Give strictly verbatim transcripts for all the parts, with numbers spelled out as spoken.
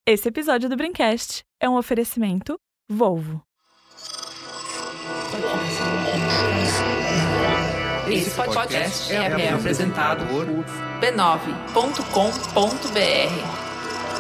Esse episódio do Braincast é um oferecimento Volvo. Esse podcast é, é apresentado por b nove ponto com ponto b r.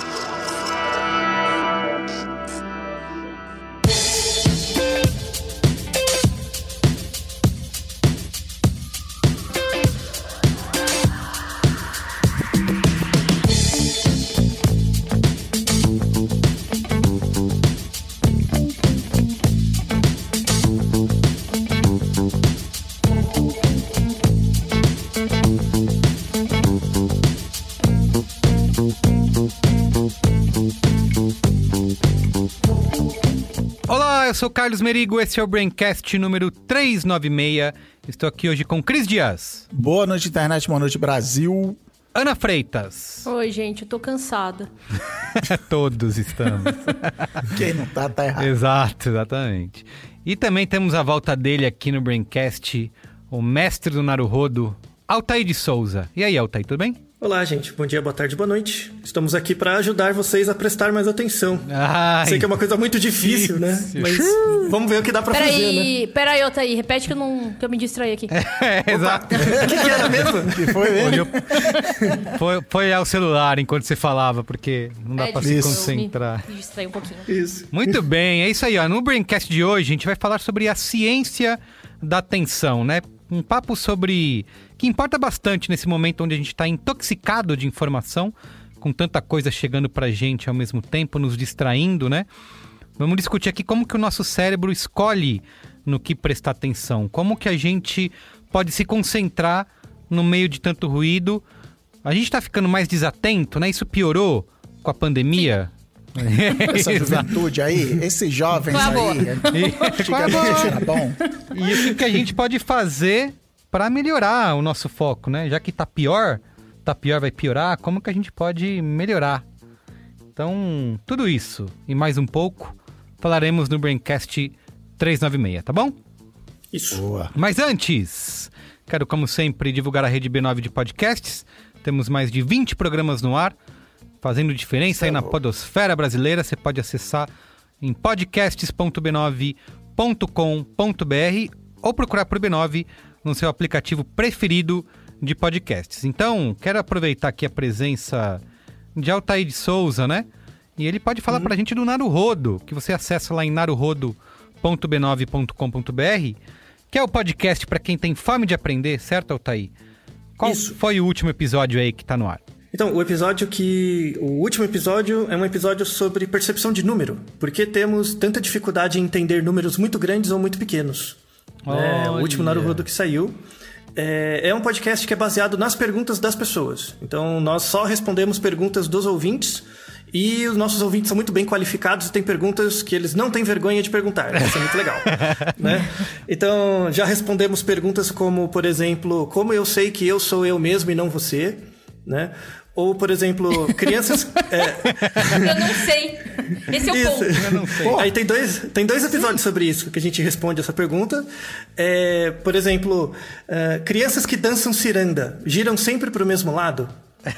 Eu sou o Carlos Merigo, esse é o Braincast número trezentos e noventa e seis. Estou aqui hoje com Cris Dias. Boa noite, internet. Boa noite, Brasil. Ana Freitas. Oi, gente, eu tô cansada. Todos estamos. Quem não tá, tá errado. Exato, exatamente. E também temos a volta dele aqui no Braincast, o mestre do Naruhodo, Altair de Souza. E aí, Altair, tudo bem? Olá, gente. Bom dia, boa tarde, boa noite. Estamos aqui para ajudar vocês a prestar mais atenção. Ai, sei que é uma coisa muito difícil, isso. né? Mas vamos ver o que dá para fazer, aí, né? Pera aí, Altair. Repete que eu, não, que eu me distraí aqui. É, exato. O que, que era mesmo? Que foi mesmo? Foi, foi ao celular enquanto você falava, porque não dá é, para se concentrar. Me, me distraí um pouquinho. Isso. Muito bem, é isso aí. Ó. No Braincast de hoje, a gente vai falar sobre a ciência da atenção, né? Um papo sobre... que importa bastante nesse momento onde a gente está intoxicado de informação, com tanta coisa chegando pra gente ao mesmo tempo, nos distraindo, né? Vamos discutir aqui como que o nosso cérebro escolhe no que prestar atenção, como que a gente pode se concentrar no meio de tanto ruído. A gente tá ficando mais desatento, né? Isso piorou com a pandemia. Essa juventude aí, esses jovens aí, antigamente era bom. E o que, que a gente pode fazer para melhorar o nosso foco, né? Já que tá pior, tá pior, vai piorar, como que a gente pode melhorar? Então, tudo isso e mais um pouco falaremos no Braincast trezentos e noventa e seis, tá bom? Isso. Boa. Mas antes, quero, como sempre, divulgar a rede B nove de podcasts. Temos mais de vinte programas no ar, fazendo diferença aí na podosfera brasileira. Você pode acessar em podcasts ponto b nove ponto com ponto b r ou procurar por B nove no seu aplicativo preferido de podcasts. Então, quero aproveitar aqui a presença de Altair de Souza, né? E ele pode falar uhum. pra gente do Naruhodo, que você acessa lá em naruhodo ponto b nove ponto com ponto b r, que é o podcast para quem tem fome de aprender, certo, Altair? Qual Isso. foi o último episódio aí que tá no ar? Então, o episódio que... O último episódio é um episódio sobre percepção de número. Por que temos tanta dificuldade em entender números muito grandes ou muito pequenos? É, o último Naruhodo que saiu. É, é um podcast que é baseado nas perguntas das pessoas. Então, nós só respondemos perguntas dos ouvintes. E os nossos ouvintes são muito bem qualificados e têm perguntas que eles não têm vergonha de perguntar. Isso é muito legal. né? Então, já respondemos perguntas como, por exemplo, como eu sei que eu sou eu mesmo e não você? Né? Ou, por exemplo, crianças... é... Eu não sei. Esse é o isso. ponto. Eu não sei. Aí tem dois, tem dois episódios sobre isso que a gente responde essa pergunta. É, por exemplo, uh, crianças que dançam ciranda giram sempre para o mesmo lado?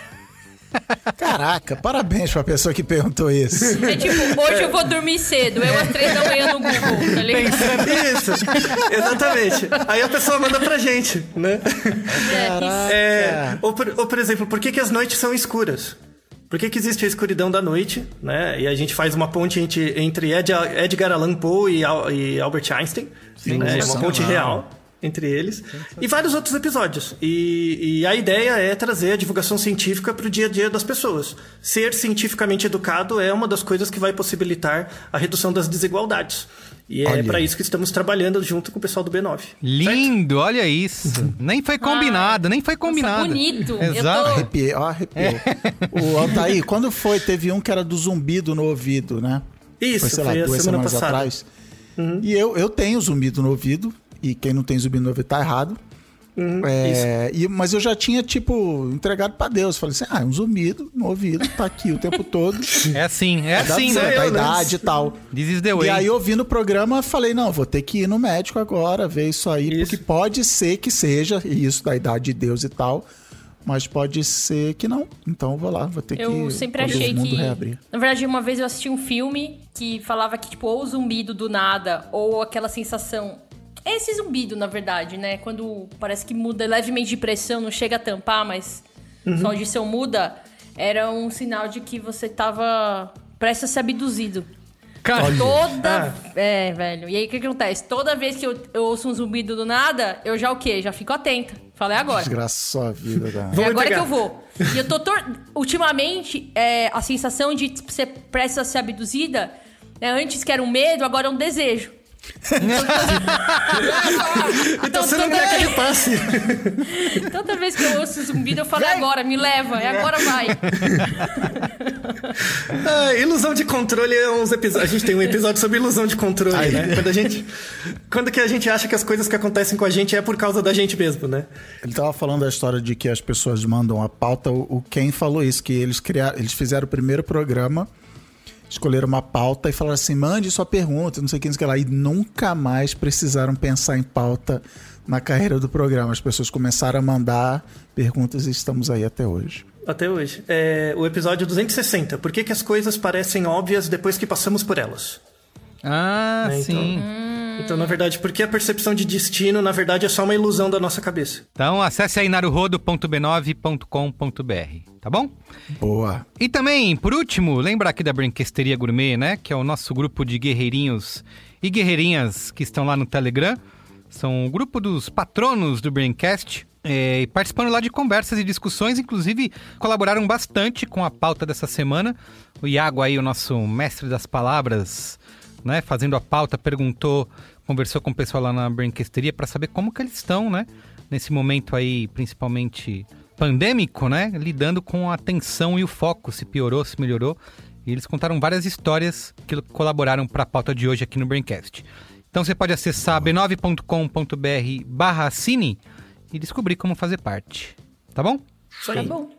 Caraca, parabéns pra pessoa que perguntou isso. É tipo, hoje eu vou dormir cedo, eu às três da manhã no Google, tá ligado? Isso, exatamente. Aí a pessoa manda pra gente, né? Caraca. É, ou, por, ou, por exemplo, por que, que as noites são escuras? Por que, que existe a escuridão da noite, né? E a gente faz uma ponte entre, entre Ed, Edgar Allan Poe e, e Albert Einstein. Sim, né? Uma ponte real entre eles. E vários outros episódios. E, e a ideia é trazer a divulgação científica para o dia a dia das pessoas. Ser cientificamente educado é uma das coisas que vai possibilitar a redução das desigualdades. E é para isso que estamos trabalhando junto com o pessoal do B nove. Lindo, certo? Olha isso. Nem foi combinado, ah, nem foi combinado. Nossa, bonito. Exato. Tô... Arrepiei, ó, arrepiou. É. O Altair, quando foi, teve um que era do zumbido no ouvido, né? Isso, foi, sei lá, foi a duas semana semanas passada. atrás. Uhum. E eu, eu tenho zumbido no ouvido, e quem não tem zumbido no ouvido tá errado. Uhum, é, e, mas eu já tinha, tipo, entregado pra Deus. Falei assim, ah, um zumbido no ouvido, tá aqui o tempo todo. É assim, é assim, da, né? Da idade e tal. This is the way. E aí, ouvindo o programa, falei, não, vou ter que ir no médico agora, ver isso aí, isso. porque pode ser que seja isso da idade de Deus e tal. Mas pode ser que não. Então eu vou lá, vou ter eu que... Eu sempre todo achei mundo que... reabrir. Na verdade, uma vez eu assisti um filme que falava que, tipo, ou o zumbido do nada, ou aquela sensação... É esse zumbido, na verdade, né? Quando parece que muda levemente de pressão, não chega a tampar, mas uhum. só a audição muda, era um sinal de que você tava prestes a ser abduzido. Cara, Toda... Ah. É, velho. E aí, o que acontece? Toda vez que eu, eu ouço um zumbido do nada, eu já o quê? Já fico atenta. Falei agora. Desgraçou a vida da... É agora que eu vou. E eu tô... Tor... Ultimamente, é, a sensação de ser prestes a ser abduzida, é, antes que era um medo, agora é um desejo. Então você não quer que ele passe. Toda vez que eu ouço zumbido, eu falo, é agora, me leva, é agora vai. Ah, ilusão de controle é uns episódios. A gente tem um episódio sobre ilusão de controle, Aí. né? Quando a gente. Quando que a gente acha que as coisas que acontecem com a gente é por causa da gente mesmo, né? Ele tava falando da história de que as pessoas mandam a pauta. O Ken falou isso, que eles criaram, eles fizeram o primeiro programa. Escolheram uma pauta e falaram assim, mande sua pergunta, não sei o que, não sei o que lá. E nunca mais precisaram pensar em pauta na carreira do programa. As pessoas começaram a mandar perguntas e estamos aí até hoje. Até hoje. É o episódio duzentos e sessenta. Por que que as coisas parecem óbvias depois que passamos por elas? Ah, né? sim. Então, hum. então, na verdade, por que a percepção de destino, na verdade, é só uma ilusão da nossa cabeça? Então, acesse aí naruhodo ponto b nove ponto com ponto b r, tá bom? Boa. E também, por último, lembra aqui da Brinquesteria Gourmet, né? Que é o nosso grupo de guerreirinhos e guerreirinhas que estão lá no Telegram. São o grupo dos patronos do Braincast. É, e participando lá de conversas e discussões, inclusive colaboraram bastante com a pauta dessa semana. O Iago aí, o nosso mestre das palavras, né, fazendo a pauta, perguntou, conversou com o pessoal lá na Brinquesteria para saber como que eles estão, né? Nesse momento aí, principalmente pandêmico, né? Lidando com a tensão e o foco, se piorou, se melhorou. E eles contaram várias histórias que colaboraram para a pauta de hoje aqui no Braincast. Então você pode acessar b nove ponto com ponto b r barra assine e descobrir como fazer parte. Tá bom? Isso aí. Tá bom.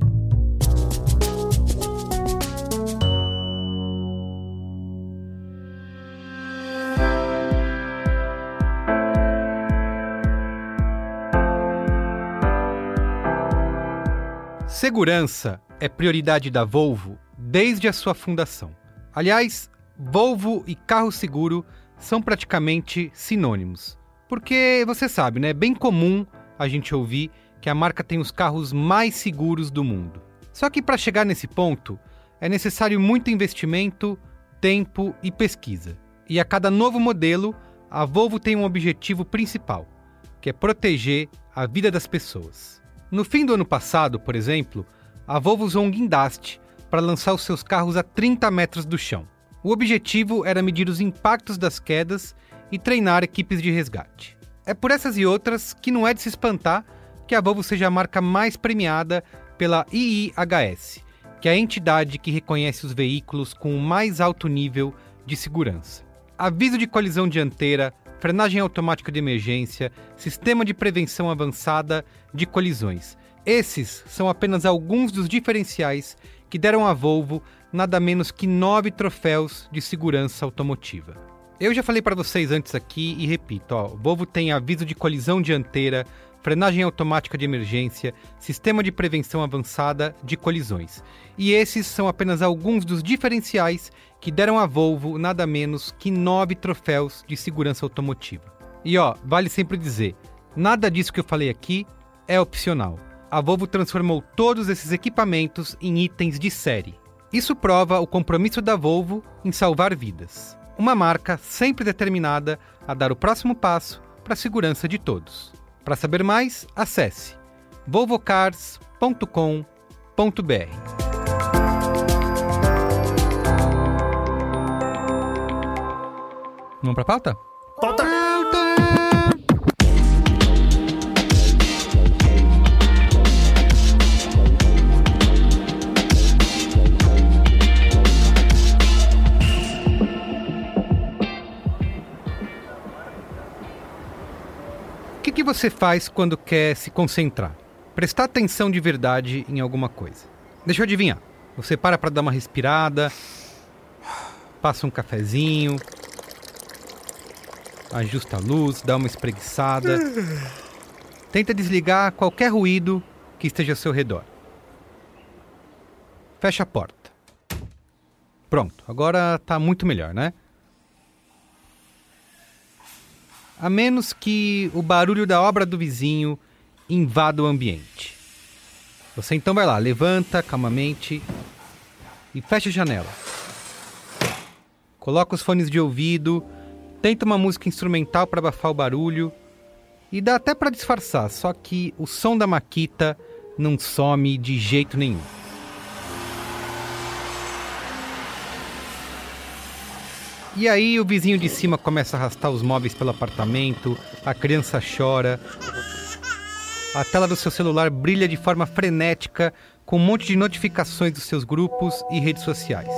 Segurança é prioridade da Volvo desde a sua fundação. Aliás, Volvo e carro seguro são praticamente sinônimos. Porque, você sabe, né? É bem comum a gente ouvir que a marca tem os carros mais seguros do mundo. Só que para chegar nesse ponto, é necessário muito investimento, tempo e pesquisa. E a cada novo modelo, a Volvo tem um objetivo principal, que é proteger a vida das pessoas. No fim do ano passado, por exemplo, a Volvo usou um guindaste para lançar os seus carros a trinta metros do chão. O objetivo era medir os impactos das quedas e treinar equipes de resgate. É por essas e outras que não é de se espantar que a Volvo seja a marca mais premiada pela I I H S, que é a entidade que reconhece os veículos com o mais alto nível de segurança. Aviso de colisão dianteira, frenagem automática de emergência, sistema de prevenção avançada de colisões. Esses são apenas alguns dos diferenciais que deram à Volvo nada menos que nove troféus de segurança automotiva. Eu já falei para vocês antes aqui e repito, ó, Volvo tem aviso de colisão dianteira, frenagem automática de emergência, sistema de prevenção avançada de colisões. E esses são apenas alguns dos diferenciais que deram à Volvo nada menos que nove troféus de segurança automotiva. E ó, vale sempre dizer, nada disso que eu falei aqui é opcional. A Volvo transformou todos esses equipamentos em itens de série. Isso prova o compromisso da Volvo em salvar vidas. Uma marca sempre determinada a dar o próximo passo para a segurança de todos. Para saber mais, acesse volvocars ponto com ponto b r. Vamos para a pauta? Pauta! O que você faz quando quer se concentrar? Prestar atenção de verdade em alguma coisa. Deixa eu adivinhar. Você para para dar uma respirada, passa um cafezinho, ajusta a luz, dá uma espreguiçada, tenta desligar qualquer ruído que esteja ao seu redor. Fecha a porta. Pronto, agora tá muito melhor, né? A menos que o barulho da obra do vizinho invada o ambiente. Você então vai lá, levanta calmamente e fecha a janela. Coloca os fones de ouvido, tenta uma música instrumental para abafar o barulho e dá até para disfarçar, só que o som da maquita não some de jeito nenhum. E aí o vizinho de cima começa a arrastar os móveis pelo apartamento, a criança chora, a tela do seu celular brilha de forma frenética com um monte de notificações dos seus grupos e redes sociais.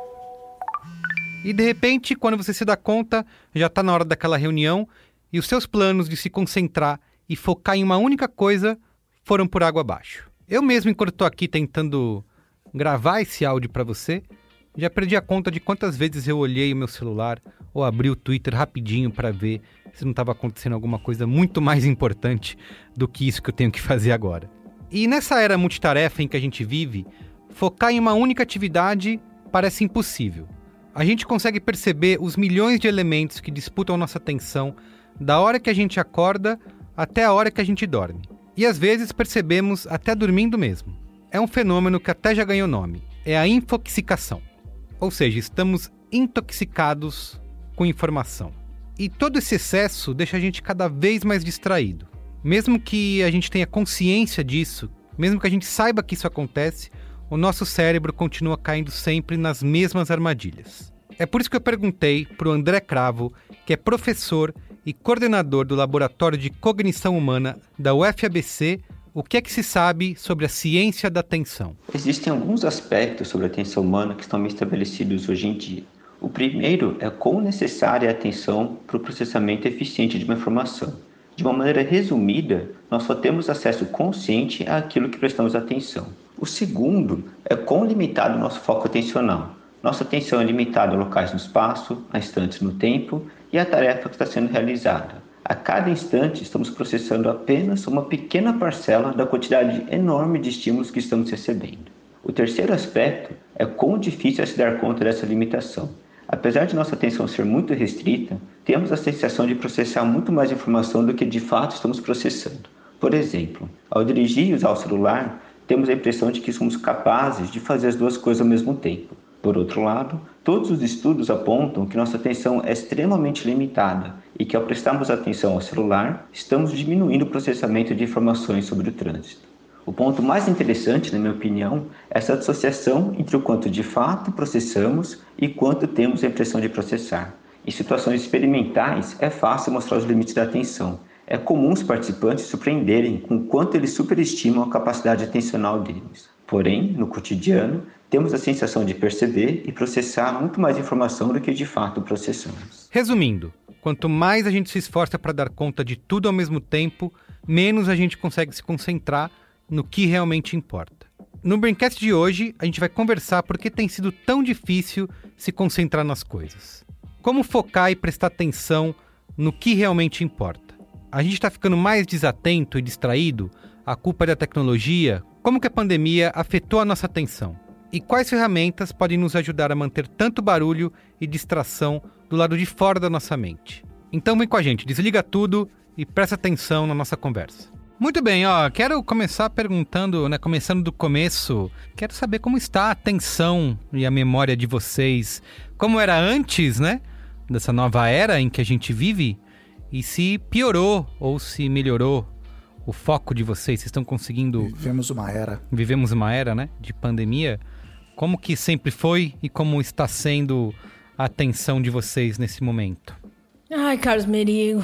E de repente, quando você se dá conta, já está na hora daquela reunião e os seus planos de se concentrar e focar em uma única coisa foram por água abaixo. Eu mesmo, enquanto estou aqui tentando gravar esse áudio para você, já perdi a conta de quantas vezes eu olhei o meu celular ou abri o Twitter rapidinho para ver se não estava acontecendo alguma coisa muito mais importante do que isso que eu tenho que fazer agora. E nessa era multitarefa em que a gente vive, focar em uma única atividade parece impossível. A gente consegue perceber os milhões de elementos que disputam nossa atenção da hora que a gente acorda até a hora que a gente dorme. E às vezes percebemos até dormindo mesmo. É um fenômeno que até já ganhou nome. É a infoxicação. Ou seja, estamos intoxicados com informação. E todo esse excesso deixa a gente cada vez mais distraído. Mesmo que a gente tenha consciência disso, mesmo que a gente saiba que isso acontece, o nosso cérebro continua caindo sempre nas mesmas armadilhas. É por isso que eu perguntei para o André Cravo, que é professor e coordenador do Laboratório de Cognição Humana da U F A B C, o que é que se sabe sobre a ciência da atenção? Existem alguns aspectos sobre a atenção humana que estão bem estabelecidos hoje em dia. O primeiro é quão necessária é a atenção para o processamento eficiente de uma informação. De uma maneira resumida, nós só temos acesso consciente àquilo que prestamos atenção. O segundo é quão limitado o nosso foco atencional. Nossa atenção é limitada a locais no espaço, a instantes no tempo e à tarefa que está sendo realizada. A cada instante, estamos processando apenas uma pequena parcela da quantidade enorme de estímulos que estamos recebendo. O terceiro aspecto é quão difícil é se dar conta dessa limitação. Apesar de nossa atenção ser muito restrita, temos a sensação de processar muito mais informação do que de fato estamos processando. Por exemplo, ao dirigir e usar o celular, temos a impressão de que somos capazes de fazer as duas coisas ao mesmo tempo. Por outro lado, todos os estudos apontam que nossa atenção é extremamente limitada e que ao prestarmos atenção ao celular, estamos diminuindo o processamento de informações sobre o trânsito. O ponto mais interessante, na minha opinião, é essa dissociação entre o quanto de fato processamos e quanto temos a impressão de processar. Em situações experimentais, é fácil mostrar os limites da atenção. É comum os participantes surpreenderem com o quanto eles superestimam a capacidade atencional deles. Porém, no cotidiano, temos a sensação de perceber e processar muito mais informação do que de fato processamos. Resumindo, quanto mais a gente se esforça para dar conta de tudo ao mesmo tempo, menos a gente consegue se concentrar no que realmente importa. No Braincast de hoje, a gente vai conversar por que tem sido tão difícil se concentrar nas coisas. Como focar e prestar atenção no que realmente importa. A gente está ficando mais desatento e distraído? A culpa é da tecnologia? Como que a pandemia afetou a nossa atenção? E quais ferramentas podem nos ajudar a manter tanto barulho e distração do lado de fora da nossa mente? Então vem com a gente, desliga tudo e presta atenção na nossa conversa. Muito bem, ó, quero começar perguntando, né, começando do começo, quero saber como está a atenção e a memória de vocês, como era antes, né, dessa nova era em que a gente vive, e se piorou ou se melhorou o foco de vocês, vocês estão conseguindo... Vivemos uma era. Vivemos uma era, né, de pandemia. Como que sempre foi e como está sendo a atenção de vocês nesse momento? Ai, Carlos Merigo.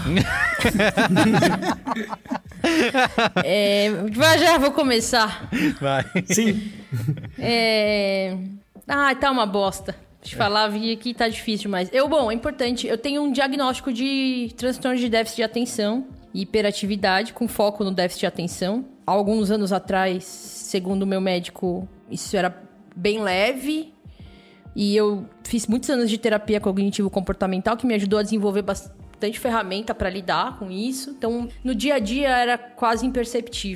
é, já vou começar. Vai. Sim. É... Ai, tá uma bosta. Deixa eu falar, vi aqui, tá difícil, mas... Eu, bom, é importante. Eu tenho um diagnóstico de transtorno de déficit de atenção e hiperatividade, com foco no déficit de atenção. Há alguns anos atrás, segundo o meu médico, isso era bem leve. E eu fiz muitos anos de terapia cognitivo-comportamental, que me ajudou a desenvolver bastante ferramenta para lidar com isso. Então, no dia a dia, era quase imperceptível.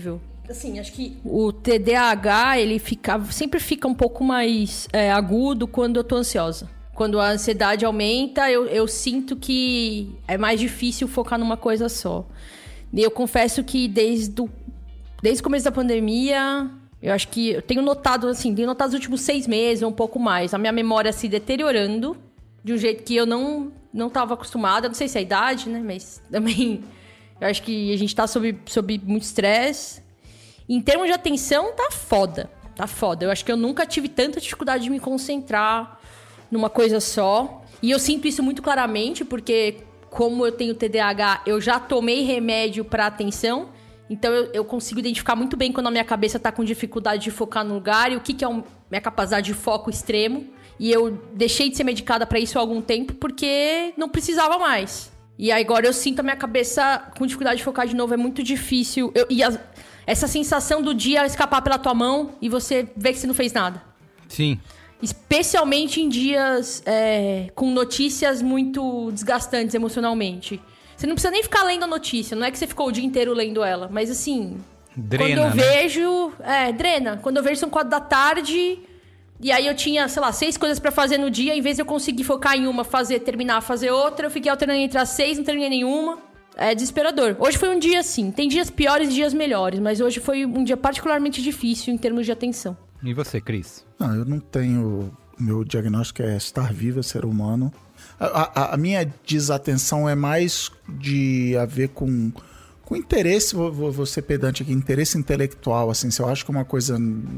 Assim, acho que o T D A H, ele fica, sempre fica um pouco mais é, agudo quando eu tô ansiosa. Quando a ansiedade aumenta, eu, eu sinto que é mais difícil focar numa coisa só. E eu confesso que desde o, desde o começo da pandemia, eu acho que eu tenho notado, assim, tenho notado os últimos seis meses, um pouco mais, a minha memória se deteriorando de um jeito que eu não, não tava acostumada. Não sei se é a idade, né? Mas também eu acho que a gente tá sob, sob muito estresse. Em termos de atenção, tá foda. Tá foda. Eu acho que eu nunca tive tanta dificuldade de me concentrar numa coisa só. E eu sinto isso muito claramente, porque como eu tenho T D A H, eu já tomei remédio pra atenção. Então eu, eu consigo identificar muito bem quando a minha cabeça tá com dificuldade de focar no lugar e o que, que é a minha capacidade de foco extremo. E eu deixei de ser medicada pra isso há algum tempo, porque não precisava mais. E agora eu sinto a minha cabeça com dificuldade de focar de novo. É muito difícil. Eu, e as... Essa sensação do dia escapar pela tua mão e você ver que você não fez nada. Sim. Especialmente em dias é, com notícias muito desgastantes emocionalmente. Você não precisa nem ficar lendo a notícia. Não é que você ficou o dia inteiro lendo ela. Mas assim... Drena, quando eu né? vejo... É, drena. Quando eu vejo são quatro da tarde... E aí eu tinha, sei lá, seis coisas pra fazer no dia. Em vez de eu conseguir focar em uma, fazer, terminar, fazer outra... Eu fiquei alternando entre as seis, não terminei nenhuma... É desesperador. Hoje foi um dia assim. Tem dias piores e dias melhores, mas hoje foi um dia particularmente difícil em termos de atenção. E você, Cris? Não, eu não tenho... Meu diagnóstico é estar vivo, é ser humano. A, a, a minha desatenção é mais de a ver com, com interesse, vou, vou ser pedante aqui, interesse intelectual, assim. Se eu acho que uma coisa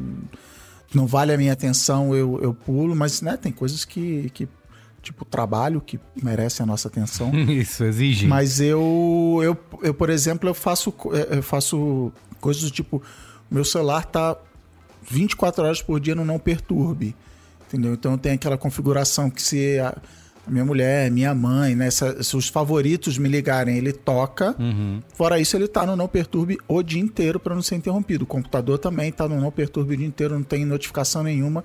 não vale a minha atenção, eu, eu pulo, mas né, tem coisas que... que tipo, trabalho que merece a nossa atenção. Isso, exige. Mas eu, eu, eu, por exemplo, eu faço, eu faço coisas do tipo, meu celular tá vinte e quatro horas por dia no não perturbe, entendeu? Então tem aquela configuração que se a, a minha mulher, minha mãe, né, se, se os favoritos me ligarem, ele toca. Uhum. Fora isso, ele tá no não perturbe o dia inteiro para não ser interrompido. O computador também tá no não perturbe o dia inteiro, não tem notificação nenhuma.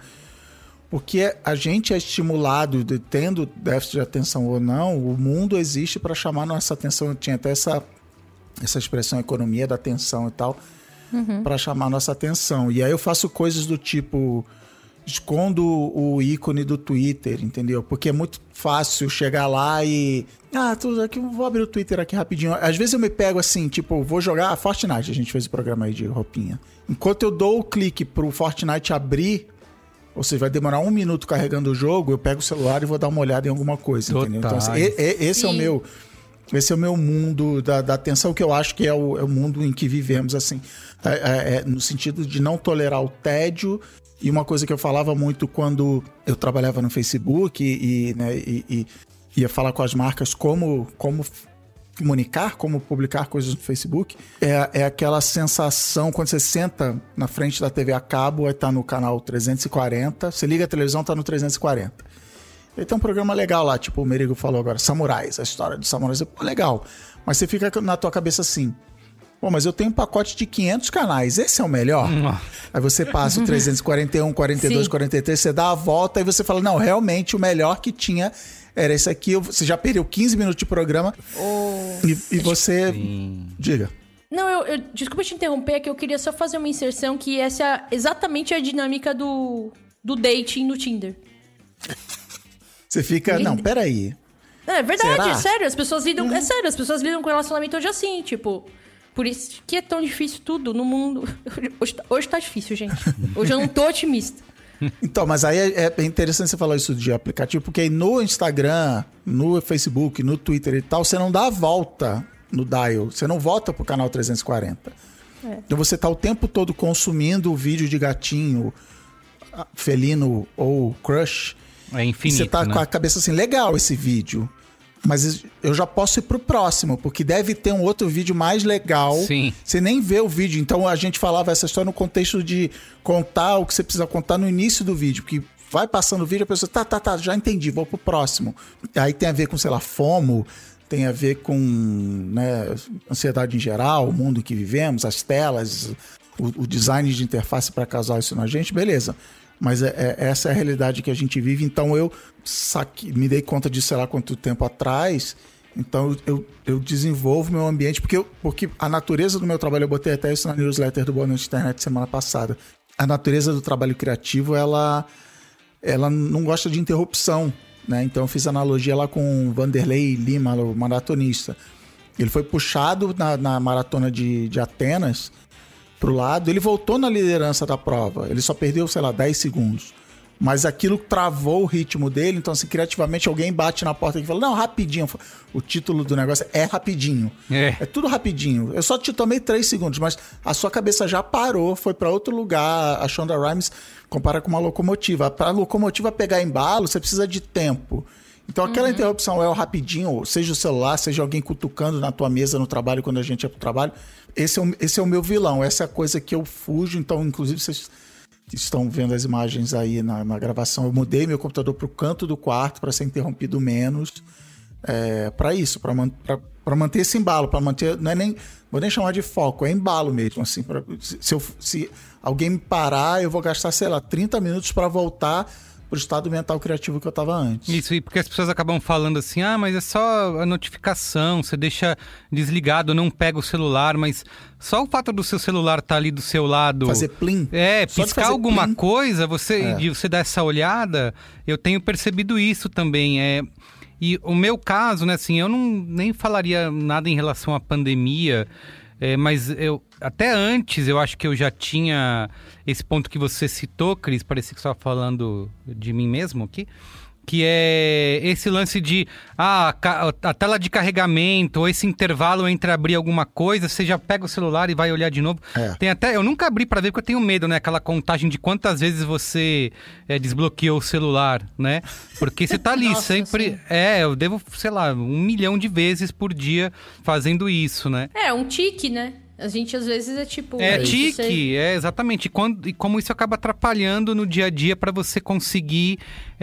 Porque a gente é estimulado, de, tendo déficit de atenção ou não, o mundo existe para chamar nossa atenção. Tinha até essa, essa expressão economia da atenção e tal, uhum. para chamar nossa atenção. E aí eu faço coisas do tipo, escondo o ícone do Twitter, entendeu? Porque é muito fácil chegar lá e... Ah, tudo aqui, vou abrir o Twitter aqui rapidinho. Às vezes eu me pego assim, tipo, vou jogar Fortnite. A gente fez o programa aí de roupinha. Enquanto eu dou o clique pro Fortnite abrir... Ou seja, vai demorar um minuto carregando o jogo, eu pego o celular e vou dar uma olhada em alguma coisa, Total. Entendeu? Então, assim, e, e, esse, é o meu, esse é o meu mundo da, da atenção, que eu acho que é o, é o mundo em que vivemos, assim. É, é, é, no sentido de não tolerar o tédio. E uma coisa que eu falava muito quando eu trabalhava no Facebook e, e, né, e, e ia falar com as marcas como... como comunicar, como publicar coisas no Facebook, é, é aquela sensação quando você senta na frente da T V a cabo, aí tá no canal trezentos e quarenta, você liga a televisão, tá no trezentos e quarenta. E tem um programa legal lá, tipo o Merigo falou agora, Samurais, a história dos samurais, pô, legal. Mas você fica na tua cabeça assim, pô, mas eu tenho um pacote de quinhentos canais, esse é o melhor? Nossa. Aí você passa o trezentos e quarenta e um, quarenta e dois, Sim. quarenta e três, você dá a volta e você fala, não, realmente o melhor que tinha era esse aqui, você já perdeu quinze minutos de programa oh, e, e você... Sim. Diga. Não, eu, eu... Desculpa te interromper, é que eu queria só fazer uma inserção que essa é exatamente a dinâmica do, do dating no Tinder. Você fica... Não, peraí. É verdade, Será? é sério. As pessoas lidam... Uhum. É sério, as pessoas lidam com relacionamento hoje assim, tipo... Por isso que é tão difícil tudo no mundo. Hoje, hoje tá difícil, gente. Hoje eu não tô otimista. Então, mas aí é, é interessante você falar isso de aplicativo, porque aí no Instagram, no Facebook, no Twitter e tal, você não dá a volta no dial, você não volta pro canal trezentos e quarenta. É. Então você tá o tempo todo consumindo o vídeo de gatinho, felino ou crush. É infinito, e você tá né? com a cabeça assim, legal esse vídeo, mas eu já posso ir pro próximo, porque deve ter um outro vídeo mais legal. Sim. Você nem vê o vídeo. Então a gente falava essa história no contexto de contar o que você precisa contar no início do vídeo, porque vai passando o vídeo, a pessoa, tá, tá, tá, já entendi, vou pro próximo. Aí tem a ver com, sei lá, FOMO, tem a ver com, né, ansiedade em geral, o mundo em que vivemos, as telas, o, o design de interface para causar isso na gente, beleza. Mas é, é, essa é a realidade que a gente vive. Então eu saque, me dei conta disso, sei lá quanto tempo atrás, Então eu, eu desenvolvo meu ambiente, porque, eu, porque a natureza do meu trabalho, eu botei até isso na newsletter do Boa Noite Internet semana passada. A natureza do trabalho criativo, ela, ela não gosta de interrupção, né? Então eu fiz analogia lá com o Vanderlei Lima, o maratonista. Ele foi puxado na, na maratona de, de Atenas pro lado, ele voltou na liderança da prova. Ele só perdeu, sei lá, dez segundos. Mas aquilo travou o ritmo dele, então assim, criativamente alguém bate na porta e fala, não, rapidinho. O título do negócio é rapidinho. É, é tudo rapidinho. Eu só te tomei três segundos, mas a sua cabeça já parou, foi para outro lugar. A Shonda Rhimes compara com uma locomotiva. Para a locomotiva pegar embalo, você precisa de tempo. Então aquela uhum. interrupção é o rapidinho, seja o celular, seja alguém cutucando na tua mesa no trabalho quando a gente é pro trabalho. Esse é o, esse é o meu vilão, essa é a coisa que eu fujo. Então, inclusive, vocês estão vendo as imagens aí na, na gravação. Eu mudei meu computador pro canto do quarto para ser interrompido menos. É, para isso, para man, manter esse embalo, para manter, não é nem, vou nem chamar de foco, é embalo mesmo. Assim, pra, se, eu, se alguém me parar, eu vou gastar, sei lá, trinta minutos para voltar pro estado mental criativo que eu tava antes. Isso, e porque as pessoas acabam falando assim, ah, mas é só a notificação, você deixa desligado, não pega o celular, mas só o fato do seu celular estar tá ali do seu lado... Fazer plim. É, só piscar alguma plim. coisa, você, é. de você dar essa olhada, eu tenho percebido isso também, é... E o meu caso, né, assim, eu não nem falaria nada em relação à pandemia, é, mas eu, até antes eu acho que eu já tinha esse ponto que você citou, Cris, parecia que você estava falando de mim mesmo aqui, que é esse lance de ah, a tela de carregamento, ou esse intervalo entre abrir alguma coisa, você já pega o celular e vai olhar de novo. É. Tem até, eu nunca abri para ver porque eu tenho medo, né? Aquela contagem de quantas vezes você é, desbloqueou o celular, né? Porque você tá ali Nossa, sempre... Sim. É, eu devo, sei lá, um milhão de vezes por dia fazendo isso, né? É, um tique, né? A gente, às vezes, é tipo... É, tique, você... é, exatamente. E, quando, e como isso acaba atrapalhando no dia a dia para você conseguir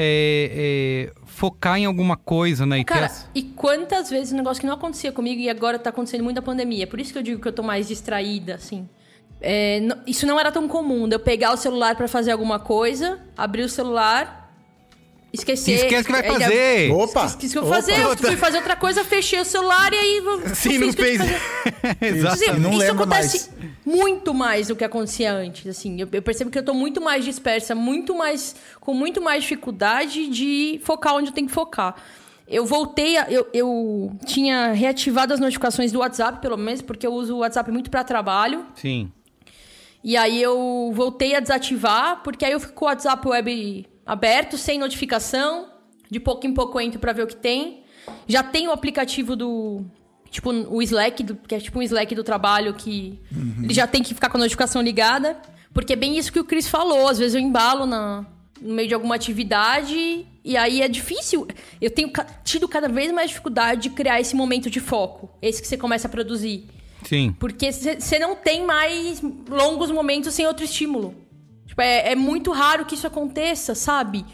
é, é, focar em alguma coisa, né? E Cara, ter... e quantas vezes um negócio que não acontecia comigo e agora tá acontecendo muito na pandemia. Por isso que eu digo que eu tô mais distraída, assim. É, não, isso não era tão comum, de eu pegar o celular para fazer alguma coisa, abrir o celular... Esquecer. Esquece que vai fazer. Opa! Esqueci que eu vou fazer. Eu fui fazer outra coisa, fechei o celular e aí... Sim, não fez. Exato. Dizer, não isso acontece mais. muito mais do que acontecia antes, assim. Eu, eu percebo que eu tô muito mais dispersa, muito mais... Com muito mais dificuldade de focar onde eu tenho que focar. Eu voltei... A, eu, eu tinha reativado as notificações do WhatsApp, pelo menos, porque eu uso o WhatsApp muito para trabalho. Sim. E aí eu voltei a desativar, porque aí eu fico com o WhatsApp Web... aberto, sem notificação. De pouco em pouco eu entro pra ver o que tem. Já tem o aplicativo do... Tipo, o Slack, do, que é tipo um Slack do trabalho, que uhum. ele já tem que ficar com a notificação ligada. Porque é bem isso que o Cris falou. Às vezes eu embalo na, no meio de alguma atividade e aí é difícil. Eu tenho tido cada vez mais dificuldade de criar esse momento de foco. Esse que você começa a produzir. Sim. Porque você não tem mais longos momentos sem outro estímulo. Tipo, é, é muito raro que isso aconteça, sabe?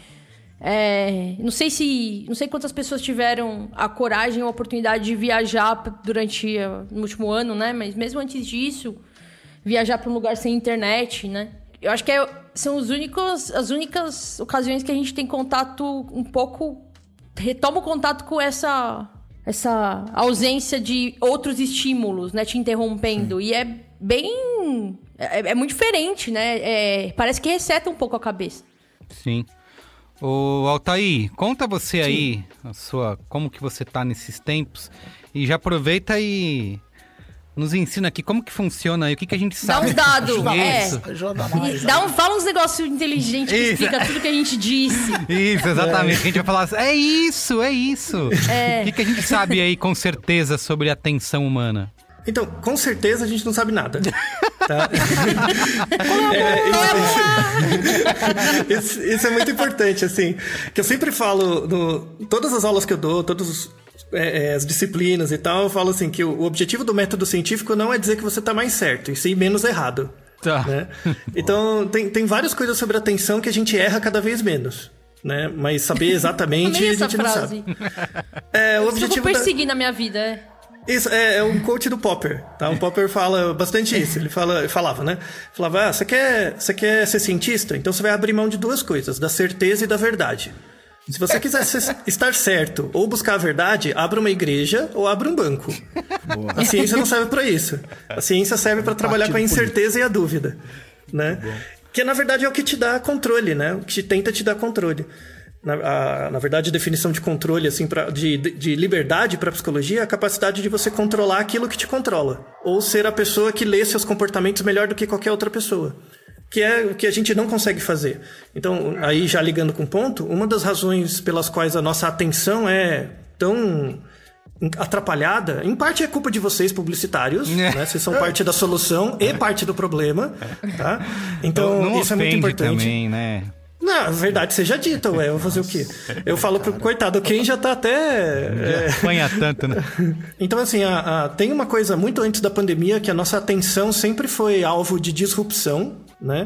É, não sei se... Não sei quantas pessoas tiveram a coragem ou a oportunidade de viajar durante o último ano, né? Mas mesmo antes disso, viajar para um lugar sem internet, né? Eu acho que é, são os únicos, as únicas ocasiões que a gente tem contato um pouco... Retoma o contato com essa, essa ausência de outros estímulos, né? Te interrompendo. Sim. E é bem... É, é muito diferente, né? É, parece que reseta um pouco a cabeça. Sim. Ô, Altair, conta você Sim. aí a sua, como que você tá nesses tempos. E já aproveita e nos ensina aqui como que funciona aí, o que, que a gente sabe. Dá uns dados, é. Ajuda mais, Dá um, fala uns negócios inteligentes que isso. explica tudo que a gente disse. Isso, exatamente. É. A gente vai falar assim, é isso, é isso. É. O que, que a gente sabe aí com certeza sobre a atenção humana? Então, com certeza a gente não sabe nada. Tá? é, isso, isso, isso é muito importante, assim. Que eu sempre falo, no, todas as aulas que eu dou, todas os, é, as disciplinas e tal, eu falo assim, que o, o objetivo do método científico não é dizer que você está mais certo, e sim menos errado. Tá. Né? Então, tem, tem várias coisas sobre atenção que a gente erra cada vez menos. Né? Mas saber exatamente a gente frase. não sabe. É, o objetivo eu vou perseguir da... na minha vida, é. Isso, é, é um quote do Popper, tá? O Popper fala bastante isso. Ele fala, falava, né? Falava, ah, você quer, você quer ser cientista? Então você vai abrir mão de duas coisas, da certeza e da verdade. Se você quiser ser, estar certo ou buscar a verdade, abra uma igreja ou abra um banco. Boa. A ciência não serve para isso. A ciência serve para trabalhar com a incerteza e a dúvida, né? Que na verdade é o que te dá controle, né? O que te tenta te dar controle. Na, a, na verdade, a definição de controle, assim, pra, de, de liberdade para a psicologia é a capacidade de você controlar aquilo que te controla. Ou ser a pessoa que lê seus comportamentos melhor do que qualquer outra pessoa. Que é o que a gente não consegue fazer. Então, aí já ligando com o ponto, uma das razões pelas quais a nossa atenção é tão atrapalhada, em parte é culpa de vocês, publicitários, né? Vocês são parte da solução e parte do problema, tá? Então, não isso é muito importante. Também, né? Não, a verdade seja dita, ué, eu vou fazer o quê? Eu falo pro coitado, quem já tá até... Apanha é... tanto, né? Então, assim, a, a, tem uma coisa muito antes da pandemia, que a nossa atenção sempre foi alvo de disrupção, né?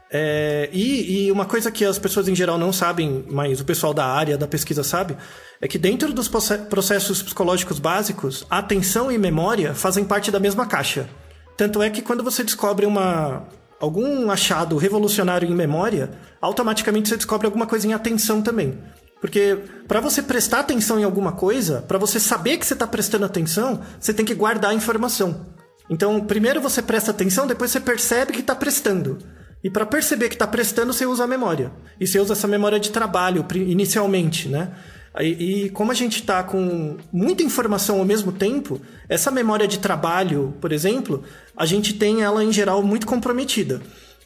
É, e, e uma coisa que as pessoas em geral não sabem, mas o pessoal da área da pesquisa sabe, é que dentro dos processos psicológicos básicos, a atenção e memória fazem parte da mesma caixa. Tanto é que quando você descobre uma... algum achado revolucionário em memória, automaticamente você descobre alguma coisa em atenção também. Porque para você prestar atenção em alguma coisa, para você saber que você está prestando atenção, você tem que guardar a informação. Então, primeiro você presta atenção, depois você percebe que está prestando. E para perceber que está prestando, você usa a memória. E você usa essa memória de trabalho, inicialmente, né? E, e como a gente está com muita informação ao mesmo tempo, essa memória de trabalho, por exemplo, a gente tem ela, em geral, muito comprometida.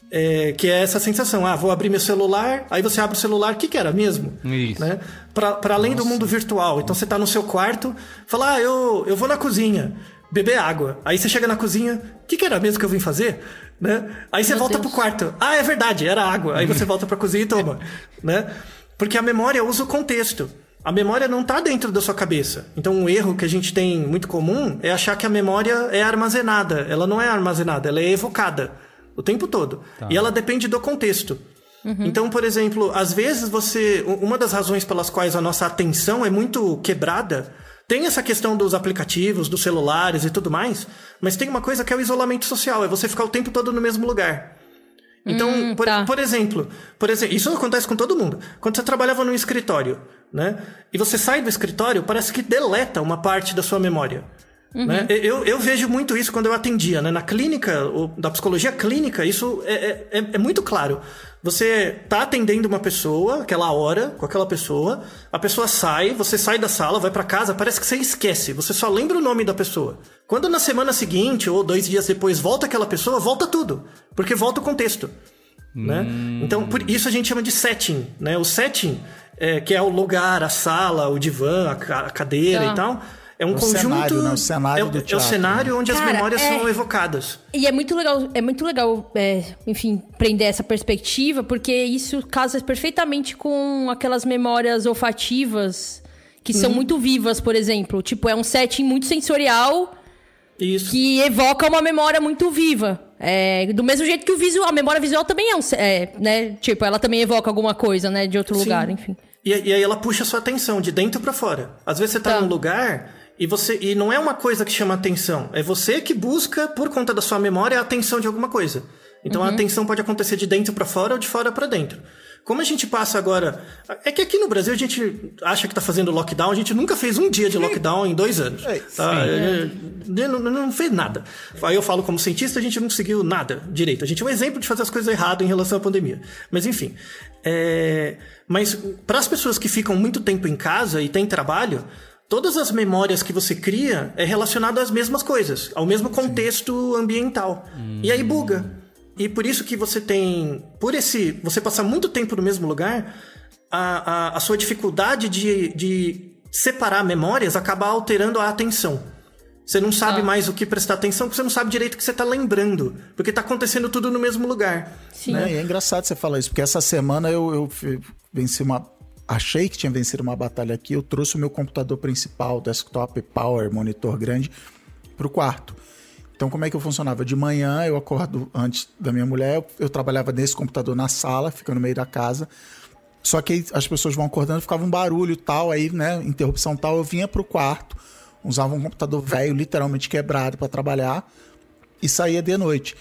É, que é essa sensação, ah, vou abrir meu celular, aí você abre o celular, o que que era mesmo? Isso. Né? Para além Nossa. do mundo virtual. Então você está no seu quarto, fala, ah, eu, eu vou na cozinha beber água. Aí você chega na cozinha, o que que era mesmo que eu vim fazer? Né? Aí você Meu volta Deus. pro quarto, ah, é verdade, era água. Aí você volta pra cozinha e toma. Né? Porque a memória usa o contexto. A memória não está dentro da sua cabeça. Então, um erro que a gente tem muito comum é achar que a memória é armazenada. Ela não é armazenada, ela é evocada o tempo todo. Tá. E ela depende do contexto. Uhum. Então, por exemplo, às vezes você... Uma das razões pelas quais a nossa atenção é muito quebrada, tem essa questão dos aplicativos, dos celulares e tudo mais, mas tem uma coisa que é o isolamento social, é você ficar o tempo todo no mesmo lugar. Então, hum, por, tá. por exemplo, por exemplo, isso acontece com todo mundo. Quando você trabalhava num escritório, né? E você sai do escritório, parece que deleta uma parte da sua memória. Uhum. Né? Eu, eu vejo muito isso quando eu atendia, né? Na clínica, ou da psicologia clínica, isso é, é, é muito claro. Você tá atendendo uma pessoa, aquela hora, com aquela pessoa, a pessoa sai, você sai da sala, vai pra casa, parece que você esquece, você só lembra o nome da pessoa. Quando na semana seguinte, ou dois dias depois, volta aquela pessoa, volta tudo, porque volta o contexto. Hum. Né? Então, por isso a gente chama de setting, né? O setting, é, que é o lugar, a sala, o divã, a, a cadeira tá. e tal... É um o conjunto... Cenário, né? O cenário é, do teatro. É o cenário onde Cara, as memórias é... são evocadas. E é muito legal, é muito legal é, enfim, prender essa perspectiva, porque isso casa perfeitamente com aquelas memórias olfativas que hum. são muito vivas, por exemplo. Tipo, é um setting muito sensorial isso. que evoca uma memória muito viva. É, do mesmo jeito que o visual, a memória visual também é um... É, né? Tipo, ela também evoca alguma coisa, né? De outro Sim. lugar, enfim. E, e aí ela puxa a sua atenção de dentro pra fora. Às vezes você tá, tá. num lugar... E, você, e não é uma coisa que chama atenção. É você que busca, por conta da sua memória, a atenção de alguma coisa. Então, uhum. a atenção pode acontecer de dentro para fora ou de fora para dentro. Como a gente passa agora... É que aqui no Brasil a gente acha que tá fazendo lockdown. A gente nunca fez um dia de lockdown em dois anos. É, tá? é, não, não fez nada. Aí eu falo como cientista, a gente não conseguiu nada direito. A gente é um exemplo de fazer as coisas erradas em relação à pandemia. Mas enfim. É, mas para as pessoas que ficam muito tempo em casa e têm trabalho... Todas as memórias que você cria é relacionado às mesmas coisas, ao mesmo contexto Sim. ambiental. Hum. E aí buga. E por isso que você tem... Por esse... Você passar muito tempo no mesmo lugar, a, a, a sua dificuldade de, de separar memórias acaba alterando a atenção. Você não sabe ah. mais o que prestar atenção, porque você não sabe direito o que você está lembrando. Porque está acontecendo tudo no mesmo lugar. Sim. Né? É, é engraçado você falar isso, porque essa semana eu, eu venci uma... Achei que tinha vencido uma batalha aqui, eu trouxe o meu computador principal, desktop, power, monitor grande, para o quarto. Então, como é que eu funcionava? De manhã, eu acordo antes da minha mulher, eu, eu trabalhava nesse computador na sala, fica no meio da casa. Só que aí as pessoas vão acordando, ficava um barulho e tal, aí, né, interrupção tal, eu vinha para o quarto, usava um computador velho, literalmente quebrado para trabalhar, e saía de noite.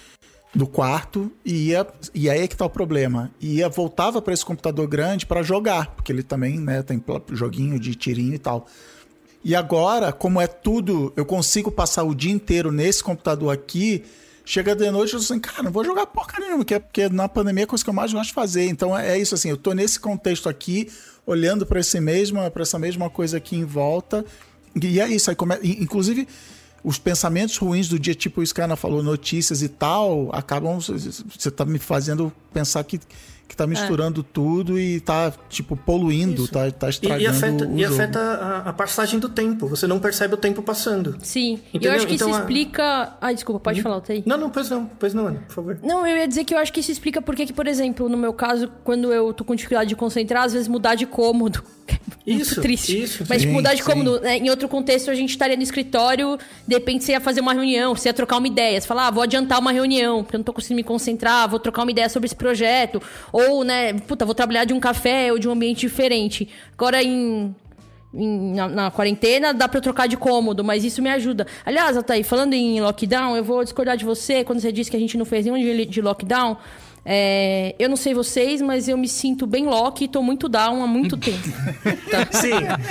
do quarto e ia, e aí é que tá o problema. Ia, voltava para esse computador grande para jogar, porque ele também, né, tem joguinho de tirinho e tal. E agora, como é tudo, eu consigo passar o dia inteiro nesse computador aqui, chega de noite e eu tô assim, cara, não vou jogar porcaria nenhuma, porque, porque na pandemia é a coisa que eu mais gosto de fazer. Então é, é isso assim, eu tô nesse contexto aqui, olhando para esse mesma, para essa mesma coisa aqui em volta, e é isso. Aí come... Inclusive, os pensamentos ruins do dia, tipo isso que a Ana falou, notícias e tal, acabam, você tá me fazendo pensar que que tá misturando é. tudo e tá, tipo, poluindo, tá, tá estragando e, e afeta, o E jogo. afeta a, a passagem do tempo. Você não percebe o tempo passando. Sim. Entendeu? Eu acho que então, isso a... explica... Ai, desculpa, pode hum? falar, Otay. Não, não, pois não. Pois não, Ana, por favor. Não, eu ia dizer que eu acho que isso explica porque que, por exemplo, no meu caso, quando eu tô com dificuldade de concentrar, às vezes mudar de cômodo. Isso, muito triste. Isso, Mas sim, tipo, mudar de sim. cômodo, né? Em outro contexto, a gente estaria no escritório, de repente você ia fazer uma reunião, você ia trocar uma ideia. Você fala, ah, vou adiantar uma reunião, porque eu não tô conseguindo me concentrar, vou trocar uma ideia sobre esse projeto. Ou, né, puta, vou trabalhar de um café ou de um ambiente diferente. Agora, em... Em, na, na quarentena, dá pra eu trocar de cômodo, mas isso me ajuda. Aliás, Altair, falando em lockdown, eu vou discordar de você quando você disse que a gente não fez nenhum de, de lockdown. É, eu não sei vocês, mas eu me sinto bem lock e tô muito down há muito tempo. Tá? Sim.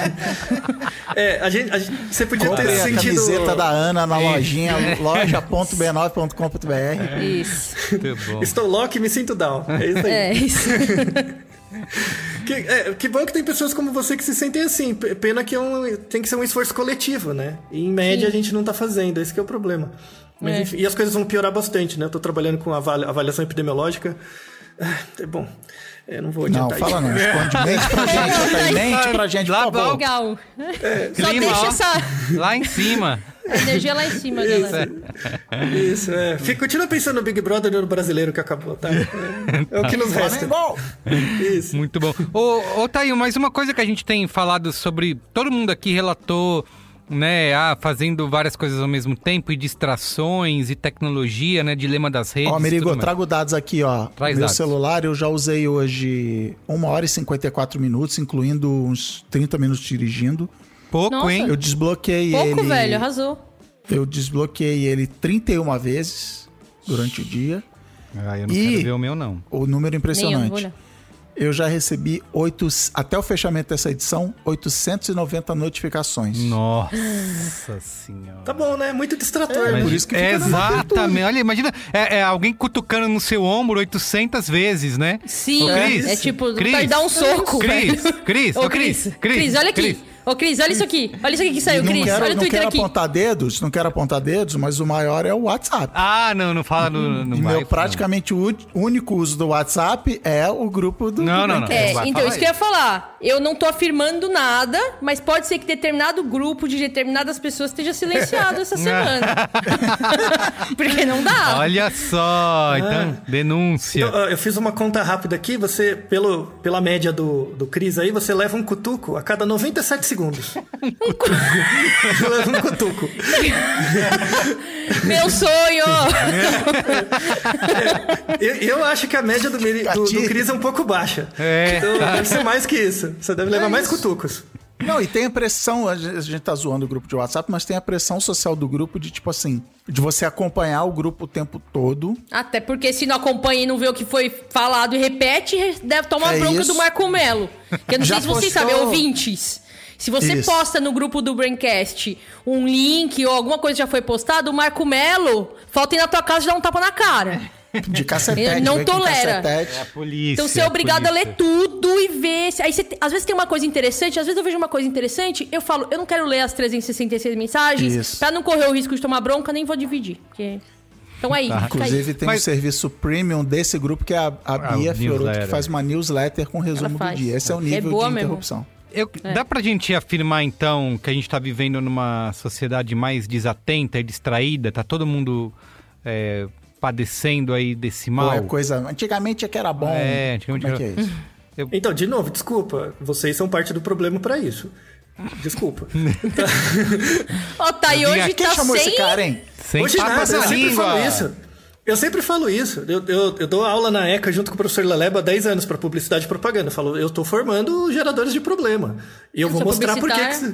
É, a gente, a gente, você podia Compre ter a sentido... camiseta da Ana na lojinha, loja ponto b nove ponto com ponto b r. Isso. Muito bom. Estou lock e me sinto down. É isso aí. É isso. Que, é, que bom que tem pessoas como você que se sentem assim. Pena que é um, tem que ser um esforço coletivo, né? E em média Sim. a gente não tá fazendo, esse que é o problema. Mas, é. enfim, e as coisas vão piorar bastante, né? Eu tô trabalhando com avaliação epidemiológica. É bom, eu não vou adiantar Não, fala não, esconde. Mente pra gente, mente pra gente, por favor. Legal. É, Só clima, deixa ó, essa... lá em cima. A energia lá em cima, Isso, galera. Isso, é. Fica, continua pensando no Big Brother e no brasileiro que acabou, tá? É, é o que nos resta. Isso. Muito bom. Ô, ô Thaí, mais uma coisa que a gente tem falado sobre... Todo mundo aqui relatou, né, ah, fazendo várias coisas ao mesmo tempo e distrações e tecnologia, né, dilema das redes. Ó, Merigo, eu trago dados aqui, ó. Traz Meu dados. celular eu já usei hoje uma hora e cinquenta e quatro minutos, incluindo uns trinta minutos dirigindo. Pouco, Nossa. hein? Eu desbloqueei Pouco, ele... Pouco, velho, arrasou. Eu desbloqueei ele trinta e uma vezes durante o dia. Ah, eu não E quero ver o meu, não. O número Nem eu, impressionante. não vou olhar. Eu já recebi, oito, até o fechamento dessa edição, oitocentas e noventa notificações. Nossa senhora. Tá bom, né? Muito distrator. É, né? por isso que fica Exatamente. Olha, imagina, é, é alguém cutucando no seu ombro oitocentas vezes, né? Sim, Ô, Cris, é tipo, Cris, vontade de dar um soco, Cris, velho. Cris, Ô, ô, Cris, Cris, Cris, Cris, olha aqui. Cris. Ô, Cris, olha isso aqui. Olha isso aqui que saiu, não Cris. quero, Olha o não Twitter quero aqui. apontar dedos, não quero apontar dedos, mas o maior é o WhatsApp. Ah, não, não fala no, no E vai, meu praticamente o ú- único uso do WhatsApp é o grupo do... Não, do não, não. É, Vai, então, fala isso que eu ia falar. Eu não tô afirmando nada, mas pode ser que determinado grupo de determinadas pessoas esteja silenciado essa semana. Porque não dá. Olha só, então, denúncia. Então, eu fiz uma conta rápida aqui. Você, pelo, pela média do, do Cris aí, você leva um cutuco a cada noventa e sete segundos. Você leva um cutuco. Meu sonho! Eu, eu acho que a média do, Meri- do, do Cris é um pouco baixa. É. Então deve ser mais que isso. Você deve levar mais cutucos. Não, e tem a pressão, a gente, a gente tá zoando o grupo de WhatsApp, mas tem a pressão social do grupo de, tipo assim, de você acompanhar o grupo o tempo todo. Até porque se não acompanha e não vê o que foi falado e repete, deve tomar É bronca isso. do Marco Melo. Que eu não Já sei se vocês postou? sabem, ouvintes. Se você Isso. posta no grupo do Braincast um link ou alguma coisa já foi postada, o Marco Melo falta ir na tua casa e dar um tapa na cara. De cacetete. Ele não vem com tolera. cacetete. É a polícia. Então você é obrigado a polícia. ler tudo e ver. se- Aí você, te- às vezes tem uma coisa interessante, às vezes eu vejo uma coisa interessante, eu falo, eu não quero ler as trezentas e sessenta e seis mensagens, Isso. pra não correr o risco de tomar bronca, nem vou dividir. Porque... Então aí, fica aí. Inclusive tem Mas- um serviço premium desse grupo que é a, a Ah, Bia o Fioroto, newsletter. que faz uma newsletter com resumo do faz. dia. Esse é o É nível boa de mesmo. interrupção. Eu, Dá pra gente afirmar, então, que a gente tá vivendo numa sociedade mais desatenta e distraída? Tá todo mundo é, padecendo aí desse mal? Pô, é coisa... Antigamente é que era bom. É, antigamente Como é que era- é isso? Então, de novo, desculpa. Vocês são parte do problema pra isso. Desculpa. Ó, tá, e hoje Quem tá chamou sem... esse cara, hein? Sem Hoje papas nada, eu na sempre língua. falo isso. Eu sempre falo isso. Eu, eu, eu dou aula na ECA junto com o professor Leleba há dez anos para publicidade e propaganda. Eu falo, eu tô formando geradores de problema. E eu, Eu vou sou mostrar por que que... publicitária.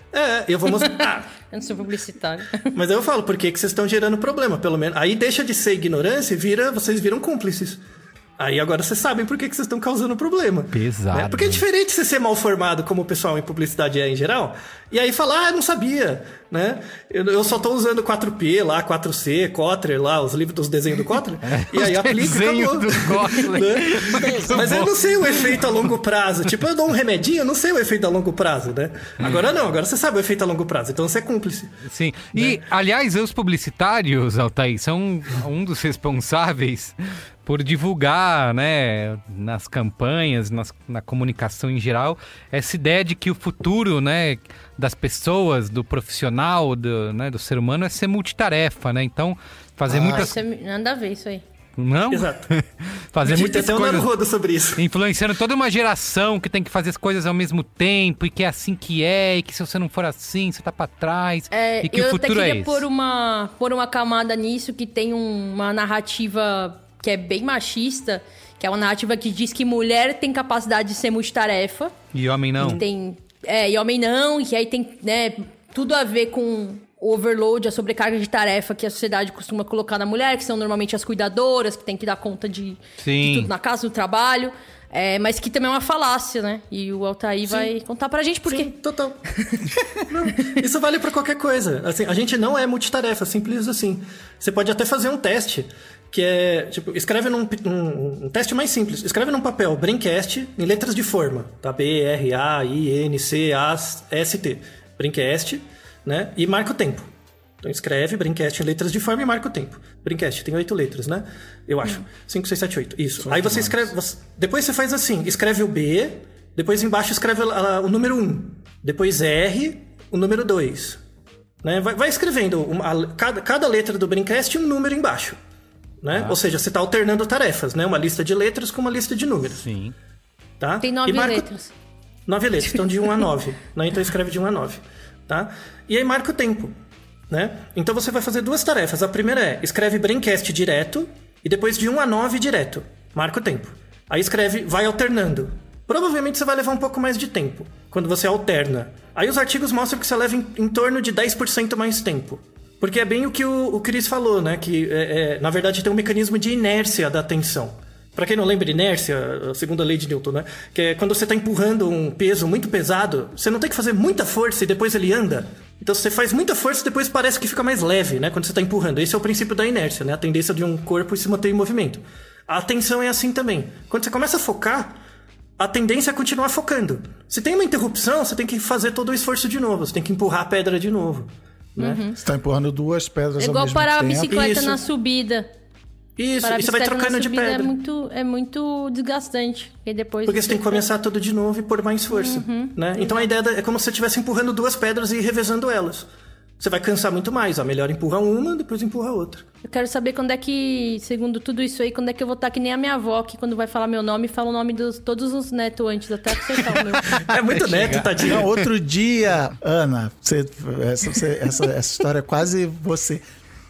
É, eu vou mostrar. Eu não sou publicitário. Mas aí eu falo, por que, que vocês estão gerando problema? Pelo menos. Aí deixa de ser ignorância e vira, vocês viram cúmplices. Aí agora vocês sabem por que, que vocês estão causando problema. Pesado. Né? Porque é diferente você ser mal formado, como o pessoal em publicidade é em geral, e aí falar, ah, eu não sabia, né? Eu, eu só tô usando quatro P lá, quatro C, Kotler lá, os livros dos desenhos do Kotler, é, e aí aplica e acabou. Do Kotler. Né? Mas eu não sei o efeito a longo prazo. Tipo, eu dou um remedinho, eu não sei o efeito a longo prazo, né? Agora não, agora você sabe o efeito a longo prazo, então você é cúmplice. Sim, e né? Aliás, os publicitários, Altair, são um dos responsáveis por divulgar, né, nas campanhas, nas, na comunicação em geral, essa ideia de que o futuro, né, das pessoas, do profissional, do, né, do ser humano é ser multitarefa, né? Então, fazer ah, muitas... Isso é, nada a ver isso aí. Não? Exato. Fazer muitas tem coisas... um rodo sobre isso. Influenciando toda uma geração que tem que fazer as coisas ao mesmo tempo e que é assim que é, e que se você não for assim, você tá pra trás, é, e que o futuro é esse. Eu até queria pôr uma, pôr uma camada nisso, que tem um, uma narrativa que é bem machista, que é uma narrativa que diz que mulher tem capacidade de ser multitarefa. E homem não. Tem, é, e homem não, e aí tem, né, tudo a ver com o overload, a sobrecarga de tarefa que a sociedade costuma colocar na mulher, que são normalmente as cuidadoras, que tem que dar conta de, de tudo na casa, do trabalho. É, mas que também é uma falácia, né? E o Altair Sim. vai contar pra gente por quê. Sim, total. Não, isso vale pra qualquer coisa. Assim, a gente não é multitarefa, simples assim. Você pode até fazer um teste, que é, tipo, escreve num um, um teste mais simples. Escreve num papel, Braincast, em letras de forma, tá? B, R, A, I, N, C, A, S, T. Braincast, né? E marca o tempo. Então escreve Braincast em letras de forma e marca o tempo. Braincast tem oito letras, né? Eu acho. cinco, seis, sete, oito. Isso. Só Aí você escreve... Você, depois você faz assim. Escreve o B, depois embaixo escreve a, a, o número um. Depois R, o número dois. Né? Vai, vai escrevendo uma, a, cada, cada letra do Braincast um número embaixo. Né? Ah. Ou seja, você está alternando tarefas, né? Uma lista de letras com uma lista de números. Sim. Tá? Tem nove marca... letras. Nove letras. Então de um a nove. Né? Então escreve de um a nove. Tá? E aí marca o tempo. Né? Então você vai fazer duas tarefas. A primeira é, escreve Braincast direto e depois de um a nove direto. Marca o tempo. Aí escreve, vai alternando. Provavelmente você vai levar um pouco mais de tempo quando você alterna. Aí os artigos mostram que você leva em, em torno de dez por cento mais tempo. Porque é bem o que o, o Chris falou, né? Que é, é, na verdade tem um mecanismo de inércia da atenção. Pra quem não lembra, inércia, a segunda lei de Newton, né? Que é quando você tá empurrando um peso muito pesado, você não tem que fazer muita força e depois ele anda. Então você faz muita força e depois parece que fica mais leve, né? Quando você tá empurrando. Esse é o princípio da inércia, né? A tendência de um corpo se manter em movimento. A atenção é assim também. Quando você começa a focar, a tendência é continuar focando. Se tem uma interrupção, você tem que fazer todo o esforço de novo. Você tem que empurrar a pedra de novo. Né? Uhum. Você tá empurrando duas pedras é ao mesmo tempo. Igual parar a bicicleta Isso. na subida. Isso, e você vai trocando de pedra. É muito, é muito desgastante. E depois Porque você tem que começar tudo de novo e pôr mais força. Uhum. Né? Então a ideia é como se você estivesse empurrando duas pedras e revezando elas. Você vai cansar muito mais. Ó, melhor empurra uma, depois empurra outra. Eu quero saber quando é que, segundo tudo isso aí, quando é que eu vou estar que nem a minha avó, que quando vai falar meu nome, fala o nome de todos os netos antes, até acertar o meu. É muito neto, tadinho. Não, outro dia, Ana, você, essa, você, essa, essa história é quase você...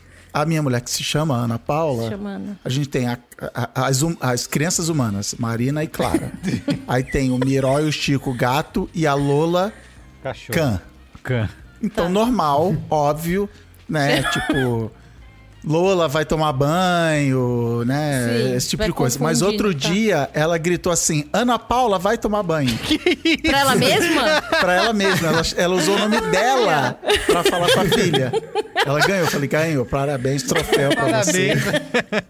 A minha mulher, que se chama Ana Paula, chama Ana. A gente tem a, a, as, as crianças humanas, Marina e Clara. Aí tem o Miró e o Chico, gato, e a Lola, cachorro. Cã. Cã. Então, tá. Normal, óbvio, né? Tipo, Lola vai tomar banho, né? Sim, esse tipo de coisa. Mas outro tá. dia, ela gritou assim, Ana Paula vai tomar banho. Pra ela mesma? Pra ela mesma. Ela, ela usou o nome dela pra falar com a filha. Ela ganhou. Eu falei, ganhou. Parabéns, troféu pra Parabéns. você.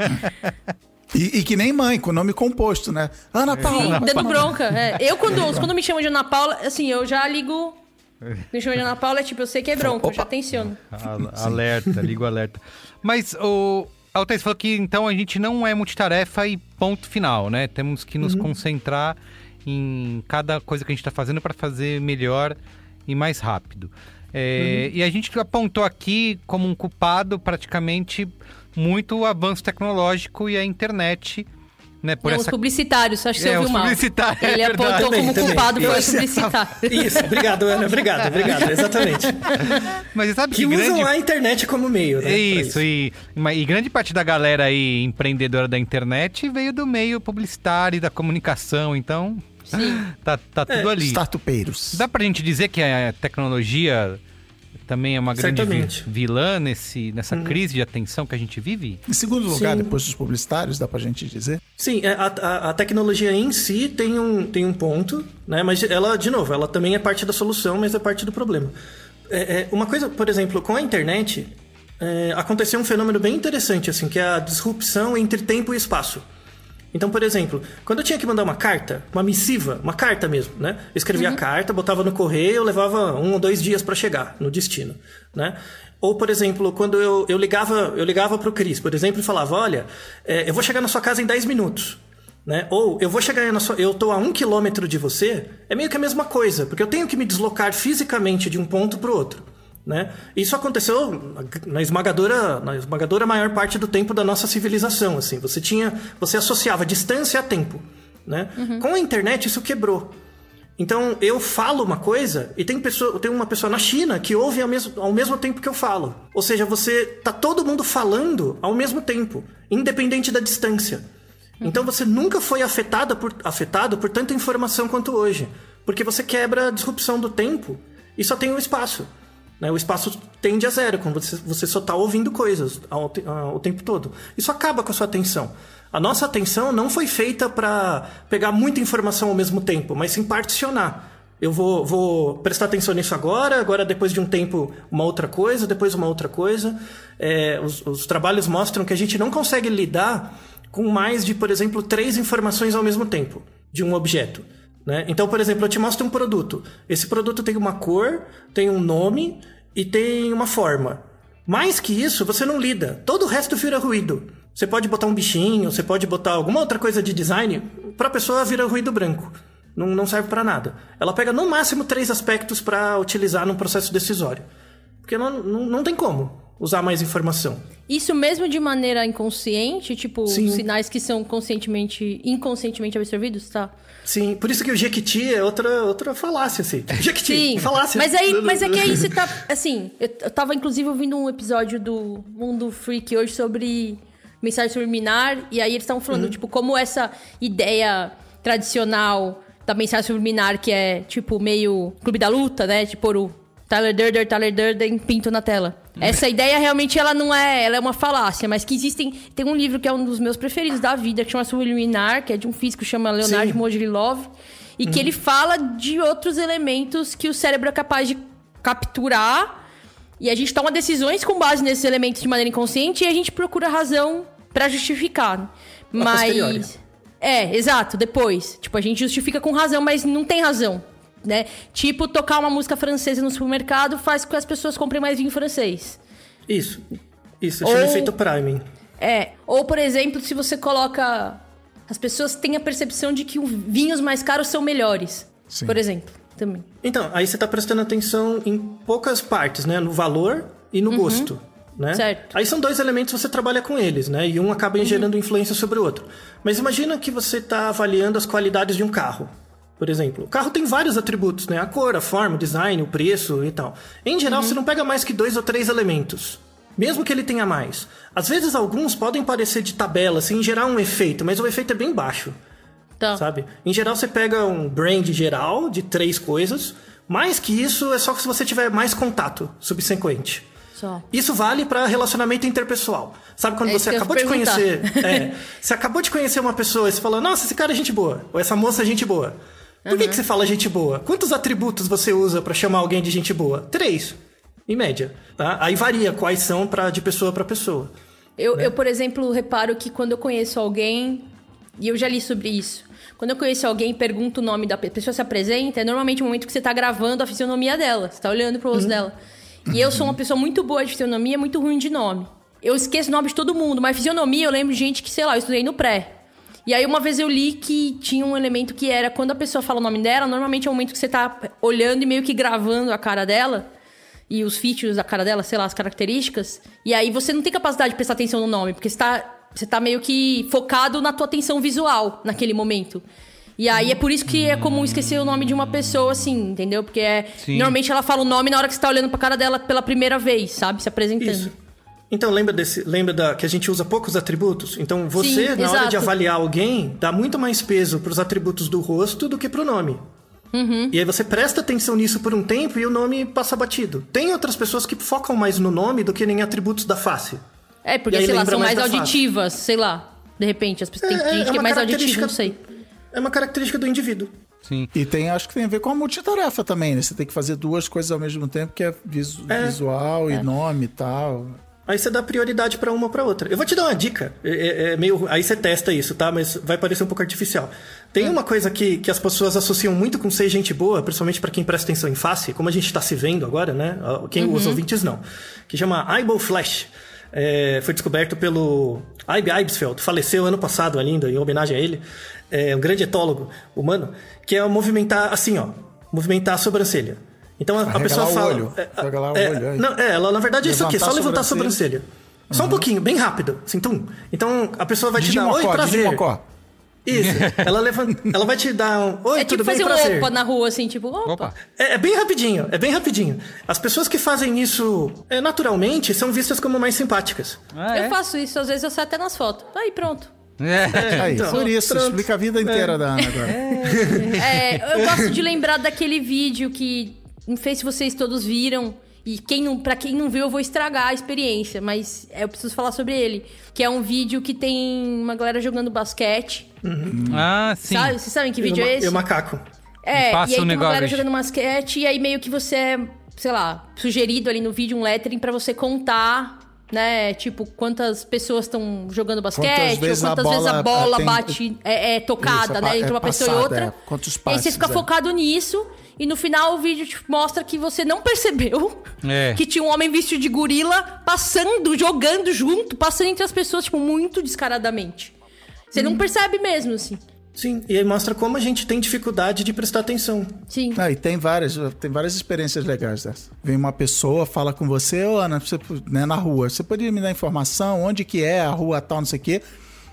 E, e que nem mãe, com nome composto, né? Ana Paula. Sim, dando bronca. É. Eu, quando, quando me chamam de Ana Paula, assim, eu já ligo... Me chamam de Ana Paula, é tipo, eu sei que é bronca, eu já tensiono. Alerta, ligo alerta. Mas o Altair falou que, então, a gente não é multitarefa e ponto final, né? Temos que nos uhum. concentrar em cada coisa que a gente está fazendo para fazer melhor e mais rápido. É, uhum. E a gente apontou aqui como um culpado praticamente muito o avanço tecnológico e a internet, né? Por não, essa... os publicitários, acho que você é, ouviu mal. Publicitários, Ele é apontou também, como também. culpado foi o Isso. publicitário. Isso, obrigado, Ana, obrigado, obrigado, exatamente. Mas sabe que, que usam grande... a internet como meio, né? Isso, isso. E, e grande parte da galera aí empreendedora da internet veio do meio publicitário e da comunicação, então... Sim. Tá, tá tudo É, ali. Startupeiros. Dá pra gente dizer que a tecnologia também é uma grande vi- Certamente. vilã nesse, nessa crise de atenção que a gente vive? Em segundo lugar, Sim. depois dos publicitários, dá pra gente dizer? Sim, é, a, a, a tecnologia em si tem um, tem um ponto, né? Mas ela, de novo, ela também é parte da solução, mas é parte do problema. É, é, uma coisa, por exemplo, com a internet, é, aconteceu um fenômeno bem interessante, assim, que é a disrupção entre tempo e espaço. Então, por exemplo, quando eu tinha que mandar uma carta, uma missiva, uma carta mesmo, né? Eu escrevia a carta, botava no correio, levava um ou dois dias para chegar no destino, né? Ou, por exemplo, quando eu, eu ligava eu ligava pro Cris, por exemplo, e falava, olha, é, eu vou chegar na sua casa em dez minutos, né? Ou eu vou chegar na sua... Eu tô a um quilômetro de você, é meio que a mesma coisa, porque eu tenho que me deslocar fisicamente de um ponto pro outro. Né? Isso aconteceu na esmagadora, na esmagadora maior parte do tempo da nossa civilização. Assim. Você tinha, você associava distância a tempo. Né? Uhum. Com a internet isso quebrou. Então eu falo uma coisa e tem, pessoa, tem uma pessoa na China que ouve ao mesmo, ao mesmo tempo que eu falo. Ou seja, você tá todo mundo falando ao mesmo tempo, independente da distância. Uhum. Então você nunca foi afetado por, afetado por tanta informação quanto hoje. Porque você quebra a disrupção do tempo e só tem o espaço. O espaço tende a zero, quando você, você só está ouvindo coisas ao, ao, o tempo todo. Isso acaba com a sua atenção. A nossa atenção não foi feita para pegar muita informação ao mesmo tempo, mas sim particionar. Eu vou, vou prestar atenção nisso agora, agora depois de um tempo uma outra coisa, depois uma outra coisa. É, os, os trabalhos mostram que a gente não consegue lidar com mais de, por exemplo, três informações ao mesmo tempo de um objeto. Né? Então, por exemplo, eu te mostro um produto. Esse produto tem uma cor, tem um nome e tem uma forma. Mais que isso, você não lida. Todo o resto vira ruído. Você pode botar um bichinho, você pode botar alguma outra coisa de design, para a pessoa vira ruído branco. Não, não serve para nada. Ela pega no máximo três aspectos para utilizar num processo decisório. Porque não, não, não tem como usar mais informação. Isso mesmo de maneira inconsciente? Tipo, Sim. sinais que são conscientemente, inconscientemente absorvidos, tá? Sim, por isso que o Jequiti é outra, outra falácia, assim. Jequiti, Sim, falácia. mas, aí, mas é que aí você tá... Assim, eu, eu tava inclusive ouvindo um episódio do Mundo Freak hoje sobre mensagem subliminar, e aí eles estavam falando, uhum. tipo, como essa ideia tradicional da mensagem subliminar, que é, tipo, meio Clube da Luta, né? Tipo, o Tyler Durden, Tyler Durden, pinto na tela. Essa ideia realmente ela não é, ela é uma falácia, mas que existem... Tem um livro que é um dos meus preferidos da vida, que chama Subliminar, que é de um físico que chama Leonard Mojlilov, e uhum. que ele fala de outros elementos que o cérebro é capaz de capturar, e a gente toma decisões com base nesses elementos de maneira inconsciente, e a gente procura razão pra justificar. Mas... É, exato, depois. Tipo, a gente justifica com razão, mas não tem razão. Né? Tipo, tocar uma música francesa no supermercado faz com que as pessoas comprem mais vinho francês. Isso, isso, chama efeito priming. É, ou por exemplo, se você coloca... As pessoas têm a percepção de que os vinhos mais caros são melhores. Sim. Por exemplo, também. Então, aí você tá prestando atenção em poucas partes, né? No valor e no uhum. gosto. Né? Certo. Aí são dois elementos que você trabalha com eles, né? E um acaba gerando uhum. influência sobre o outro. Mas imagina que você está avaliando as qualidades de um carro. Por exemplo, o carro tem vários atributos, né? A cor, a forma, o design, o preço e tal. Em geral, uhum. você não pega mais que dois ou três elementos. Mesmo que ele tenha mais. Às vezes, alguns podem parecer de tabela, assim, gerar um efeito. Mas o efeito é bem baixo. Tá. Sabe? Em geral, você pega um brand geral de três coisas. Mais que isso, é só se você tiver mais contato subsequente. Só. Isso vale para relacionamento interpessoal. Sabe quando é você acabou de conhecer... é, você acabou de conhecer uma pessoa e você falou, nossa, esse cara é gente boa. Ou essa moça é gente boa. Por uhum. que, que você fala gente boa? Quantos atributos você usa para chamar alguém de gente boa? Três, em média. Tá? Aí varia quais são pra, de pessoa para pessoa. Eu, né? eu, por exemplo, reparo que quando eu conheço alguém, e eu já li sobre isso, quando eu conheço alguém e pergunto o nome da pessoa, a pessoa se apresenta, é normalmente o momento que você tá gravando a fisionomia dela. Você tá olhando pro rosto uhum. dela. E eu sou uma pessoa muito boa de fisionomia, muito ruim de nome. Eu esqueço o nome de todo mundo, mas fisionomia eu lembro de gente que, sei lá, eu estudei no pré. E aí uma vez eu li que tinha um elemento que era, quando a pessoa fala o nome dela, normalmente é o momento que você tá olhando e meio que gravando a cara dela, e os features da cara dela, sei lá, as características. E aí você não tem capacidade de prestar atenção no nome, porque você tá, você tá meio que focado na tua atenção visual naquele momento. E aí é por isso que é comum esquecer o nome de uma pessoa, assim, entendeu? Porque é, normalmente ela fala o nome na hora que você tá olhando pra cara dela pela primeira vez, sabe? Se apresentando. Isso. Então, lembra, desse, lembra da, que a gente usa poucos atributos? Então, você, Sim, na exato. hora de avaliar alguém, dá muito mais peso para os atributos do rosto do que para o nome. Uhum. E aí você presta atenção nisso por um tempo e o nome passa batido. Tem outras pessoas que focam mais no nome do que em atributos da face. É, porque, sei lá, são mais, mais auditivas, sei lá. De repente, as pessoas, é, tem gente é que é mais auditiva, não sei. É uma característica do indivíduo. Sim. E tem, acho que tem a ver com a multitarefa também, né? Você tem que fazer duas coisas ao mesmo tempo, que é, visu é. visual e é. nome e tal. Aí você dá prioridade pra uma ou pra outra. Eu vou te dar uma dica. É, é meio... Aí você testa isso, tá? Mas vai parecer um pouco artificial. Tem hum. uma coisa que, que as pessoas associam muito com ser gente boa, principalmente pra quem presta atenção em face, como a gente tá se vendo agora, né? Quem uhum. os ouvintes não. Que chama Eyeball Flash. É, foi descoberto pelo Ibe Eibsfeld, faleceu ano passado ainda, em homenagem a ele. É um grande etólogo humano, que é movimentar assim, ó. Movimentar a sobrancelha. Então a, a pessoa fala... Olho. É, lá o é, olho, não, é, ela na verdade é isso aqui, só levantar a sobrancelha. Uhum. Só um pouquinho, bem rápido. Assim, tum. Então a pessoa vai te dar oi, prazer. Isso. Ela, levanta, ela vai te dar um oi, é tudo tipo bem, fazer prazer. um opa na rua, assim, tipo, opa. opa. É, é bem rapidinho, é bem rapidinho. As pessoas que fazem isso é, naturalmente são vistas como mais simpáticas. Ah, é? Eu faço isso, às vezes eu saio até nas fotos. Aí, pronto. É, é aí, então, por isso, pronto. Explica a vida inteira é. da Ana agora. É. É, eu gosto de lembrar daquele vídeo que não sei se vocês todos viram. E quem não, pra quem não viu, eu vou estragar a experiência. Mas eu preciso falar sobre ele. Que é um vídeo que tem uma galera jogando basquete. Uhum. Ah, sim. Sabe? Vocês sabem que vídeo e é esse? E o macaco. É, Passa e aí um tem uma galera negócio. jogando basquete. E aí meio que você é, sei lá, sugerido ali no vídeo um lettering pra você contar... Né? Tipo, quantas pessoas estão jogando basquete, quantas vezes ou quantas a vezes a bola tem... bate, é, é tocada, Isso, né? é Entre uma passada, pessoa e outra. É. Quantos passes, passes, e aí você fica é. focado nisso, e no final o vídeo te mostra que você não percebeu é. que tinha um homem vestido de gorila passando, jogando junto, passando entre as pessoas, tipo, muito descaradamente. Você hum. não percebe mesmo, assim. Sim, e aí mostra como a gente tem dificuldade de prestar atenção. Sim. Ah, e tem várias, tem várias experiências legais dessas. Vem uma pessoa, fala com você, ô Ana, você, né, na rua, você poderia me dar informação, onde que é a rua tal, não sei o quê.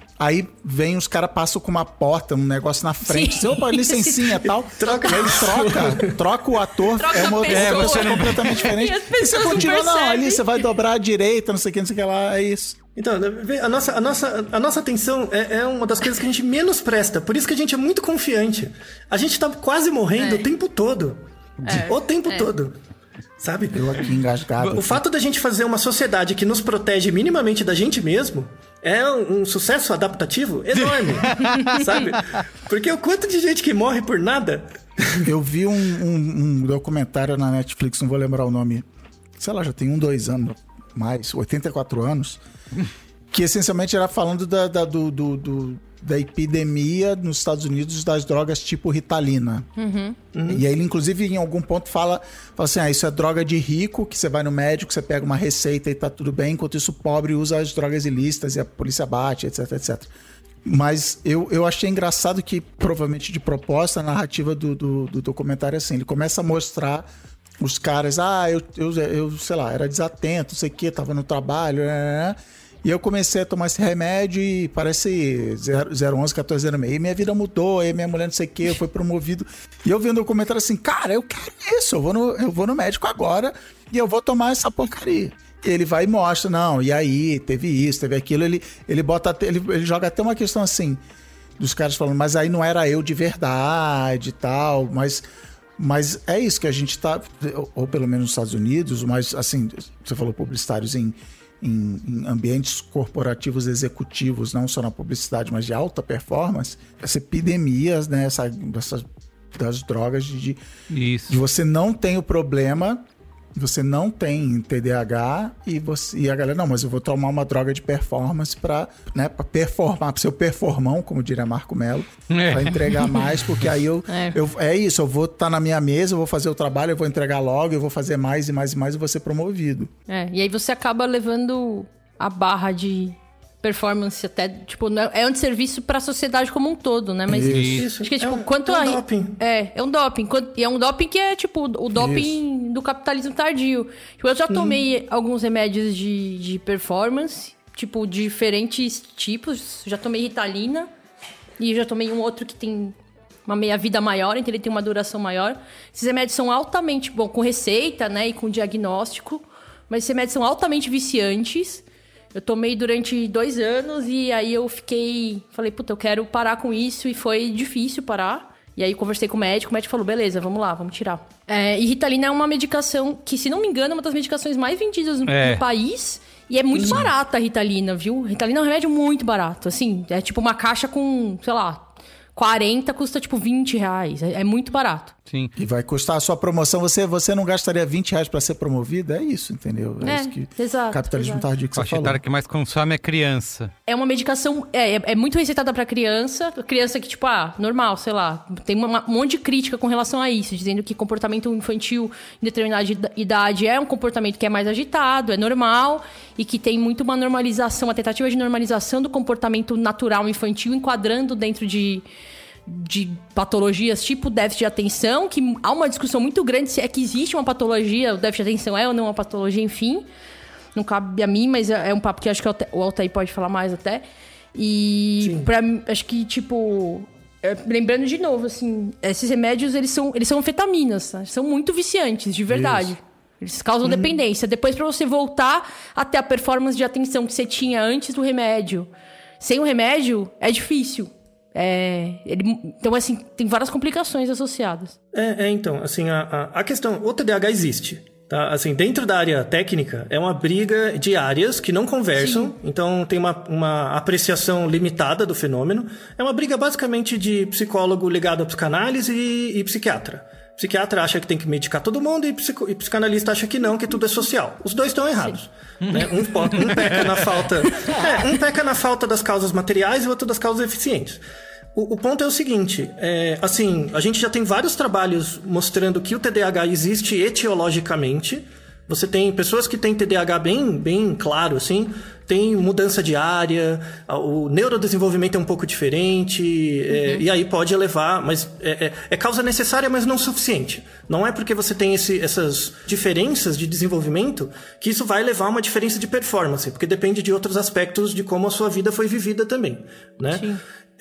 Aí vem os caras, passam com uma porta, um negócio na frente, diz, opa, licencinha e tal. Troca. Aí ele troca, troca o ator, troca é uma pessoa. pessoa completamente diferente. E, e você continua, não, não, ali você vai dobrar à direita, não sei o que, não sei o que lá, é isso. Então, a nossa, a nossa, a nossa atenção é, é uma das coisas que a gente menos presta. Por isso que a gente é muito confiante. A gente tá quase morrendo é. o tempo todo. É. O tempo é. todo. Sabe? Eu aqui engasgado. O aqui. fato da gente fazer uma sociedade que nos protege minimamente da gente mesmo é um, um sucesso adaptativo enorme. Sabe? Porque o quanto de gente que morre por nada... Eu vi um, um, um documentário na Netflix, não vou lembrar o nome. Sei lá, já tem um, dois anos, mais, oitenta e quatro anos... Que essencialmente era falando da, da, do, do, do, da epidemia nos Estados Unidos das drogas tipo Ritalina. Uhum. Uhum. E aí ele, inclusive, em algum ponto fala, fala assim, ah, isso é droga de rico, que você vai no médico, você pega uma receita e tá tudo bem, enquanto isso o pobre usa as drogas ilícitas e a polícia bate, etc, etcétera. Mas eu, eu achei engraçado que, provavelmente de propósito, a narrativa do, do, do documentário é assim, ele começa a mostrar os caras, ah, eu, eu, eu sei lá, era desatento, não sei o que, tava no trabalho, né? E eu comecei a tomar esse remédio e parece zero onze, quatorze anos e meio. E minha vida mudou, e minha mulher não sei o que, eu fui promovido. E eu vendo o comentário assim, cara, eu quero isso, eu vou, no, eu vou no médico agora e eu vou tomar essa porcaria. E ele vai e mostra, não, e aí, teve isso, teve aquilo. Ele, ele, bota, ele, ele joga até uma questão assim, dos caras falando, mas aí não era eu de verdade e tal, mas... Mas é isso que a gente tá, ou pelo menos nos Estados Unidos, mas assim, você falou publicitários em, em, em ambientes corporativos executivos, não só na publicidade, mas de alta performance, essa epidemia, né, essa, essa, das drogas, de, isso. de você não tem o problema, você não tem T D A H e, você, e a galera, não, mas eu vou tomar uma droga de performance pra, né, pra performar, pra ser o performão, como diria Marco Melo, é. Pra entregar mais, porque aí eu é, eu, é isso, eu vou estar tá na minha mesa, eu vou fazer o trabalho, eu vou entregar logo, eu vou fazer mais e mais e mais e vou ser promovido. É, e aí você acaba levando a barra de performance até, tipo, é um serviço pra sociedade como um todo, né? Mas isso. Acho que, tipo, é um, quanto é um a... doping. É, é um doping. E é um doping que é, tipo, o doping isso. do capitalismo tardio. Tipo, eu já tomei hum. alguns remédios de, de performance, tipo, diferentes tipos. Já tomei Ritalina e já tomei um outro que tem uma meia-vida maior, então ele tem uma duração maior. Esses remédios são altamente, bom, com receita, né, e com diagnóstico, mas esses remédios são altamente viciantes. Eu tomei durante dois anos e aí eu fiquei... Falei, puta, eu quero parar com isso e foi difícil parar. E aí conversei com o médico, o médico falou, beleza, vamos lá, vamos tirar. É, e Ritalina é uma medicação que, se não me engano, é uma das medicações mais vendidas no, é. no país. E é muito Sim. barata a Ritalina, viu? Ritalina é um remédio muito barato, assim. É tipo uma caixa com, sei lá... quarenta custa tipo vinte reais. É, é muito barato. Sim. E vai custar a sua promoção. Você, você não gastaria vinte reais para ser promovido? É isso, entendeu? É, é isso que exato, o capitalismo exato. tardio que você a falou. A que mais consome é criança. É uma medicação... É, é, é muito receitada para criança. Criança que, tipo, ah, normal, sei lá. Tem uma, um monte de crítica com relação a isso. Dizendo que comportamento infantil em determinada idade é um comportamento que é mais agitado, é normal. E que tem muito uma normalização, uma tentativa de normalização do comportamento natural infantil, enquadrando dentro de... de patologias tipo déficit de atenção, que há uma discussão muito grande se é que existe uma patologia, o déficit de atenção é ou não uma patologia, enfim. Não cabe a mim, mas é um papo que acho que o Altair pode falar mais até. E pra mim, acho que, tipo... É, lembrando de novo, assim, esses remédios, eles são, eles são anfetaminas, tá? São muito viciantes, de verdade. Isso. Eles causam hum. dependência. Depois, pra você voltar até a performance de atenção que você tinha antes do remédio, sem o remédio, é difícil. É, ele, então, assim, tem várias complicações associadas. É, é então, assim, a, a, a questão... O T D A H existe, tá? Assim, dentro da área técnica, é uma briga de áreas que não conversam. Sim. Então, tem uma, uma apreciação limitada do fenômeno. É uma briga, basicamente, de psicólogo ligado à psicanálise e, e psiquiatra. Psiquiatra acha que tem que medicar todo mundo e, psico, e psicanalista acha que não, que tudo é social. Os dois estão errados. Né? Um, um peca na falta... É, um peca na falta das causas materiais e o outro das causas eficientes. O, o ponto é o seguinte, é, assim, a gente já tem vários trabalhos mostrando que o T D A H existe etiologicamente. Você tem pessoas que têm T D A H bem, bem claro, assim, tem mudança diária, o neurodesenvolvimento é um pouco diferente, uhum. é, e aí pode levar, mas é, é, é causa necessária, mas não suficiente. Não é porque você tem esse, essas diferenças de desenvolvimento que isso vai levar a uma diferença de performance, porque depende de outros aspectos de como a sua vida foi vivida também, né? Sim.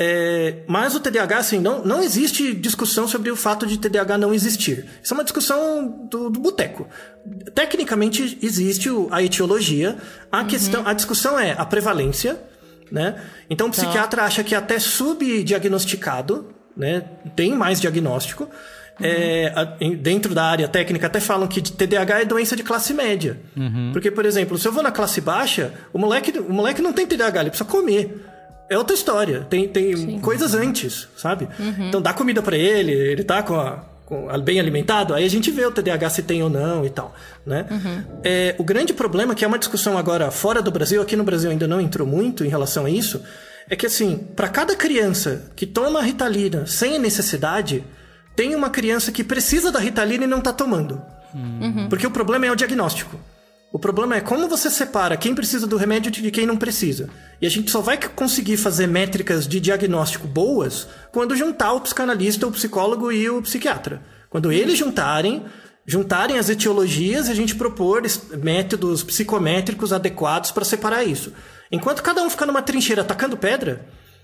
É, mas o T D A H, assim, não, não existe discussão sobre o fato de T D A H não existir. Isso é uma discussão do, do boteco. Tecnicamente existe a etiologia. A, uhum. questão, a discussão é a prevalência, né? Então o psiquiatra tá. acha que até subdiagnosticado, né? Tem mais diagnóstico. Uhum. É, a, dentro da área técnica até falam que T D A H é doença de classe média. Uhum. Porque, por exemplo, se eu vou na classe baixa, o moleque, o moleque não tem T D A H, ele precisa comer. É outra história. Tem, tem coisas antes, sabe? Uhum. Então dá comida pra ele, ele tá com a, com a, bem alimentado, aí a gente vê o T D A H se tem ou não e tal, né? Uhum. É, o grande problema, que é uma discussão agora fora do Brasil, aqui no Brasil ainda não entrou muito em relação a isso, é que assim, pra cada criança que toma Ritalina sem necessidade, tem uma criança que precisa da Ritalina e não tá tomando. Uhum. Porque o problema é o diagnóstico. O problema é como você separa quem precisa do remédio de quem não precisa. E a gente só vai conseguir fazer métricas de diagnóstico boas quando juntar o psicanalista, o psicólogo e o psiquiatra. Quando eles juntarem, juntarem as etiologias e a gente propor métodos psicométricos adequados para separar isso. Enquanto cada um ficar numa trincheira atacando pedra,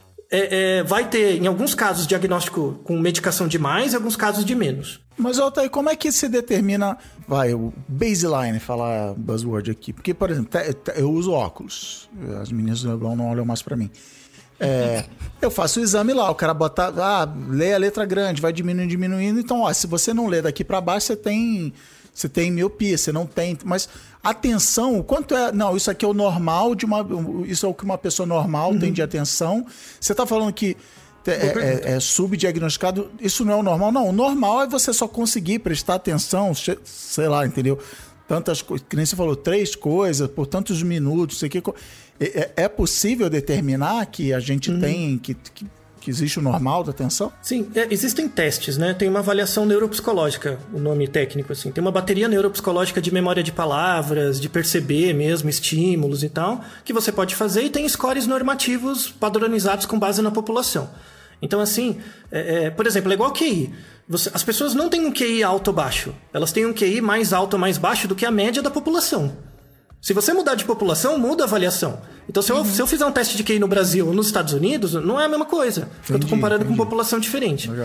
é, é, vai ter, em alguns casos, diagnóstico com medicação de mais e em alguns casos de menos. Mas, Altair, como é que se determina, vai, o baseline, falar buzzword aqui? Porque, por exemplo, eu uso óculos. As meninas do Leblon não olham mais pra mim. É, eu faço o exame lá, o cara bota, ah, lê a letra grande, vai diminuindo, diminuindo. Então, ó, se você não lê daqui pra baixo, você tem, você tem miopia, você não tem... Mas atenção, o quanto é... Não, isso aqui é o normal de uma... Isso é o que uma pessoa normal uhum. tem de atenção. Você tá falando que É, é, é subdiagnosticado, isso não é o normal, não. O normal é você só conseguir prestar atenção, sei lá, entendeu? Tantas coisas, que nem você falou, três coisas por tantos minutos, sei que. É, é possível determinar que a gente uhum. tem, que, que, que existe o normal da atenção? Sim, é, existem testes, né? Tem uma avaliação neuropsicológica, o nome técnico, assim. Tem uma bateria neuropsicológica de memória de palavras, de perceber mesmo, estímulos e tal, que você pode fazer e tem scores normativos padronizados com base na população. Então, assim, é, é, por exemplo, é igual ao Q I. Você, as pessoas não têm um Q I alto ou baixo. Elas têm um Q I mais alto ou mais baixo do que a média da população. Se você mudar de população, muda a avaliação. Então, se eu, uhum. se eu fizer um teste de Q I no Brasil ou nos Estados Unidos, não é a mesma coisa. Entendi, eu estou comparando entendi. com população diferente. Legal.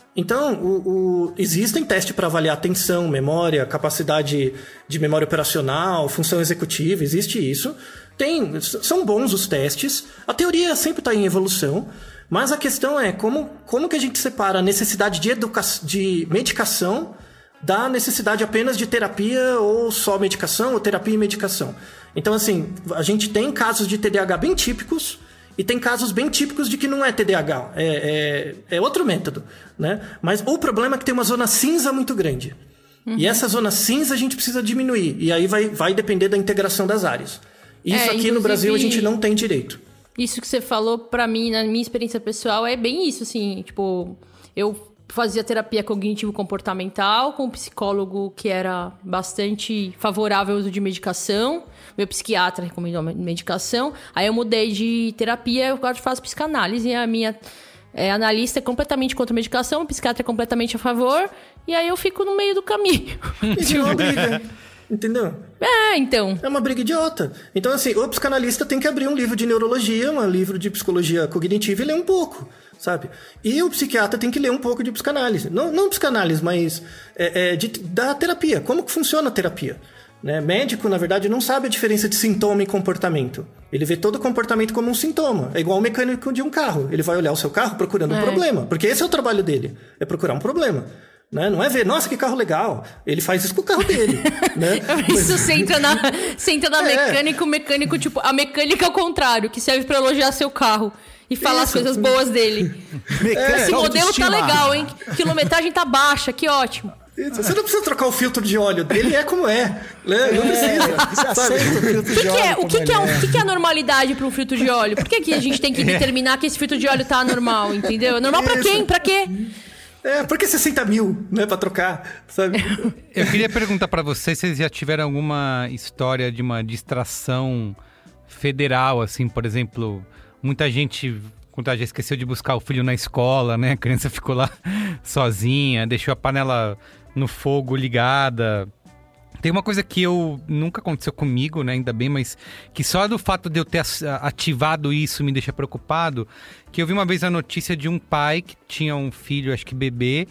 Então, o, o, existem testes para avaliar atenção, memória, capacidade de memória operacional, função executiva, existe isso. Tem, são bons os testes, a teoria sempre está em evolução, mas a questão é como, como que a gente separa a necessidade de, educa- de medicação da necessidade apenas de terapia ou só medicação, ou terapia e medicação. Então, assim, a gente tem casos de T D A H bem típicos, e tem casos bem típicos de que não é T D A H, é, é, é outro método, né? Mas o problema é que tem uma zona cinza muito grande. Uhum. E essa zona cinza a gente precisa diminuir. E aí vai, vai depender da integração das áreas. Isso é, aqui no Brasil a gente não tem direito. Isso que você falou, pra mim, na minha experiência pessoal, é bem isso, assim. Tipo, eu fazia terapia cognitivo-comportamental com um psicólogo que era bastante favorável ao uso de medicação. Meu psiquiatra recomendou medicação. Aí eu mudei de terapia, eu agora faço psicanálise. E a minha é, analista é completamente contra a medicação, o psiquiatra é completamente a favor. E aí eu fico no meio do caminho. E é uma briga, entendeu? É, então. É uma briga idiota. Então, assim, o psicanalista tem que abrir um livro de neurologia, um livro de psicologia cognitiva e ler um pouco, sabe? E o psiquiatra tem que ler um pouco de psicanálise. Não, não psicanálise, mas é, é, de, da terapia. Como que funciona a terapia? Né? Médico, na verdade, não sabe a diferença de sintoma e comportamento. Ele vê todo comportamento como um sintoma. É igual o mecânico de um carro. Ele vai olhar o seu carro procurando é. um problema. Porque esse é o trabalho dele. É procurar um problema. Né? Não é ver, nossa, que carro legal. Ele faz isso com o carro dele. Né? Isso você entra na, você entra na é. mecânica, o mecânico, tipo, a mecânica ao contrário, que serve pra elogiar seu carro. E falar as coisas boas dele. É. Esse modelo tá legal, hein? Quilometragem tá baixa, que ótimo. Você não precisa trocar o filtro de óleo dele, é como é. Né? Não precisa. Você aceita o filtro de óleo. O que, que, é, um, que, que é a normalidade para um filtro de óleo? Por que, que a gente tem que determinar que esse filtro de óleo tá anormal, entendeu? É normal para quem? Para quê? É, por que sessenta mil, né, pra trocar, sabe? Eu queria perguntar pra vocês se vocês já tiveram alguma história de uma distração federal, assim, por exemplo, muita gente, quando já esqueceu de buscar o filho na escola, né, a criança ficou lá sozinha, deixou a panela no fogo ligada. Tem uma coisa que eu nunca aconteceu comigo, né, ainda bem, mas que só do fato de eu ter ativado isso me deixa preocupado, que eu vi uma vez a notícia de um pai que tinha um filho, acho que bebê,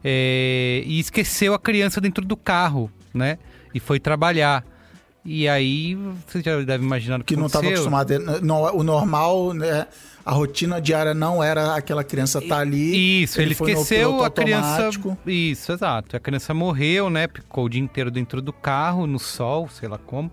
é, e esqueceu a criança dentro do carro, né, e foi trabalhar. E aí, você já deve imaginar o que, que aconteceu. Que não estava acostumado, não, o normal, né, a rotina diária não era aquela criança estar tá ali. Isso, ele, ele esqueceu a criança. Isso, exato. A criança morreu, né? Ficou o dia inteiro dentro do carro, no sol, sei lá como.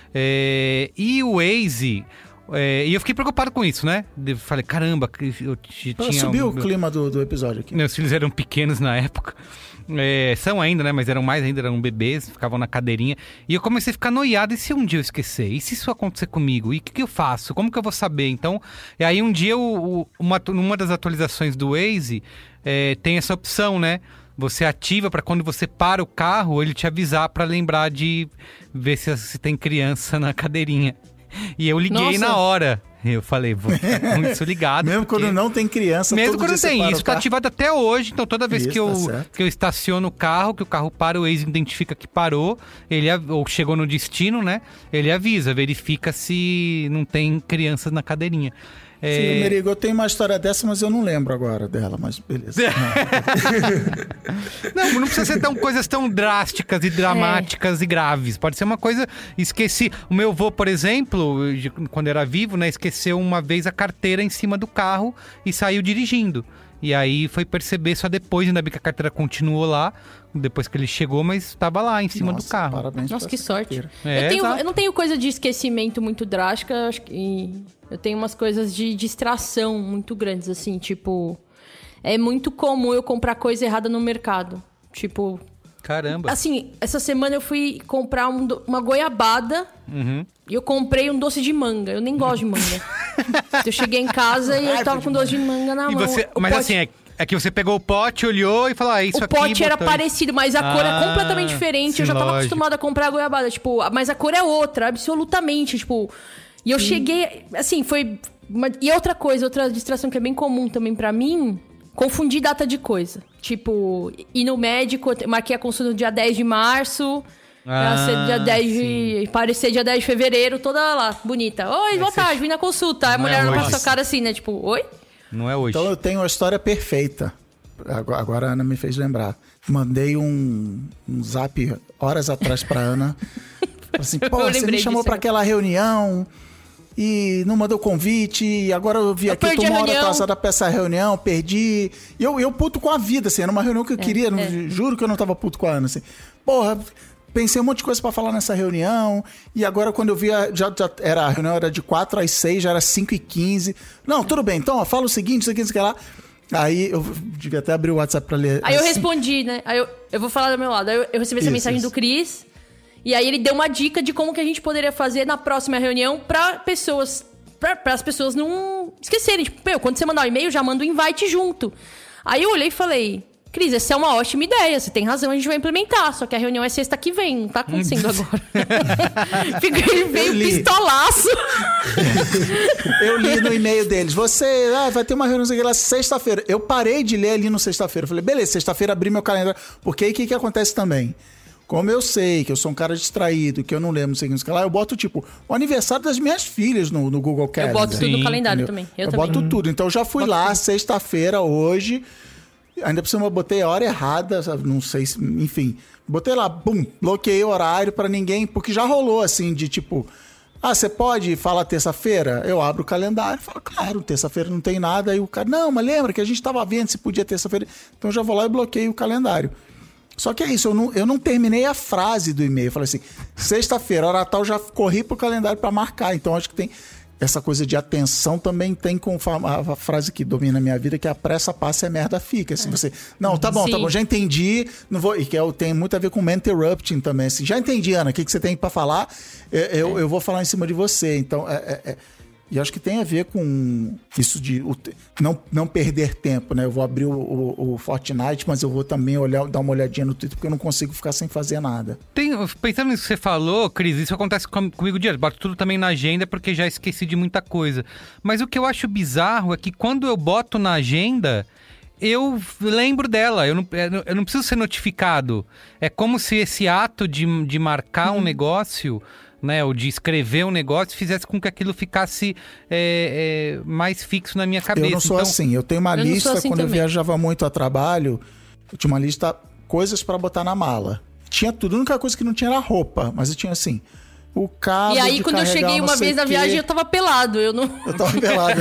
É, e o Waze. É, e eu fiquei preocupado com isso, né? Eu falei, caramba, eu tinha. Subiu um, o clima do, do episódio aqui. Meus filhos eram pequenos na época. É, são ainda, né? Mas eram mais ainda, eram bebês, ficavam na cadeirinha. E eu comecei a ficar noiado, e se um dia eu esquecer? E se isso acontecer comigo? E o que, que eu faço? Como que eu vou saber? Então, e aí um dia, eu, uma, uma das atualizações do Waze, é, tem essa opção, né? Você ativa para quando você para o carro, ele te avisar para lembrar de ver se, se tem criança na cadeirinha. E eu liguei Nossa. na hora. Eu falei, vou ficar com isso ligado. Mesmo porque... quando não tem criança, Mesmo todo quando dia tem. você Isso tá ativado até hoje. Então toda vez isso, que, eu, tá que eu estaciono o carro, que o carro para, o Waze identifica que parou, ele ou chegou no destino, né? Ele avisa, verifica se não tem crianças na cadeirinha. É... Sim, Merigo, eu tenho uma história dessa, mas eu não lembro agora dela, mas beleza. não, não precisa ser tão coisas tão drásticas e dramáticas é. e graves. Pode ser uma coisa... Esqueci... O meu avô, por exemplo, quando era vivo, né, esqueceu uma vez a carteira em cima do carro e saiu dirigindo. E aí foi perceber só depois, ainda bem que a carteira continuou lá, depois que ele chegou, mas estava lá em cima Nossa, do carro. Parabéns. Nossa, que sorte. É, eu, tenho, eu não tenho coisa de esquecimento muito drástica, acho que eu tenho umas coisas de distração muito grandes, assim, tipo... É muito comum eu comprar coisa errada no mercado. Tipo... Caramba. Assim, essa semana eu fui comprar um, uma goiabada uhum. e eu comprei um doce de manga. Eu nem gosto de manga. Eu cheguei em casa e eu tava com doce de manga na e mão. Você, mas pote... assim, é, é que você pegou o pote, olhou e falou, ah, isso o aqui... O pote era botou... parecido, mas a ah, cor é completamente diferente. Sim, eu já tava lógico. acostumada a comprar a goiabada, tipo... Mas a cor é outra, absolutamente, tipo... E eu sim. cheguei... Assim, foi... Uma... E outra coisa, outra distração que é bem comum também pra mim... Confundir data de coisa. Tipo, ir no médico, marquei a consulta no dia dez de março... Ah, ser dia dez de... Parecer dia dez de fevereiro, toda lá, bonita. Oi, boa tarde, vim na consulta. Aí a mulher não passa a cara assim, né? Tipo, oi? Não é hoje. Então eu tenho uma história perfeita. agora, agora a Ana me fez lembrar. Mandei um, um zap horas atrás pra Ana. Assim, pô, você me chamou pra aquela reunião e não mandou convite, e agora eu vi eu aqui, tô uma hora atrasada pra essa reunião, perdi. E eu, eu puto com a vida, assim, era uma reunião que eu é, queria, é. Não, juro que eu não tava puto com a Ana, assim. Porra, pensei um monte de coisa pra falar nessa reunião, e agora quando eu vi, a, já, já era, a reunião era de quatro às seis, já era cinco e quinze. Não, tudo bem, então, ó, fala o seguinte, isso aqui, isso aqui lá. Aí eu devia até abrir o WhatsApp pra ler. Aí assim. Eu respondi, né? Aí eu, eu vou falar do meu lado. Aí eu, eu recebi essa isso, mensagem isso. do Cris. E aí ele deu uma dica de como que a gente poderia fazer na próxima reunião pra pessoas... Pra, as pessoas não esquecerem. Tipo, meu, quando você mandar um e-mail, já manda um invite junto. Aí eu olhei e falei... Cris, essa é uma ótima ideia, você tem razão, a gente vai implementar. Só que a reunião é sexta que vem, não tá acontecendo agora. Ele veio pistolaço. Eu li no e-mail deles, você ah, vai ter uma reunião lá sexta-feira. Eu parei de ler ali no sexta-feira. Falei, beleza, sexta-feira abri meu calendário. Porque aí o que, que acontece também? Como eu sei que eu sou um cara distraído, que eu não lembro, não sei o que lá, eu boto, tipo, o aniversário das minhas filhas no, no Google Calendar. Eu boto tudo Sim. no calendário entendeu? também. Eu, eu também. boto tudo. Então eu já fui boto lá, tudo. sexta-feira, hoje... Ainda por cima eu botei a hora errada, não sei se... Enfim, botei lá, bum, bloqueei o horário pra ninguém, porque já rolou assim, de tipo... Ah, você pode falar terça-feira? Eu abro o calendário e falo, claro, terça-feira não tem nada. Aí o cara, não, mas lembra que a gente tava vendo se podia terça-feira. Então eu já vou lá e bloqueio o calendário. Só que é isso, eu não, eu não terminei a frase do e-mail. Eu falei assim, sexta-feira, hora tal, já corri pro calendário pra marcar. Então acho que tem... Essa coisa de atenção também tem com a frase que domina a minha vida, que é a pressa passa e a merda fica. Assim, você, não, tá bom, Sim. tá bom, já entendi. Não vou, e que é, tem muito a ver com interrupting também. Assim, já entendi, Ana, o que, que você tem para falar, eu, eu, eu vou falar em cima de você. Então, é, é, é, e acho que tem a ver com isso de o, não, não perder tempo, né? Eu vou abrir o, o, o Fortnite, mas eu vou também olhar, dar uma olhadinha no Twitter, porque eu não consigo ficar sem fazer nada. Tem, pensando nisso que você falou, Cris, isso acontece com, comigo direto. Boto tudo também na agenda, porque já esqueci de muita coisa. Mas o que eu acho bizarro é que quando eu boto na agenda... eu lembro dela, eu não, eu não preciso ser notificado. É como se esse ato de, de marcar hum. um negócio... né, ou de escrever um negócio, fizesse com que aquilo ficasse é, é, mais fixo na minha cabeça. Eu não sou então, assim, eu tenho uma eu lista, assim quando também. Eu viajava muito a trabalho, eu tinha uma lista, coisas pra botar na mala. Tinha tudo, a única coisa que não tinha era roupa, mas eu tinha assim, o cabo de E aí, quando eu cheguei uma vez na viagem, eu tava pelado, eu não... Eu tava pelado.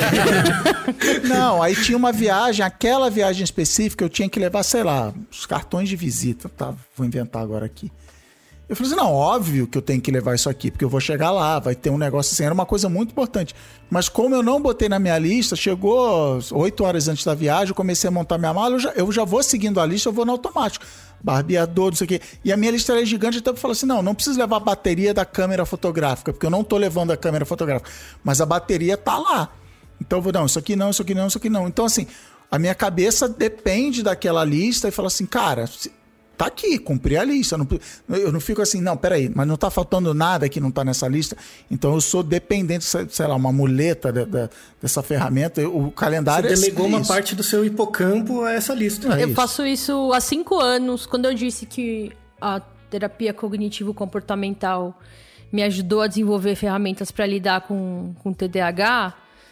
Não, aí tinha uma viagem, aquela viagem específica, eu tinha que levar, sei lá, os cartões de visita, tá? Vou inventar agora aqui. Eu falei assim, não, óbvio que eu tenho que levar isso aqui, porque eu vou chegar lá, vai ter um negócio assim, era uma coisa muito importante. Mas como eu não botei na minha lista, chegou oito horas antes da viagem, eu comecei a montar minha mala, eu já, eu já vou seguindo a lista, eu vou no automático. Barbeador, não sei o quê. E a minha lista era gigante, então eu falei assim, não, não preciso levar a bateria da câmera fotográfica, porque eu não tô levando a câmera fotográfica, mas a bateria tá lá. Então eu vou, não, isso aqui não, isso aqui não, isso aqui não. Então assim, a minha cabeça depende daquela lista e fala assim, cara... Tá aqui, cumpri a lista. Não, eu não fico assim, não, peraí, mas não tá faltando nada que não tá nessa lista. Então eu sou dependente, sei lá, uma muleta de, de, dessa ferramenta. O calendário Você delegou é uma isso. parte do seu hipocampo a essa lista. É eu isso. faço isso há cinco anos. Quando eu disse que a terapia cognitivo-comportamental me ajudou a desenvolver ferramentas para lidar com, com T D A H...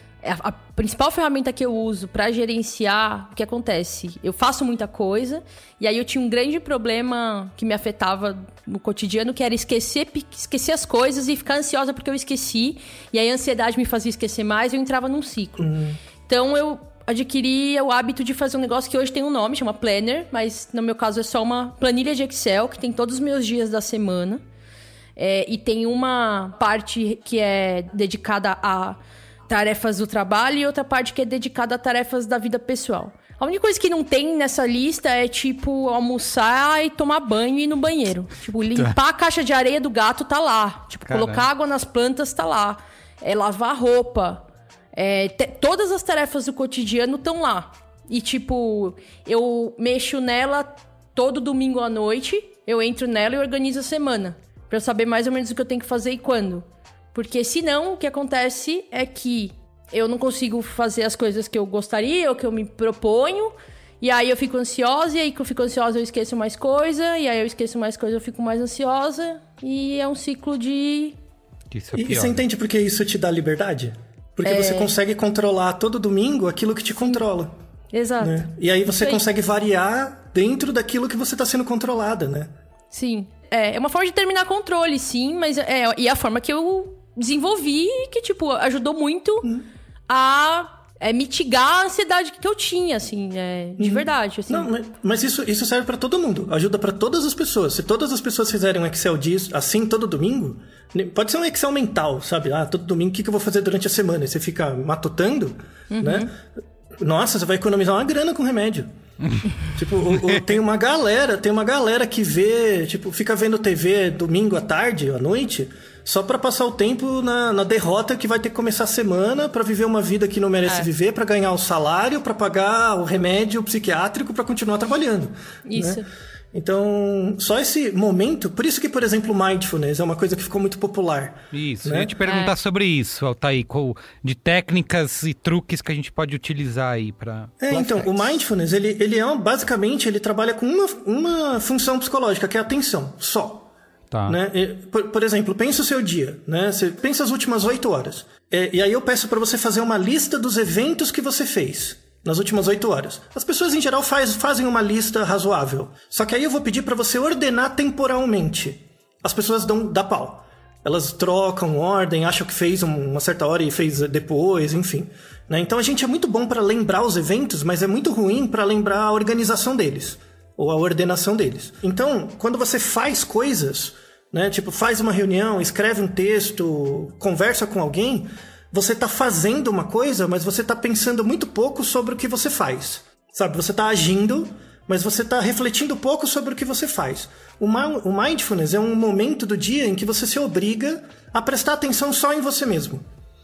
A principal ferramenta que eu uso para gerenciar, o que acontece? Eu faço muita coisa e aí eu tinha um grande problema que me afetava no cotidiano, que era esquecer, esquecer as coisas e ficar ansiosa porque eu esqueci. E aí a ansiedade me fazia esquecer mais e eu entrava num ciclo. Uhum. Então eu adquiri o hábito de fazer um negócio que hoje tem um nome, chama Planner, mas no meu caso é só uma planilha de Excel que tem todos os meus dias da semana. É, e tem uma parte que é dedicada a... tarefas do trabalho e outra parte que é dedicada a tarefas da vida pessoal. A única coisa que não tem nessa lista é, tipo, almoçar e tomar banho e ir no banheiro. Tipo, limpar a caixa de areia do gato tá lá. Tipo, Caramba. Colocar água nas plantas tá lá. É lavar roupa. É, te, todas as tarefas do cotidiano estão lá. E, tipo, eu mexo nela todo domingo à noite. Eu entro nela e organizo a semana. Pra eu saber mais ou menos o que eu tenho que fazer e quando. Porque senão, o que acontece é que eu não consigo fazer as coisas que eu gostaria ou que eu me proponho. E aí eu fico ansiosa, e aí que eu fico ansiosa eu esqueço mais coisa. E aí eu esqueço mais coisa, eu fico mais ansiosa. E é um ciclo de... Isso é e, pior, e você né? entende por que isso te dá liberdade? Porque É... você consegue controlar todo domingo aquilo que te controla. Exato. Né? E aí você Sim. consegue variar dentro daquilo que você está sendo controlada, né? Sim. É, é uma forma de terminar controle, sim, mas é, e é a forma que eu desenvolvi que, tipo, ajudou muito hum. a é, mitigar a ansiedade que eu tinha, assim, é, de hum. verdade. Assim. Não, mas, mas isso, isso serve pra todo mundo, ajuda pra todas as pessoas. Se todas as pessoas fizerem um Excel disso, assim todo domingo, pode ser um Excel mental, sabe? Ah, todo domingo o que, que eu vou fazer durante a semana? E você fica matutando, uhum. né? Nossa, você vai economizar uma grana com remédio. Tipo, o, o, tem uma galera, tem uma galera que vê, tipo, fica vendo T V domingo à tarde, à noite, só pra passar o tempo na, na derrota que vai ter que começar a semana, pra viver uma vida que não merece é. viver, pra ganhar o salário, pra pagar o remédio psiquiátrico, pra continuar trabalhando. Isso. Né? Então, só esse momento... Por isso que, por exemplo, mindfulness é uma coisa que ficou muito popular. Isso, né? eu ia te perguntar é. sobre isso, Altair, de técnicas e truques que a gente pode utilizar aí para... É, então, o mindfulness, ele, ele é, basicamente, ele trabalha com uma, uma função psicológica, que é a atenção, só. Tá. Né? Por, por exemplo, pensa o seu dia, né? Você pensa as últimas oito horas. É, e aí eu peço para você fazer uma lista dos eventos que você fez nas últimas oito horas. As pessoas, em geral, faz, fazem uma lista razoável. Só que aí eu vou pedir para você ordenar temporalmente. As pessoas dão dá pau. Elas trocam ordem, acham que fez uma certa hora e fez depois, enfim. Né? Então a gente é muito bom para lembrar os eventos, mas é muito ruim para lembrar a organização deles. Ou a ordenação deles. Então, quando você faz coisas, né? Tipo, faz uma reunião, escreve um texto, conversa com alguém... Você está fazendo uma coisa, mas você está pensando muito pouco sobre o que você faz. Sabe, você está agindo, mas você está refletindo pouco sobre o que você faz. O, o mindfulness é um momento do dia em que você se obriga a prestar atenção só em você mesmo.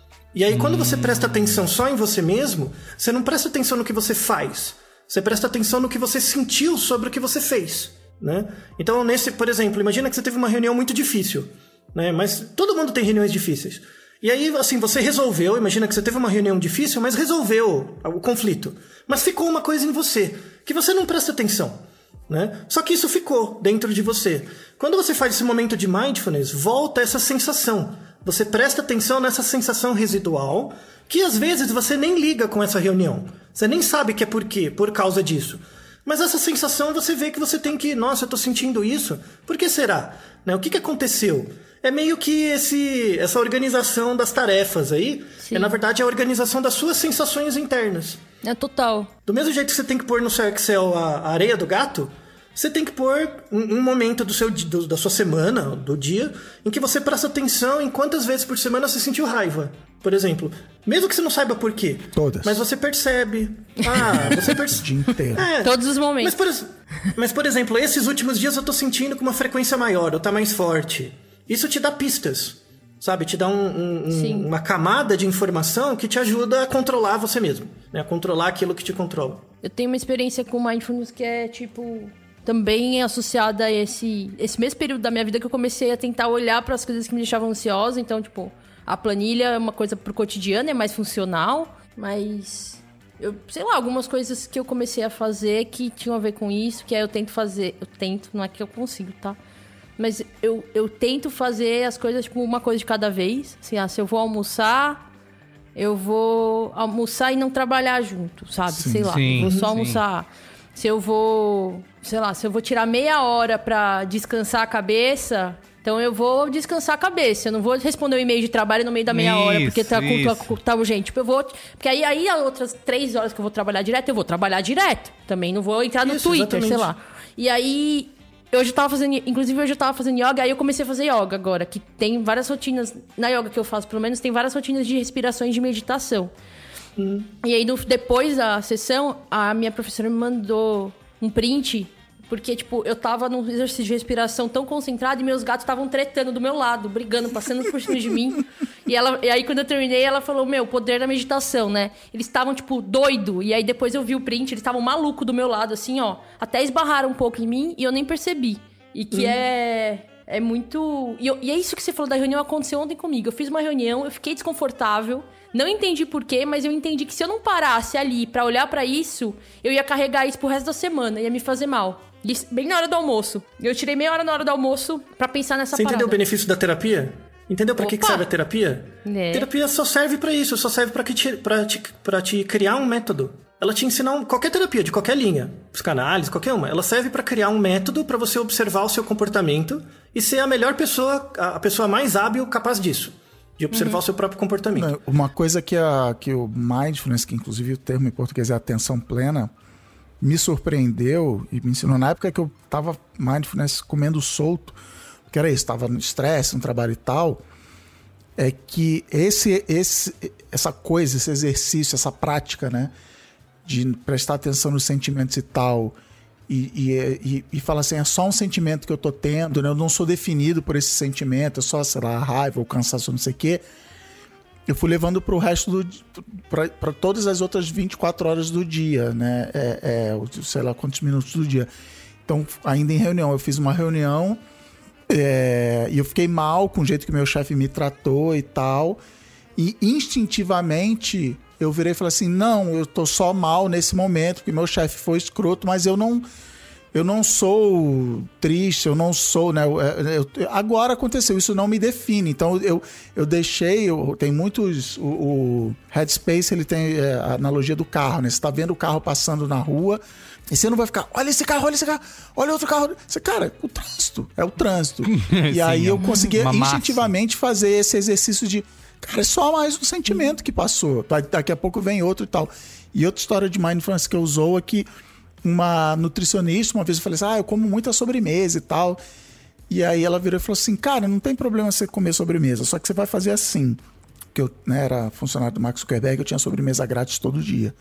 E aí, hum. quando você presta atenção só em você mesmo, você não presta atenção no que você faz. Você presta atenção no que você sentiu sobre o que você fez. Né? Então, nesse, por exemplo, imagina que você teve uma reunião muito difícil. Né? Mas todo mundo tem reuniões difíceis. E aí, assim, você resolveu, imagina que você teve uma reunião difícil, mas resolveu o conflito. Mas ficou uma coisa em você, que você não presta atenção, né? Só que isso ficou dentro de você. Quando você faz esse momento de mindfulness, volta essa sensação. Você presta atenção nessa sensação residual, que às vezes você nem liga com essa reunião. Você nem sabe que é por quê, por causa disso. Mas essa sensação você vê que você tem que... Nossa, eu tô sentindo isso. Por que será? Né? O que, que aconteceu? É meio que esse, essa organização das tarefas aí. Sim. É, na verdade, a organização das suas sensações internas. É total. Do mesmo jeito que você tem que pôr no seu Excel a, a areia do gato, você tem que pôr um, um momento do seu, do, da sua semana, do dia, em que você presta atenção em quantas vezes por semana você sentiu raiva. Por exemplo, mesmo que você não saiba por quê. Todas. Mas você percebe. Ah, você percebe. O dia inteiro. É, todos os momentos. Mas por, mas, por exemplo, esses últimos dias eu tô sentindo com uma frequência maior, ou tá mais forte. Isso te dá pistas, sabe? Te dá um, um, um, uma camada de informação que te ajuda a controlar você mesmo, né? A controlar aquilo que te controla. Eu tenho uma experiência com mindfulness que é, tipo, também associada a esse, esse mesmo período da minha vida que eu comecei a tentar olhar para as coisas que me deixavam ansiosa. Então, tipo, a planilha é uma coisa pro cotidiano, é mais funcional, mas... Eu, sei lá, algumas coisas que eu comecei a fazer que tinham a ver com isso, que aí eu tento fazer... Eu tento, não é que eu consigo, tá? Mas eu, eu tento fazer as coisas, tipo, uma coisa de cada vez. Assim, ah, se eu vou almoçar, eu vou almoçar e não trabalhar junto, sabe? Sim, sei lá, sim, vou só sim. almoçar. Se eu vou, sei lá, se eu vou tirar meia hora pra descansar a cabeça, então eu vou descansar a cabeça. Eu não vou responder um e-mail de trabalho no meio da meia isso, hora, porque tá, isso. tá, tá urgente. Tipo, eu vou... Porque aí, aí as outras três horas que eu vou trabalhar direto, eu vou trabalhar direto. Também não vou entrar no Isso, Twitter, exatamente. sei lá. E aí... Eu já tava fazendo, inclusive hoje eu tava fazendo yoga, aí eu comecei a fazer yoga agora, que tem várias rotinas, na yoga que eu faço pelo menos, tem várias rotinas de respirações de meditação. Hum. E aí no, depois da sessão, a minha professora me mandou um print, porque tipo, eu tava num exercício de respiração tão concentrado e meus gatos estavam tretando do meu lado, brigando, passando por cima de mim. E, ela, e aí quando eu terminei, ela falou, meu, o poder da meditação, né? Eles estavam, tipo, doido. E aí depois eu vi o print, eles estavam maluco do meu lado, assim, ó. Até esbarraram um pouco em mim e eu nem percebi. E que hum. é... É muito... E, eu, e é isso que você falou da reunião, aconteceu ontem comigo. Eu fiz uma reunião, eu fiquei desconfortável. Não entendi por quê, mas eu entendi que se eu não parasse ali pra olhar pra isso, eu ia carregar isso pro resto da semana. Ia me fazer mal. Bem na hora do almoço. Eu tirei meia hora na hora do almoço pra pensar nessa Você parada. entendeu o benefício da terapia? Entendeu pra que, que serve a terapia? É. Terapia só serve pra isso, só serve pra, que te, pra, te, pra te criar um método. ela te ensina um, qualquer terapia, de qualquer linha, psicanálise, qualquer uma. Ela serve para criar um método para você observar o seu comportamento e ser a melhor pessoa, a pessoa mais hábil capaz disso. De observar uhum. o seu próprio comportamento. Uma coisa que, a, que o mindfulness, que inclusive o termo em português é atenção plena, me surpreendeu e me ensinou na época que eu estava mindfulness comendo solto, que era isso, estava no estresse, no trabalho e tal, é que esse, esse, essa coisa, esse exercício, essa prática, né, de prestar atenção nos sentimentos e tal, e, e, e, e falar assim, é só um sentimento que eu tô tendo, né? Eu não sou definido por esse sentimento, é só, sei lá, raiva ou cansaço, não sei o quê. Eu fui levando pro resto do... para todas as outras vinte e quatro horas do dia, né? É, é, sei lá quantos minutos do dia. Então, ainda em reunião, eu fiz uma reunião é, e eu fiquei mal com o jeito que meu chefe me tratou e tal. E instintivamente... eu virei e falei assim, não, eu tô só mal nesse momento, porque meu chefe foi escroto, mas eu não, eu não sou triste, eu não sou, né? Eu, eu, agora aconteceu, isso não me define. Então eu, eu deixei, eu, tem muitos, o, o Headspace, ele tem é, a analogia do carro, né? Você tá vendo o carro passando na rua, e você não vai ficar, olha esse carro, olha esse carro, olha outro carro. Você, cara, o trânsito, é o trânsito. E Sim, aí eu consegui instintivamente fazer esse exercício de... cara, é só mais um sentimento que passou. Daqui a pouco vem outro e tal. E outra história de mindfulness que eu usou é que uma nutricionista, uma vez eu falei assim, ah, eu como muita sobremesa e tal. E aí ela virou e falou assim, cara, não tem problema você comer sobremesa, só que você vai fazer assim. Porque eu, né, era funcionário do Mark Zuckerberg, eu tinha sobremesa grátis todo dia.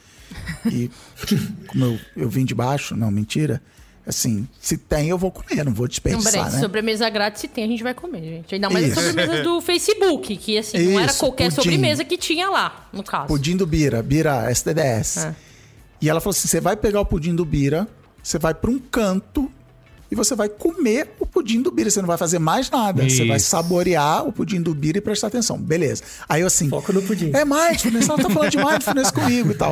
E como eu, eu vim de baixo, não, mentira... assim, se tem, eu vou comer, não vou desperdiçar, não, peraí, né? Sobremesa grátis, se tem, a gente vai comer, gente. Ainda mais Isso. a sobremesa do Facebook, que assim, Isso, não era qualquer pudim. Sobremesa que tinha lá, no caso. Pudim do Bira, Bira S T D S. É. E ela falou assim, você vai pegar o pudim do Bira, você vai para um canto e você vai comer o pudim do Bira. Você não vai fazer mais nada. Isso. Você vai saborear o pudim do Bira e prestar atenção. Beleza. Aí eu assim... foco no pudim. É mindfulness, ela tá falando de mindfulness comigo e tal.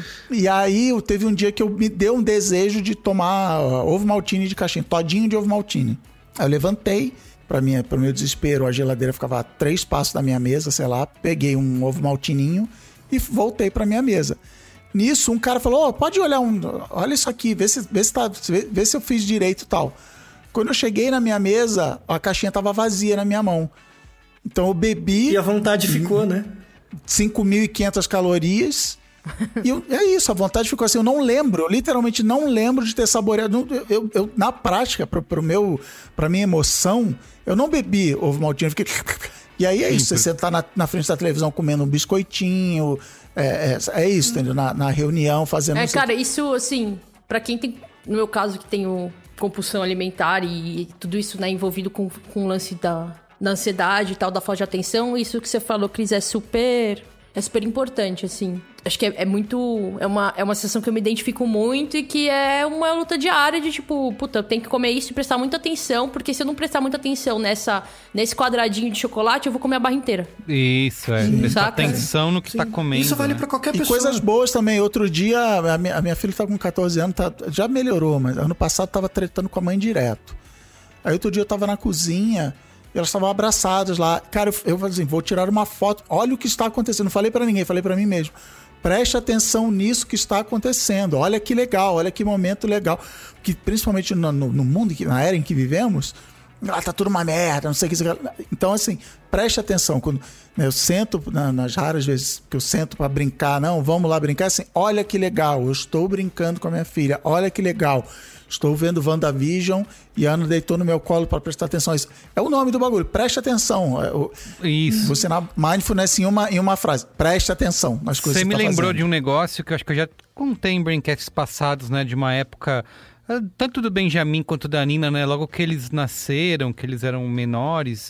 E aí eu teve um dia que eu me deu um desejo de tomar uh, ovo maltine de caixinha. Todinho de ovo maltine. Aí eu levantei, para minha, pro meu desespero, a geladeira ficava a três passos da minha mesa, sei lá. Peguei um ovo maltininho e voltei pra minha mesa. Nisso, um cara falou, oh, pode olhar um... olha isso aqui, vê se, vê, se tá, vê, vê se eu fiz direito e tal. Quando eu cheguei na minha mesa, a caixinha tava vazia na minha mão. Então eu bebi... e a vontade ficou, né? cinco mil e quinhentas calorias. E eu, é isso, a vontade ficou assim. Eu não lembro, eu literalmente não lembro de ter saboreado. Eu, eu, eu, na prática, pro, pro meu, pra minha emoção, eu não bebi ovo maltine. Eu fiquei... e aí é isso, você tá na, na frente da televisão comendo um biscoitinho... É, é, é isso, entendeu? Na, na reunião, fazendo... É, cara, isso, assim, pra quem tem... no meu caso, que tenho compulsão alimentar e tudo isso, né, envolvido com, com o lance da, da ansiedade e tal, da falta de atenção, isso que você falou, Cris, é super... é super importante, assim. Acho que é, é muito... É uma, é uma sensação que eu me identifico muito e que é uma luta diária de, tipo... puta, eu tenho que comer isso e prestar muita atenção, porque se eu não prestar muita atenção nessa, nesse quadradinho de chocolate, eu vou comer a barra inteira. Isso, é. Sim. Prestar Saca? atenção no que Sim. tá comendo. Isso vale né? pra qualquer e pessoa. E coisas boas também. Outro dia, a minha, a minha filha tá com catorze anos, tá, já melhorou, mas ano passado tava tretando com a mãe direto. Aí outro dia eu tava na cozinha... e elas estavam abraçadas lá. Cara, eu, eu falei assim, vou tirar uma foto. Olha o que está acontecendo. Não falei pra ninguém, falei pra mim mesmo. Preste atenção nisso que está acontecendo. Olha que legal, olha que momento legal. Que principalmente no, no, no mundo, na era em que vivemos, ah, tá tudo uma merda, não sei o que. Então, assim, preste atenção. Quando né, eu sento, na, nas raras vezes que eu sento pra brincar, não, vamos lá brincar, assim, olha que legal, eu estou brincando com a minha filha, olha que legal. Estou vendo WandaVision e a Ana deitou no meu colo para prestar atenção a isso. É o nome do bagulho, preste atenção. Isso. Você na mindfulness em uma, em uma frase, preste atenção nas coisas Você que me tá lembrou fazendo. de um negócio que eu acho que eu já contei em braincasts passados, né? De uma época, tanto do Benjamin quanto da Nina, né? Logo que eles nasceram, que eles eram menores,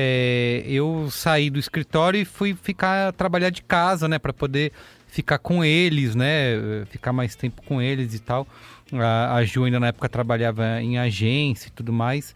é, eu saí do escritório e fui ficar trabalhar de casa, né? Para poder ficar com eles, né? Ficar mais tempo com eles e tal. A, a Ju ainda na época trabalhava em agência e tudo mais,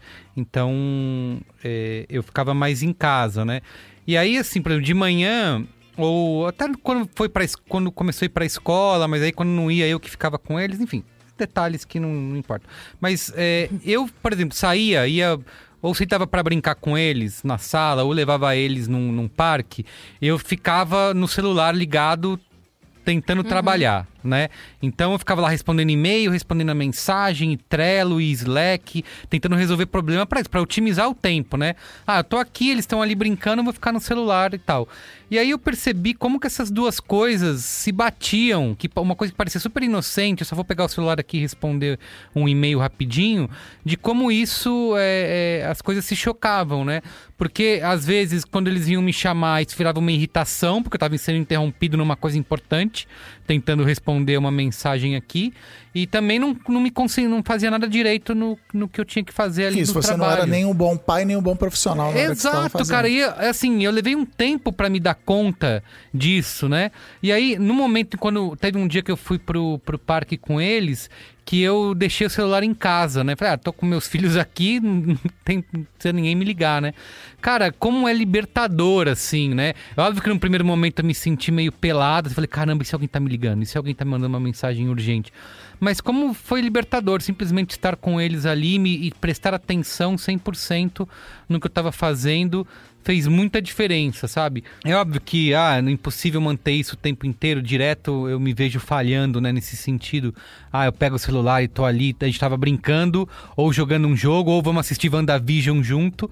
então é, eu ficava mais em casa, né? E aí, assim, por exemplo, de manhã, ou até quando, foi pra, quando começou a ir para a escola, mas aí quando não ia, eu que ficava com eles, enfim, detalhes que não, não importam. Mas é, eu, por exemplo, saía, ia... ou sentava para brincar com eles na sala, ou levava eles num, num parque, eu ficava no celular ligado tentando uhum. trabalhar, né? Então eu ficava lá respondendo e-mail, respondendo a mensagem, Trello e Slack, tentando resolver problema pra isso, pra otimizar o tempo, né? Ah, eu tô aqui, eles estão ali brincando, eu vou ficar no celular e tal. E aí eu percebi como que essas duas coisas se batiam, que uma coisa que parecia super inocente, eu só vou pegar o celular aqui e responder um e-mail rapidinho, de como isso, é, é, as coisas se chocavam, né? Porque, às vezes, quando eles vinham me chamar, isso virava uma irritação, porque eu estava sendo interrompido numa coisa importante, tentando responder uma mensagem aqui, e também não, não me consegui, não fazia nada direito no, no que eu tinha que fazer ali isso, no você trabalho. não era nem um bom pai, nem um bom profissional. Na Exato, cara. E, assim, eu levei um tempo pra me dar conta disso, né? E aí, no momento, quando teve um dia que eu fui pro, pro parque com eles, que eu deixei o celular em casa, né? Falei, ah, tô com meus filhos aqui, não tem não precisa ninguém me ligar, né? Cara, como é libertador, assim, né? Óbvio que no primeiro momento eu me senti meio pelado. Eu falei, caramba, e se alguém tá me ligando? E se alguém tá me mandando uma mensagem urgente? Mas como foi libertador, simplesmente estar com eles ali me, e prestar atenção cem por cento no que eu tava fazendo, fez muita diferença, sabe? É óbvio que ah, é impossível manter isso o tempo inteiro, direto eu me vejo falhando, né, nesse sentido. Ah, eu pego o celular e tô ali, a gente tava brincando, ou jogando um jogo, ou vamos assistir WandaVision junto,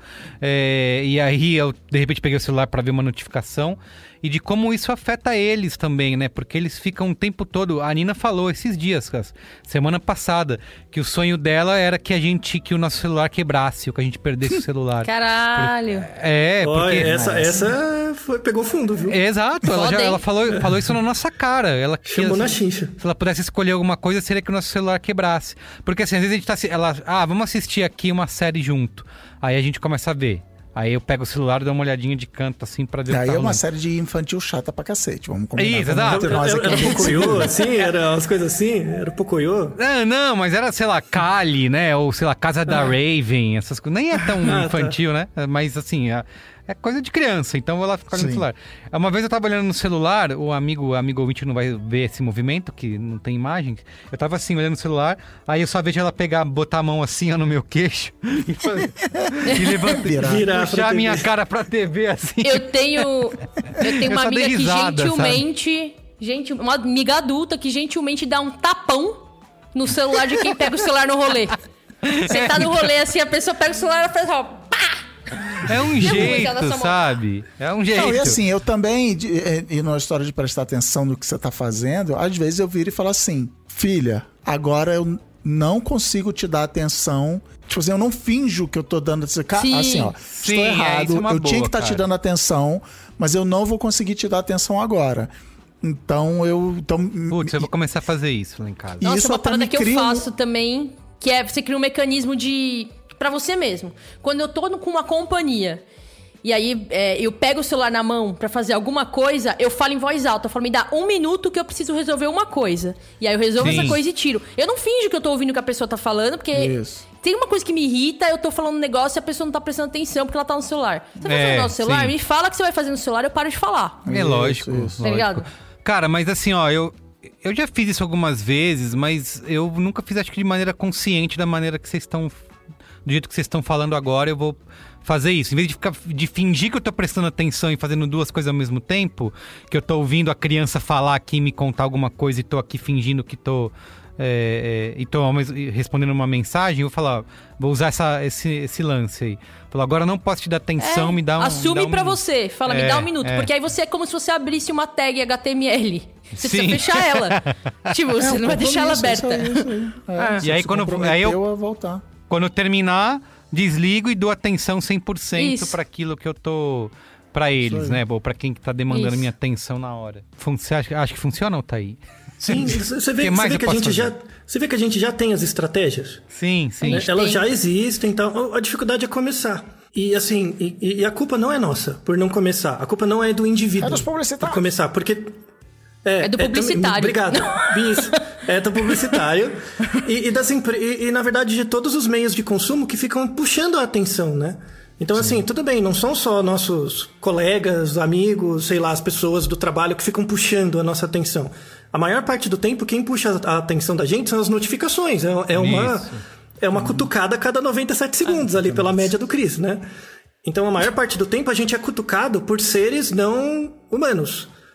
é, e aí eu de repente peguei o celular para ver uma notificação, e de como isso afeta eles também, né? Porque eles ficam o tempo todo... A Nina falou esses dias, semana passada, que o sonho dela era que a gente, que o nosso celular quebrasse, ou que a gente perdesse o celular. Caralho! Por... É, porque... Olha, essa, essa foi, pegou fundo, viu? Exato, ela, já, ela falou, falou isso na nossa cara. Ela Chamou que, na assim, chincha. Se ela pudesse escolher alguma coisa, seria que o nosso celular quebrasse. Porque assim, às vezes a gente tá... Ela, ah, vamos assistir aqui uma série junto. Aí a gente começa a ver. Aí eu pego o celular e dou uma olhadinha de canto, assim, pra ver o que Aí tá é uma rolando. série de infantil chata pra cacete, vamos combinar. Isso, exato. Nós aqui. Era Pocoyo, assim? Era umas coisas assim? Era Pocoyo? Não, não, mas era, sei lá, Kali, né? Ou, sei lá, Casa da Raven, essas coisas. Nem é tão Ah, infantil, tá. né? Mas, assim, é, é coisa de criança, então eu vou lá ficar Sim. no celular. Uma vez eu tava olhando no celular, o amigo, o amigo ouvinte não vai ver esse movimento, que não tem imagens. Eu tava assim, olhando no celular, aí eu só vejo ela pegar, botar a mão assim, ó, no meu queixo e, fazer, e levantar, Virar. Virar puxar pra a minha T V. cara pra T V, assim. Eu tenho, eu tenho Eu uma só dei amiga risada, que gentilmente, gente, uma amiga adulta que gentilmente dá um tapão no celular de quem pega o celular no rolê. Você tá no rolê assim, a pessoa pega o celular e faz ó, pá! É um jeito, sabe? É um jeito. Não, e assim, eu também, de- e e na história de prestar atenção no que você tá fazendo, às vezes eu viro e falo assim, filha, agora eu não consigo te dar atenção. Tipo assim, eu não finjo que eu tô dando... Assim, Sim. ó, Sim, estou é, errado, isso é uma eu tinha boa, que estar te cara. dando atenção, mas eu não vou conseguir te dar atenção agora. Então, eu... Então, Putz, eu vou começar a fazer isso lá em casa. E Nossa, isso uma até parada me que eu cria um- faço também, que é você cria um mecanismo de... pra você mesmo. Quando eu tô no- com uma companhia, e aí é, eu pego o celular na mão pra fazer alguma coisa, eu falo em voz alta. Eu falo, me dá um minuto que eu preciso resolver uma coisa. E aí eu resolvo Sim. essa coisa e tiro. Eu não finjo que eu tô ouvindo o que a pessoa tá falando, porque... Isso. Tem uma coisa que me irrita, eu tô falando um negócio e a pessoa não tá prestando atenção porque ela tá no celular. Você vai É, fazer no celular? sim. Me fala o que você vai fazer no celular, eu paro de falar. É Isso, lógico, isso. lógico. Tá ligado? Cara, mas assim, ó, eu, eu já fiz isso algumas vezes, mas eu nunca fiz, acho que de maneira consciente, da maneira que vocês estão... Do jeito que vocês estão falando agora, eu vou fazer isso. Em vez de, ficar, de fingir que eu tô prestando atenção e fazendo duas coisas ao mesmo tempo, que eu tô ouvindo a criança falar aqui, me contar alguma coisa e tô aqui fingindo que tô... É, é, e tô ao mesmo- respondendo uma mensagem, eu vou falar, vou usar essa, esse, esse lance aí. Falar, agora eu não posso te dar atenção, É, me dá um... assume dá um... pra você. Fala, me É, dá um minuto. é. Porque aí você é como se você abrisse uma tag H T M L. Você Sim. precisa fechar ela. Tipo, você É, um não vai deixar ela compromisso, aberta. isso aí, isso aí. É, Ah. você E aí, se quando eu- comprometeu aí eu- a voltar. Quando eu terminar, desligo e dou atenção cem por cento Isso. para aquilo que eu tô... Pra eles, né? Ou pra quem tá demandando Isso. minha atenção na hora. Fun- Você acha, acha que funciona ou tá aí? Sim, você vê, Que você mais vê eu que a posso gente já, fazer? você vê que a gente já tem as estratégias. Sim, sim. gente Elas tem. já existem, então a dificuldade é começar. E assim, e, e a culpa não é nossa por não começar. A culpa não é do indivíduo É dos publicitários. por começar, porque É do também- publicitário. obrigado. Isso. É do publicitário e, e das empre- e, e na verdade de todos os meios de consumo que ficam puxando a atenção, né? Então, assim, tudo bem, não são só nossos colegas, amigos, sei lá, as pessoas do trabalho que ficam puxando a nossa atenção. A maior parte do tempo, quem puxa a atenção da gente são as notificações. É, é uma, Isso. é uma cutucada a cada noventa e sete segundos, ali pela média do Chris, né? Então, a maior parte do tempo, a gente é cutucado por seres não humanos.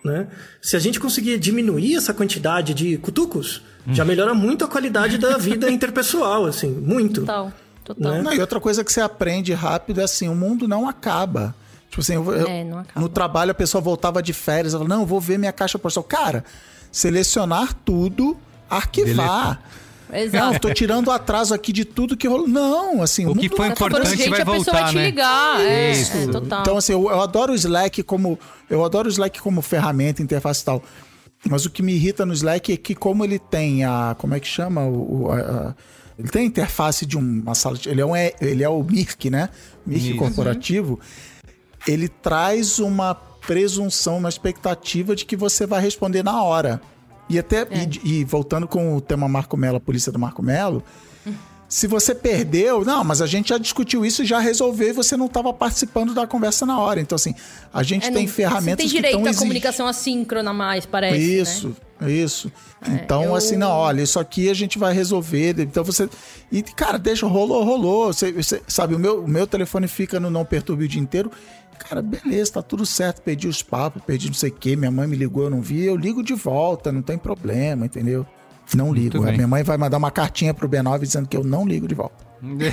né? Se a gente conseguir diminuir essa quantidade de cutucos, hum. já melhora muito a qualidade da vida interpessoal, assim, muito. Total, total. Né? Não, e outra coisa que você aprende rápido é assim, o mundo não acaba. Tipo assim, eu, é, não acaba. No trabalho a pessoa voltava de férias, ela falava, não, eu vou ver minha caixa postal. Cara, selecionar tudo, arquivar. Beleza. Exato. Não, tô tirando o atraso aqui de tudo que rolou. Não, assim... O que foi importante gente, vai a voltar, pessoa vai te né? ligar. É, Isso. é, total. Então, assim, eu, eu adoro o Slack como... Eu adoro o Slack como ferramenta, interface e tal. Mas o que me irrita no Slack é que como ele tem a... Como é que chama? O, a, a, ele tem a interface de uma sala... De, ele, é um, ele é o M I R C, né? M I R C Isso. corporativo. Ele traz uma presunção, uma expectativa de que você vai responder na hora. E até, é. e, e voltando com o tema Marco Mello, a polícia do Marco Mello, hum. se você perdeu, não, mas a gente já discutiu isso e já resolveu e você não estava participando da conversa na hora. Então, assim, a gente é, tem não, ferramentas que estão... Você tem direito à exig... comunicação assíncrona mais, parece, Isso, né? isso. É, então, eu... assim, não, olha, isso aqui a gente vai resolver. Então, você... E, cara, deixa, rolou, rolou. Você, você, sabe, o meu, o meu telefone fica no não perturbe o dia inteiro. Cara, beleza, tá tudo certo, perdi os papos, perdi não sei o quê, minha mãe me ligou, eu não vi, eu ligo de volta, não tem problema, entendeu? Não ligo. A minha mãe vai mandar uma cartinha pro B nove dizendo que eu não ligo de volta.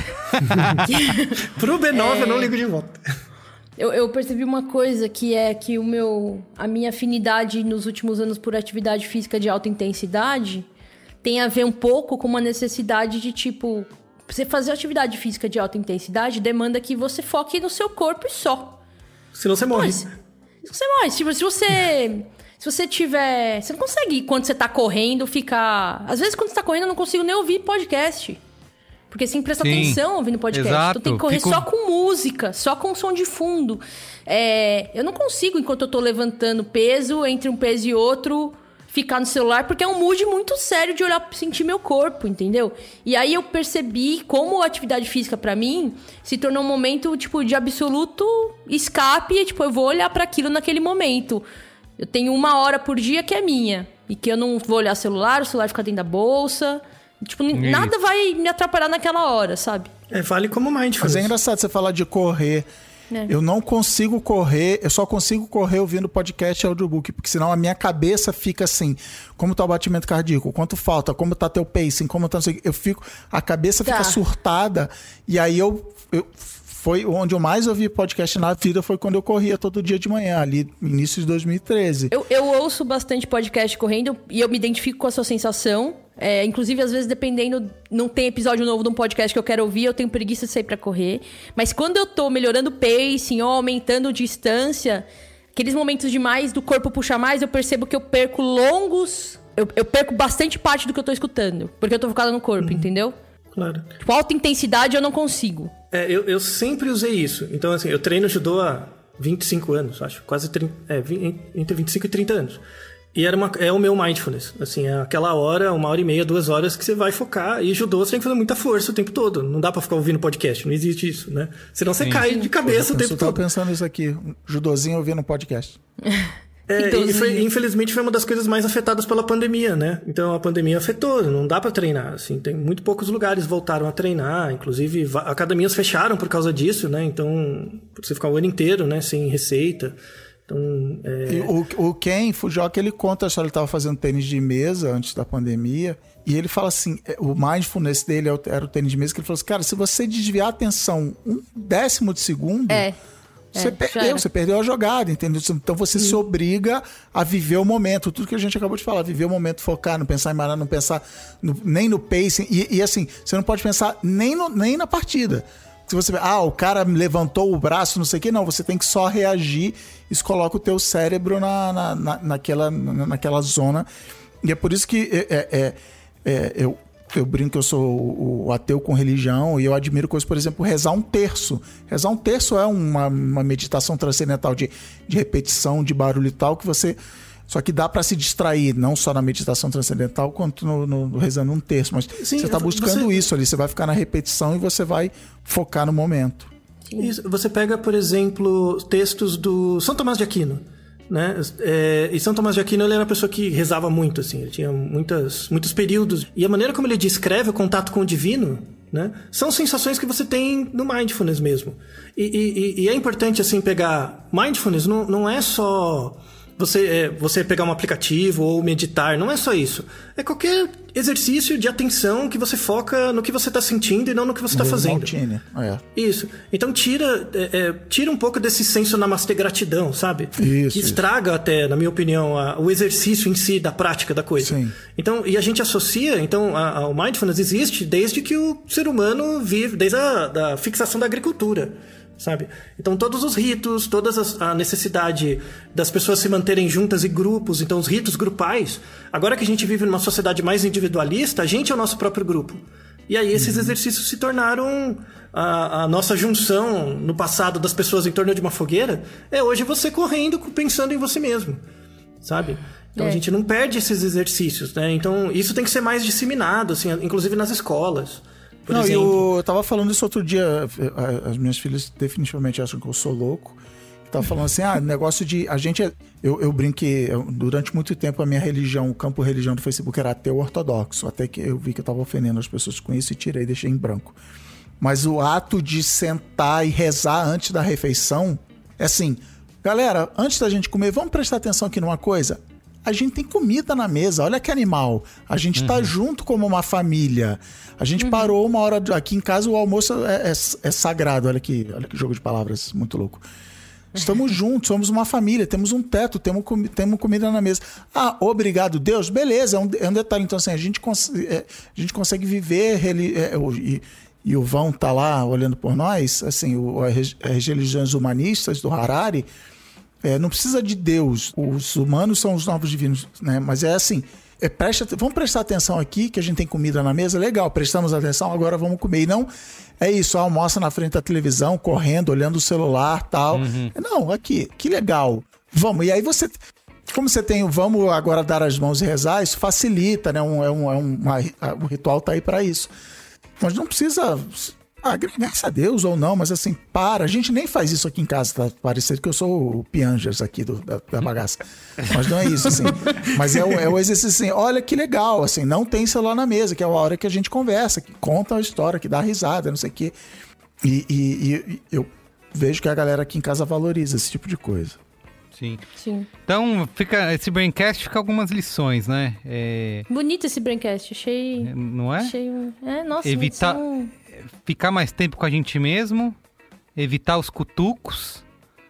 Pro B nove é... eu não ligo de volta. Eu, eu percebi uma coisa que é que o meu, a minha afinidade nos últimos anos por atividade física de alta intensidade tem a ver um pouco com uma necessidade de, tipo, você fazer atividade física de alta intensidade demanda que você foque no seu corpo e só. Senão você morre. Mas, você morre. Tipo, se você... Se você tiver... Você não consegue, quando você tá correndo, ficar... Às vezes, quando você tá correndo, eu não consigo nem ouvir podcast. Porque você tem que prestar Sim, atenção ouvindo podcast. Exato. Então tem que correr Fico... só com música, só com som de fundo. É, eu não consigo, enquanto eu tô levantando peso, entre um peso e outro... ficar no celular, porque é um mood muito sério de olhar, sentir meu corpo, entendeu? E aí eu percebi como a atividade física pra mim se tornou um momento, tipo, de absoluto escape, e, tipo, eu vou olhar pra aquilo naquele momento. Eu tenho uma hora por dia que é minha, e que eu não vou olhar celular, o celular fica dentro da bolsa, tipo, Isso. nada vai me atrapalhar naquela hora, sabe? É, vale como mindfulness. Mas é engraçado você falar de correr. É. Eu não consigo correr, eu só consigo correr ouvindo podcast e audiobook, porque senão a minha cabeça fica assim, como tá o batimento cardíaco, quanto falta, como tá teu pacing, como tá... Eu fico, a cabeça tá. fica surtada, e aí eu, eu... Foi onde eu mais ouvi podcast na vida, foi quando eu corria todo dia de manhã, ali no início de dois mil e treze. Eu, eu ouço bastante podcast correndo e eu me identifico com a sua sensação. É, inclusive, às vezes, dependendo, não tem episódio novo de um podcast que eu quero ouvir, eu tenho preguiça de sair pra correr. Mas quando eu tô melhorando o pacing ou aumentando distância, aqueles momentos demais do corpo puxar mais, eu percebo que eu perco longos... Eu, eu perco bastante parte do que eu tô escutando, porque eu tô focada no corpo, uhum. entendeu? Claro. Tipo, alta intensidade eu não consigo. É, eu, eu sempre usei isso. Então, assim, eu treino judô há vinte e cinco anos, acho. Quase trinta, é, entre vinte e cinco e trinta anos. E era uma, é o meu mindfulness. Assim, é aquela hora, uma hora e meia, duas horas que você vai focar. E judô você tem que fazer muita força o tempo todo. Não dá pra ficar ouvindo podcast, não existe isso, né? Senão você Sim. cai de cabeça o tempo todo. Eu tô pensando isso aqui, um judozinho ouvindo podcast. É, e foi, infelizmente foi uma das coisas mais afetadas pela pandemia, né? Então a pandemia afetou, não dá pra treinar, assim, tem muito poucos lugares voltaram a treinar, inclusive academias fecharam por causa disso, né? Então você ficar o ano inteiro, né, sem receita. Então, é... o, o Ken Fujioka, ele conta, só ele tava fazendo tênis de mesa antes da pandemia, e ele fala assim, o mindfulness dele era o tênis de mesa, que ele falou assim, cara, se você desviar a atenção um décimo de segundo... É. Você é, perdeu, você perdeu a jogada, entendeu? Então você Sim. se obriga a viver o momento, tudo que a gente acabou de falar, viver o momento, focar, não pensar em maré, não pensar no, nem no pacing, e, e assim, você não pode pensar nem, no, nem na partida. Se você ah, o cara levantou o braço, não sei o que, não, você tem que só reagir, isso coloca o teu cérebro na, na, na, naquela, na, naquela zona, e é por isso que é, é, é, eu Eu brinco que eu sou o ateu com religião e eu admiro coisas, por exemplo, rezar um terço. Rezar um terço é uma, uma meditação transcendental de, de repetição, de barulho e tal, que você... Só que dá para se distrair, não só na meditação transcendental, quanto no, no, no rezando um terço. Mas Sim, você está buscando você... isso ali, você vai ficar na repetição e você vai focar no momento. Isso. Você pega, por exemplo, textos do São Tomás de Aquino. Né? É, e São Tomás de Aquino, ele era uma pessoa que rezava muito, assim, ele tinha muitas, muitos períodos, e a maneira como ele descreve o contato com o divino, né, são sensações que você tem no mindfulness mesmo. E, e, e é importante, assim, pegar mindfulness, não, não é só você, é, você pegar um aplicativo ou meditar, não é só isso. É qualquer exercício de atenção que você foca no que você está sentindo e não no que você está fazendo. É. Isso. Então tira, é, é, tira um pouco desse senso namastê gratidão, sabe? Isso. Que estraga isso. até, na minha opinião, a, o exercício em si da prática da coisa. Sim. Então, e a gente associa, então, a, a, o mindfulness existe desde que o ser humano vive, desde a da fixação da agricultura. Sabe? Então todos os ritos, toda a necessidade das pessoas se manterem juntas em grupos, então os ritos grupais, agora que a gente vive numa sociedade mais individualista, a gente é o nosso próprio grupo. E aí esses uhum. exercícios se tornaram a, a nossa junção no passado das pessoas em torno de uma fogueira, é hoje você correndo pensando em você mesmo, sabe? Então é. a gente não perde esses exercícios, né? Então isso tem que ser mais disseminado, assim, inclusive nas escolas. Por não, exemplo. eu tava falando isso outro dia, as minhas filhas definitivamente acham que eu sou louco. Eu tava falando assim, ah, negócio de... A gente, eu, eu brinco que durante muito tempo a minha religião, o campo religião do Facebook era ateu ortodoxo, até que eu vi que eu tava ofendendo as pessoas com isso e tirei, deixei em branco. Mas o ato de sentar e rezar antes da refeição, é assim, galera, antes da gente comer, vamos prestar atenção aqui numa coisa? A gente tem comida na mesa, olha que animal. A gente uhum. tá junto como uma família. A gente uhum. parou uma hora... Aqui em casa o almoço é, é, é sagrado. Olha que, olha que jogo de palavras muito louco. Estamos juntos, somos uma família, temos um teto, temos, com, temos comida na mesa. Ah, obrigado Deus, beleza, é um, é um detalhe. Então assim, a gente, cons- é, a gente consegue viver... É, e, e o Vão tá lá olhando por nós, assim, o, as religiões humanistas do Harari... É, não precisa de Deus, os humanos são os novos divinos, né? Mas é assim, é, presta, vamos prestar atenção aqui, que a gente tem comida na mesa, legal, prestamos atenção, agora vamos comer. E não é isso, almoça na frente da televisão, correndo, olhando o celular, tal. Uhum. Não, aqui, que legal, vamos. E aí você, como você tem o vamos agora dar as mãos e rezar, isso facilita, né? Um, é um, é um, uma, o ritual tá aí para isso. Mas não precisa... Ah, graças a Deus ou não, mas assim, para. A gente nem faz isso aqui em casa, tá parecendo que eu sou o Piangers aqui do, da, da bagaça. Mas não é isso, assim. Mas é o, é o exercício assim, olha que legal, assim, não tem celular na mesa, que é a hora que a gente conversa, que conta a história, que dá risada, não sei o quê. E, e, e eu vejo que a galera aqui em casa valoriza esse tipo de coisa. Sim. Sim. Então, fica, esse Braincast fica algumas lições, né? É... Bonito esse Braincast, achei... Não é? Achei... É, nossa, Evitar... são... Ficar mais tempo com a gente mesmo, evitar os cutucos.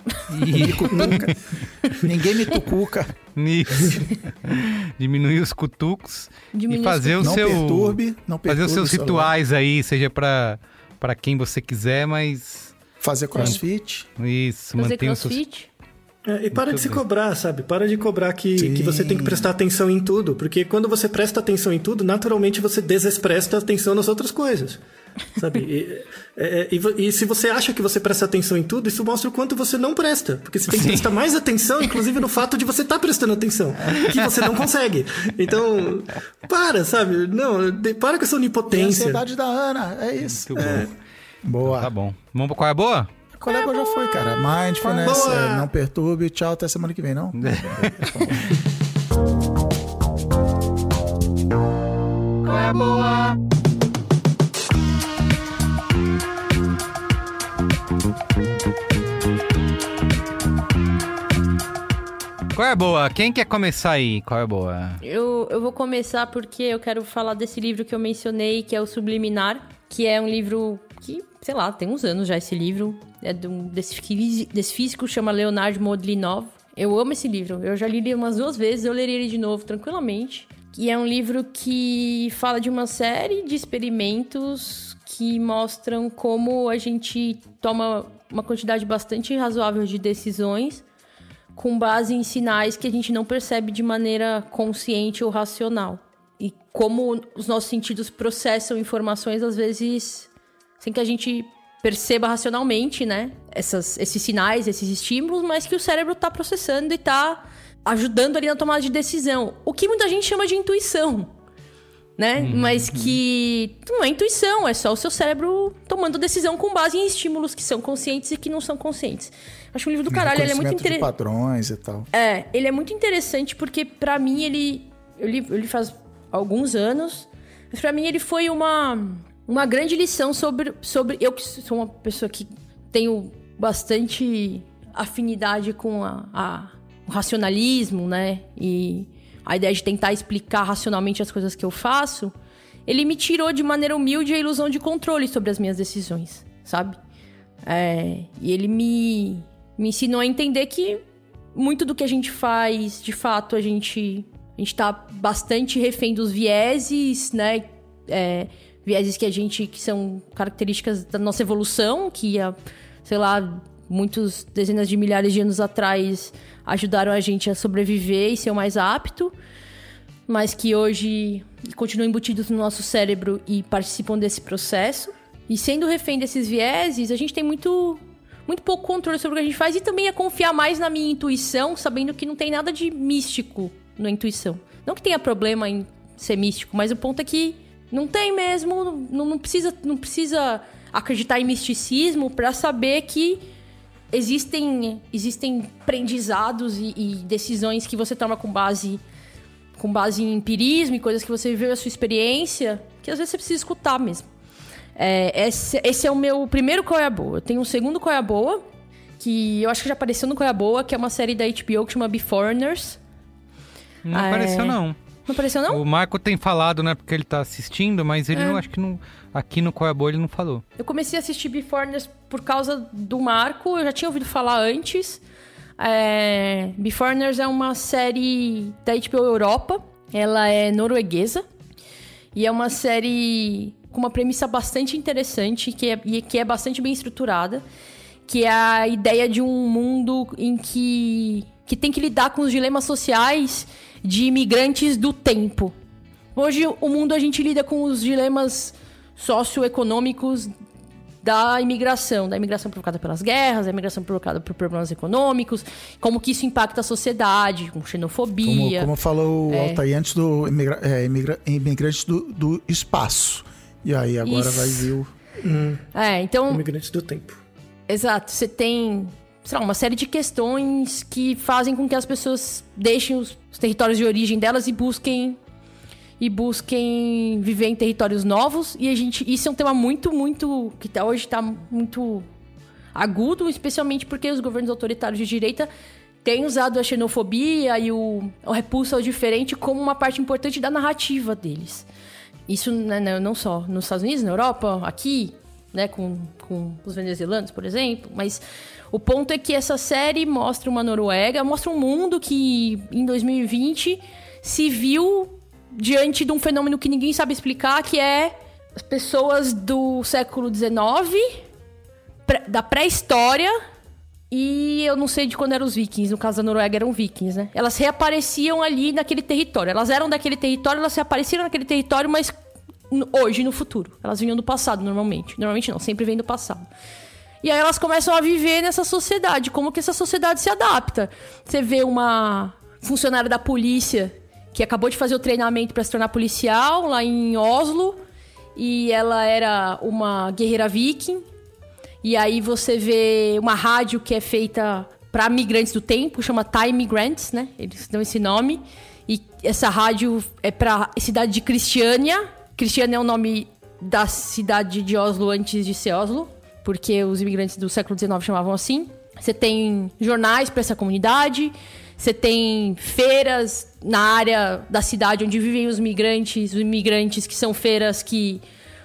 E... cutuca. Ninguém me tucuca. Isso. Diminuir os cutucos. Diminuir e fazer os o não seu. Perturbe, não perturbe fazer os seus rituais aí, seja pra, pra quem você quiser, mas. Fazer crossfit. Isso, fazer manter crossfit. os seus. É, e para Muito de se bem. cobrar, sabe? Para de cobrar que, que você tem que prestar atenção em tudo. Porque quando você presta atenção em tudo, naturalmente você despresta atenção nas outras coisas. Sabe? e, é, e, e se você acha que você presta atenção em tudo, isso mostra o quanto você não presta. Porque você tem que prestar mais atenção, inclusive no fato de você estar tá prestando atenção. Que você não consegue. Então, para, sabe? Não, de, para com essa onipotência. É a ansiedade da Ana, é isso. Muito é. bom. Boa. Tá bom. Vamos pra qual é a boa? A colega já foi, cara. Mindfulness, é, não perturbe. Tchau, até semana que vem, não? Qual é a boa? Qual é a boa? Quem quer começar aí? Qual é a boa? Eu, eu vou começar porque eu quero falar desse livro que eu mencionei, que é o Subliminar, que é um livro que, sei lá, tem uns anos já esse livro. É de um, desse, desse físico, chama Leonard Modlinov. Eu amo esse livro. Eu já li ele umas duas vezes, eu leria ele de novo tranquilamente. E é um livro que fala de uma série de experimentos que mostram como a gente toma uma quantidade bastante razoável de decisões com base em sinais que a gente não percebe de maneira consciente ou racional. E como os nossos sentidos processam informações, às vezes, sem que a gente perceba racionalmente, né? Essas, esses sinais, esses estímulos, mas que o cérebro está processando e está ajudando ali na tomada de decisão. O que muita gente chama de intuição, né? Uhum. Mas que não é intuição, é só o seu cérebro tomando decisão com base em estímulos que são conscientes e que não são conscientes. Acho um livro do caralho, ele é muito interessante. Padrões e tal. É, ele é muito interessante porque, pra mim, ele... Eu li, eu li faz alguns anos, mas pra mim ele foi uma, uma grande lição sobre, sobre... Eu que sou uma pessoa que tenho bastante afinidade com a, a o racionalismo, né? E a ideia de tentar explicar racionalmente as coisas que eu faço, ele me tirou de maneira humilde a ilusão de controle sobre as minhas decisões, sabe? É, e ele me, me ensinou a entender que muito do que a gente faz, de fato, a gente, a gente tá bastante refém dos vieses, né? É, vieses que a gente, que são características da nossa evolução, que, a, sei lá, muitos dezenas de milhares de anos atrás ajudaram a gente a sobreviver e ser o mais apto, mas que hoje continuam embutidos no nosso cérebro e participam desse processo. E sendo refém desses vieses, a gente tem muito, muito pouco controle sobre o que a gente faz e também é confiar mais na minha intuição, sabendo que não tem nada de místico na intuição. Não que tenha problema em ser místico, mas o ponto é que não tem mesmo, não, não, precisa, não precisa acreditar em misticismo para saber que existem, existem aprendizados e, e decisões que você toma com base, com base em empirismo e coisas que você viveu a sua experiência, que às vezes você precisa escutar mesmo. É, esse, esse é o meu primeiro Qual é a Boa. Eu tenho um segundo Qual é a Boa, que eu acho que já apareceu no Qual é a Boa, que é uma série da H B O que chama Beforeigners. Não é... apareceu, não. Não apareceu, não? O Marco tem falado, né, porque ele tá assistindo, mas ele é. não, acho que não, aqui no Qual é a Boa ele não falou. Eu comecei a assistir Beforeigners por causa do Marco, eu já tinha ouvido falar antes. É... Beforeigners é uma série da H B O Europa, ela é norueguesa, e é uma série com uma premissa bastante interessante, que é, e que é bastante bem estruturada, que é a ideia de um mundo em que, que tem que lidar com os dilemas sociais de imigrantes do tempo. Hoje, o mundo, a gente lida com os dilemas socioeconômicos da imigração, da imigração provocada pelas guerras, da imigração provocada por problemas econômicos, como que isso impacta a sociedade, com xenofobia. Como, como falou o é. Altair antes do imigra, é, imigra, imigrantes do, do espaço. E aí, agora isso. vai vir o... Hum, é, então... Imigrantes do tempo. Exato, você tem... sei lá, uma série de questões que fazem com que as pessoas deixem os, os territórios de origem delas e busquem e busquem viver em territórios novos. E a gente, isso é um tema muito, muito... que tá, hoje está muito agudo, especialmente porque os governos autoritários de direita têm usado a xenofobia e o, o repulso ao diferente como uma parte importante da narrativa deles. Isso, né, não só nos Estados Unidos, na Europa, aqui, né, com, com os venezuelanos, por exemplo, mas o ponto é que essa série mostra uma Noruega, mostra um mundo que em dois mil e vinte se viu diante de um fenômeno que ninguém sabe explicar, que é as pessoas do século dezenove, pré, da pré-história, e eu não sei de quando eram os vikings, no caso da Noruega eram vikings, né? Elas reapareciam ali naquele território, elas eram daquele território, elas reapareceram naquele território, mas hoje, no futuro. Elas vinham do passado, normalmente. Normalmente não, sempre vêm do passado. E aí elas começam a viver nessa sociedade. Como que essa sociedade se adapta? Você vê uma funcionária da polícia que acabou de fazer o treinamento para se tornar policial lá em Oslo. E ela era uma guerreira viking. E aí você vê uma rádio que é feita para migrantes do tempo, chama Time Migrants, né? Eles dão esse nome. E essa rádio é para a cidade de Cristiânia. Cristiânia é o nome da cidade de Oslo antes de ser Oslo, porque os imigrantes do século dezenove chamavam assim. Você tem jornais para essa comunidade, você tem feiras na área da cidade onde vivem os migrantes, os imigrantes que são feiras que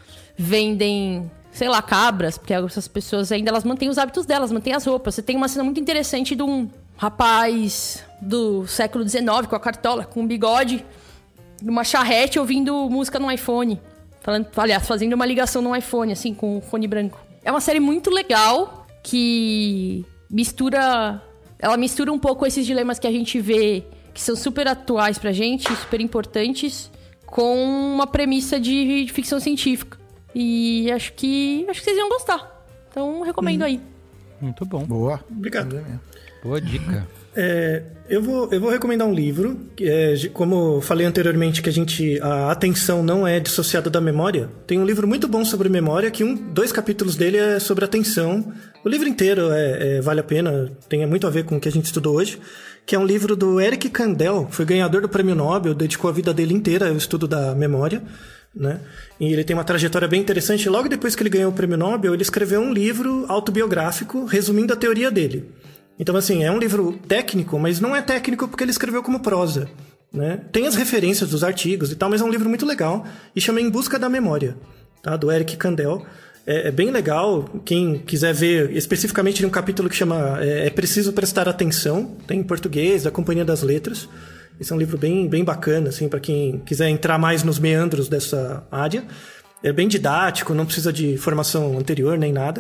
vendem, sei lá, cabras, porque essas pessoas ainda elas mantêm os hábitos delas, mantêm as roupas. Você tem uma cena muito interessante de um rapaz do século dezenove com a cartola, com um bigode, numa charrete ouvindo música no iPhone. Falando, aliás, fazendo uma ligação no iPhone, assim, com o fone branco. É uma série muito legal, que mistura... Ela mistura um pouco esses dilemas que a gente vê, que são super atuais pra gente, super importantes, com uma premissa de, de ficção científica. E acho que, acho que vocês iam gostar. Então, recomendo hum. aí. Muito bom. Boa. Obrigado. Boa dica. É, eu, vou, eu vou recomendar um livro, que é, como eu falei anteriormente, que a gente a atenção não é dissociada da memória. Tem um livro muito bom sobre memória, que um, dois capítulos dele é sobre atenção. O livro inteiro é, é, vale a pena, tem muito a ver com o que a gente estudou hoje, que é um livro do Eric Kandel, foi ganhador do Prêmio Nobel, dedicou a vida dele inteira ao estudo da memória, né? E ele tem uma trajetória bem interessante. Logo depois que ele ganhou o Prêmio Nobel, ele escreveu um livro autobiográfico resumindo a teoria dele. Então, assim, é um livro técnico, mas não é técnico porque ele escreveu como prosa, né? Tem as referências dos artigos e tal, mas é um livro muito legal e chama Em Busca da Memória, tá? Do Eric Kandel. É, é bem legal, quem quiser ver especificamente de um capítulo que chama É, é Preciso Prestar Atenção, tem em português, da Companhia das Letras. Esse é um livro bem, bem bacana, assim, para quem quiser entrar mais nos meandros dessa área. É bem didático, não precisa de formação anterior nem nada.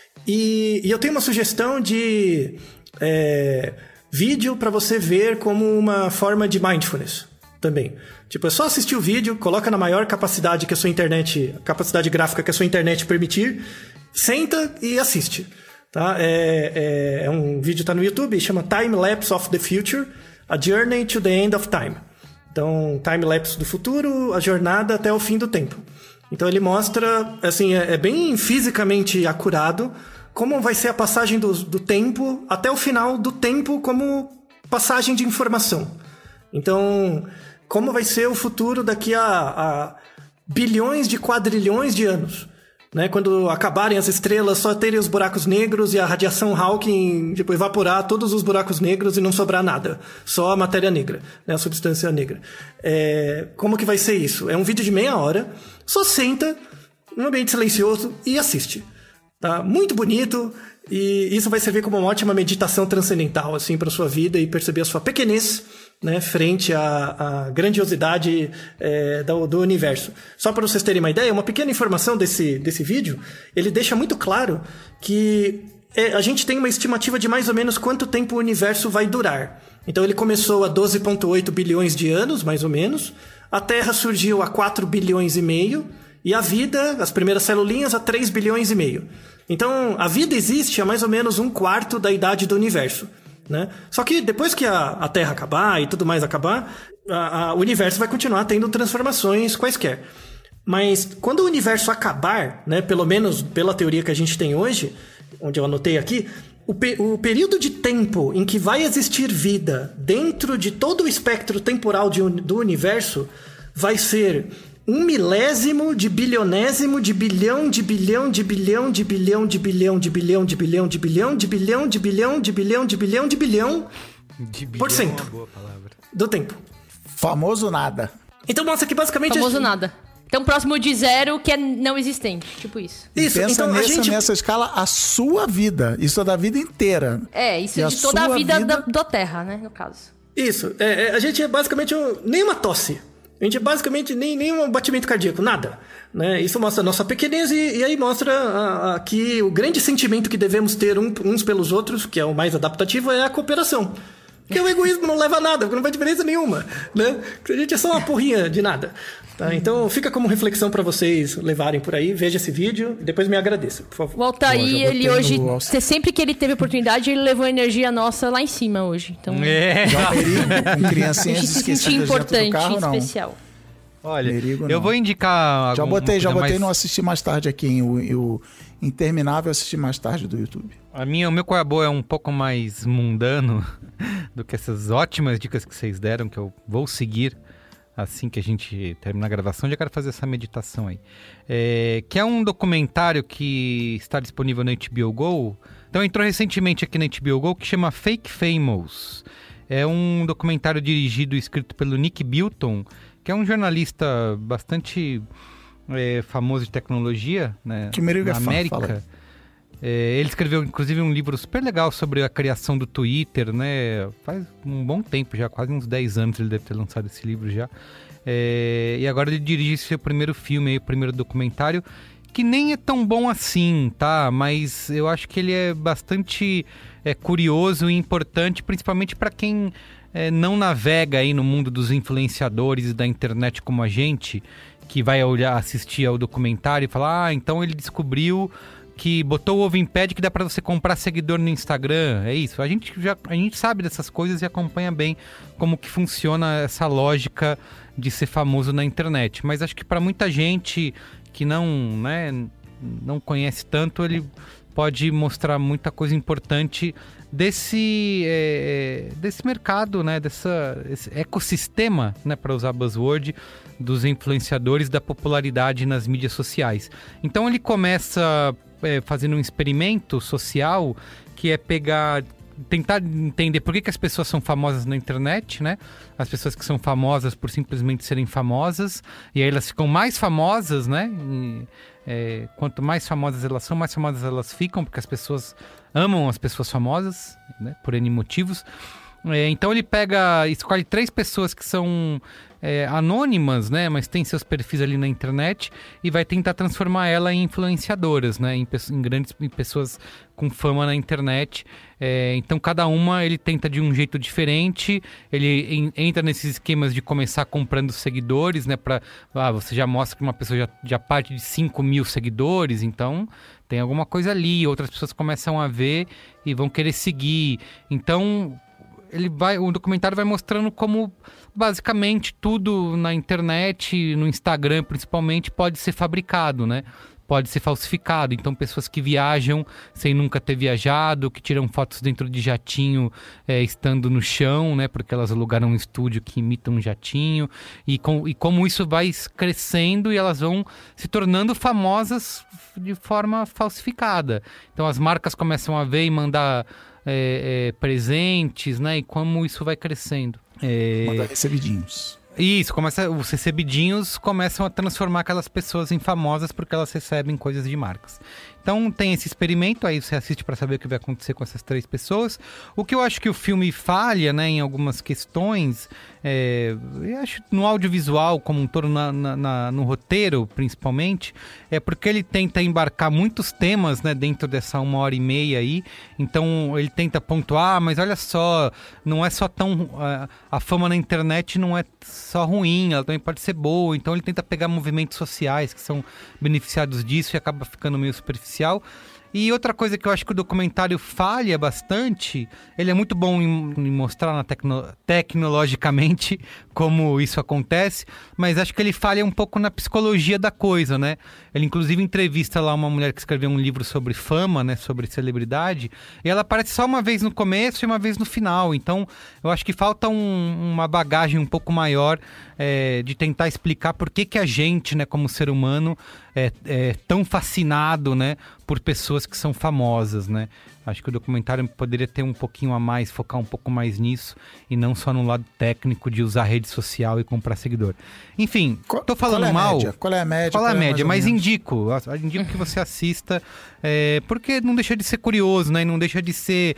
E, e eu tenho uma sugestão de é, vídeo para você ver como uma forma de mindfulness também. Tipo, é só assistir o vídeo, coloca na maior capacidade que a sua internet, capacidade gráfica que a sua internet permitir, senta e assiste. Tá? É, é, é um vídeo que está no YouTube, chama Time Lapse of the Future, A Journey to the End of Time. Então, time lapse do futuro, a jornada até o fim do tempo. Então ele mostra, assim, é, é bem fisicamente acurado como vai ser a passagem do, do tempo até o final do tempo como passagem de informação. Então, como vai ser o futuro daqui a, a bilhões de quadrilhões de anos, né? Quando acabarem as estrelas, só terem os buracos negros e a radiação Hawking tipo, evaporar todos os buracos negros e não sobrar nada. Só a matéria negra, né? A substância negra. É, como que vai ser isso? É um vídeo de meia hora, só senta num ambiente silencioso e assiste. Tá? Muito bonito, e isso vai servir como uma ótima meditação transcendental assim, para a sua vida e perceber a sua pequenez, né, frente à, à grandiosidade é, do, do universo. Só para vocês terem uma ideia, uma pequena informação desse, desse vídeo, ele deixa muito claro que é, a gente tem uma estimativa de mais ou menos quanto tempo o universo vai durar. Então ele começou há doze vírgula oito bilhões de anos, mais ou menos, a Terra surgiu há quatro bilhões e meio, e a vida, as primeiras celulinhas, há três bilhões e meio. Então, a vida existe há mais ou menos um quarto da idade do universo, né? Só que depois que a, a Terra acabar e tudo mais acabar, a, a, o universo vai continuar tendo transformações quaisquer. Mas quando o universo acabar, né, pelo menos pela teoria que a gente tem hoje, onde eu anotei aqui, o, pe- o período de tempo em que vai existir vida dentro de todo o espectro temporal de, do universo vai ser um milésimo de bilionésimo de bilhão de bilhão de bilhão de bilhão de bilhão de bilhão de bilhão de bilhão de bilhão de bilhão de bilhão de bilhão de bilhão por cento do tempo. Famoso nada. Então mostra que basicamente... Famoso nada. Então próximo de zero que é não existente. Tipo isso. Isso, Pensa então nessa, a gente... nessa escala a sua vida. Isso é da vida inteira. É, isso E é a de toda a sua vida, vida... Da, da Terra, né, no caso. Isso. É, é, a gente é basicamente um, nem uma tosse. A gente é basicamente nem, nem um batimento cardíaco, nada. Né? Isso mostra a nossa pequenez e, e aí mostra a, a, que o grande sentimento que devemos ter um, uns pelos outros, que é o mais adaptativo, é a cooperação. Porque o egoísmo não leva a nada, porque não faz diferença nenhuma. Né? A gente é só uma porrinha de nada. Tá? Então fica como reflexão para vocês levarem por aí. Veja esse vídeo e depois me agradeça, por favor. O Altair, ele hoje, no... sempre que ele teve oportunidade, ele levou a energia nossa lá em cima hoje. Então, É. Já o Merigo, com criancinhas a gente se sentir esquecidas dentro do importante, carro, não. especial. Olha, Merigo, eu não. vou indicar... Já algum- botei, uma já coisa botei mais- no assistir mais tarde aqui, em, o, em, o Interminável assistir mais tarde do YouTube. A minha, o meu qual é a boa é um pouco mais mundano do que essas ótimas dicas que vocês deram, que eu vou seguir assim que a gente terminar a gravação. Já quero fazer essa meditação aí. É, que é um documentário que está disponível na H B O Go. Então entrou recentemente aqui na H B O Go, que chama Fake Famous. É um documentário dirigido e escrito pelo Nick Bilton, que é um jornalista bastante é, famoso de tecnologia, né, Que Merigo é na fã, América. fala. É, ele escreveu, inclusive, um livro super legal sobre a criação do Twitter, né? Faz um bom tempo já, quase uns dez anos ele deve ter lançado esse livro já. É, e agora ele dirige seu primeiro filme, aí, o primeiro documentário, que nem é tão bom assim, tá? Mas eu acho que ele é bastante é, curioso e importante, principalmente para quem é, não navega aí no mundo dos influenciadores e da internet como a gente, que vai olhar, assistir ao documentário e falar, ah, então ele descobriu que botou o ovo em pé de que dá pra você comprar seguidor no Instagram, é isso. A gente já a gente sabe dessas coisas e acompanha bem como que funciona essa lógica de ser famoso na internet. Mas acho que para muita gente que não, né, não conhece tanto, ele pode mostrar muita coisa importante desse, é, desse mercado, né, dessa, esse ecossistema, né, para usar buzzword, dos influenciadores, da popularidade nas mídias sociais. Então ele começa é, fazendo um experimento social que é pegar tentar entender por que, que as pessoas são famosas na internet, né? As pessoas que são famosas por simplesmente serem famosas, e aí elas ficam mais famosas, né? E, é, quanto mais famosas elas são, mais famosas elas ficam, porque as pessoas amam as pessoas famosas, né? Por N motivos. É, então ele pega, escolhe três pessoas que são é, anônimas, né, mas tem seus perfis ali na internet e vai tentar transformar ela em influenciadoras, né, em, em grandes em pessoas com fama na internet. É, então cada uma ele tenta de um jeito diferente, ele em, entra nesses esquemas de começar comprando seguidores, né, para ah, você já mostra que uma pessoa já, já parte de cinco mil seguidores, então tem alguma coisa ali, outras pessoas começam a ver e vão querer seguir. Então ele vai, o documentário vai mostrando como basicamente tudo na internet, no Instagram principalmente, pode ser fabricado, né? Pode ser falsificado. Então pessoas que viajam sem nunca ter viajado, que tiram fotos dentro de jatinho é, estando no chão, né? Porque elas alugaram um estúdio que imita um jatinho. E, com, e como isso vai crescendo e elas vão se tornando famosas de forma falsificada. Então as marcas começam a ver e mandar É, é, presentes, né? E como isso vai crescendo. É... Mandar recebidinhos. Isso, começa, os recebidinhos começam a transformar aquelas pessoas em famosas porque elas recebem coisas de marcas. Então tem esse experimento, aí você assiste para saber o que vai acontecer com essas três pessoas. O que eu acho que o filme falha, né, em algumas questões, é, eu acho no audiovisual como um todo, na, na, na, no roteiro principalmente, é porque ele tenta embarcar muitos temas, né, dentro dessa uma hora e meia aí. Então ele tenta pontuar, mas olha só, não é só tão... A, a fama na internet não é só ruim, ela também pode ser boa. Então ele tenta pegar movimentos sociais que são beneficiados disso e acaba ficando meio superficial. E outra coisa que eu acho que o documentário falha bastante, ele é muito bom em, em mostrar na tecno, tecnologicamente como isso acontece, mas acho que ele falha um pouco na psicologia da coisa, né? Ele inclusive entrevista lá uma mulher que escreveu um livro sobre fama, né? Sobre celebridade, e ela aparece só uma vez no começo e uma vez no final. Então eu acho que falta um, uma bagagem um pouco maior é, de tentar explicar por que que a gente, né, como ser humano, é, é tão fascinado, né, por pessoas que são famosas, né? Acho que o documentário poderia ter um pouquinho a mais, focar um pouco mais nisso e não só no lado técnico de usar rede social e comprar seguidor. Enfim, qual, tô falando qual é mal. Média? Qual é a média? Qual é a média? Mas menos? indico, indico que você assista, é, porque não deixa de ser curioso, né? E não deixa de ser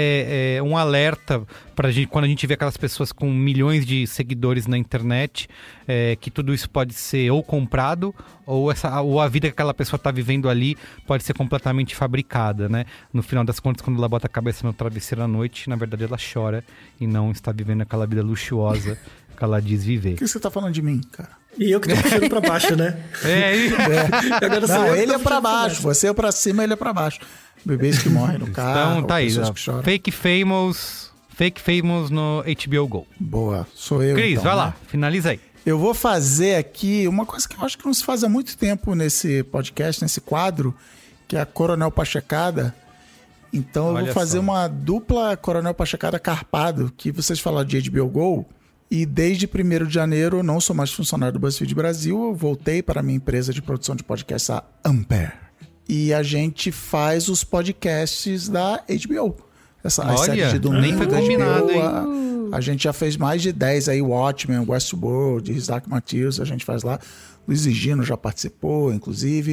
é, é, um alerta pra gente, quando a gente vê aquelas pessoas com milhões de seguidores na internet, é, que tudo isso pode ser ou comprado ou, essa, ou a vida que aquela pessoa está vivendo ali pode ser completamente fabricada, né? No final das contas, quando ela bota a cabeça no travesseiro à noite, na verdade ela chora e não está vivendo aquela vida luxuosa que ela diz viver. O que você tá falando de mim, cara? E eu que tô puxando pra baixo, né? É, e... é. Agora Não, eu ele tô é pra puxando baixo, você é pra cima, ele é pra baixo. Bebês que morrem no carro, então tá aí, pessoas que choram. Fake Famous, Fake Famous no H B O Go. Boa, sou eu. Cris, então, vai né? lá, finaliza aí. Eu vou fazer aqui uma coisa que eu acho que não se faz há muito tempo nesse podcast, nesse quadro, que é a Coronel Pachecada. Então Olha eu vou fazer só. uma dupla Coronel Pachecada Carpado, que vocês falaram de H B O Go, e desde primeiro de janeiro eu não sou mais funcionário do BuzzFeed Brasil, eu voltei para a minha empresa de produção de podcasts, a Ampere. E a gente faz os podcasts da H B O. Essa a Olha, série de domingo nem foi da combinado, H B O, a, a gente já fez mais de dez aí, Watchmen, Westworld, Isaac Matthews, a gente faz lá. Luiz e Gino já participou, inclusive.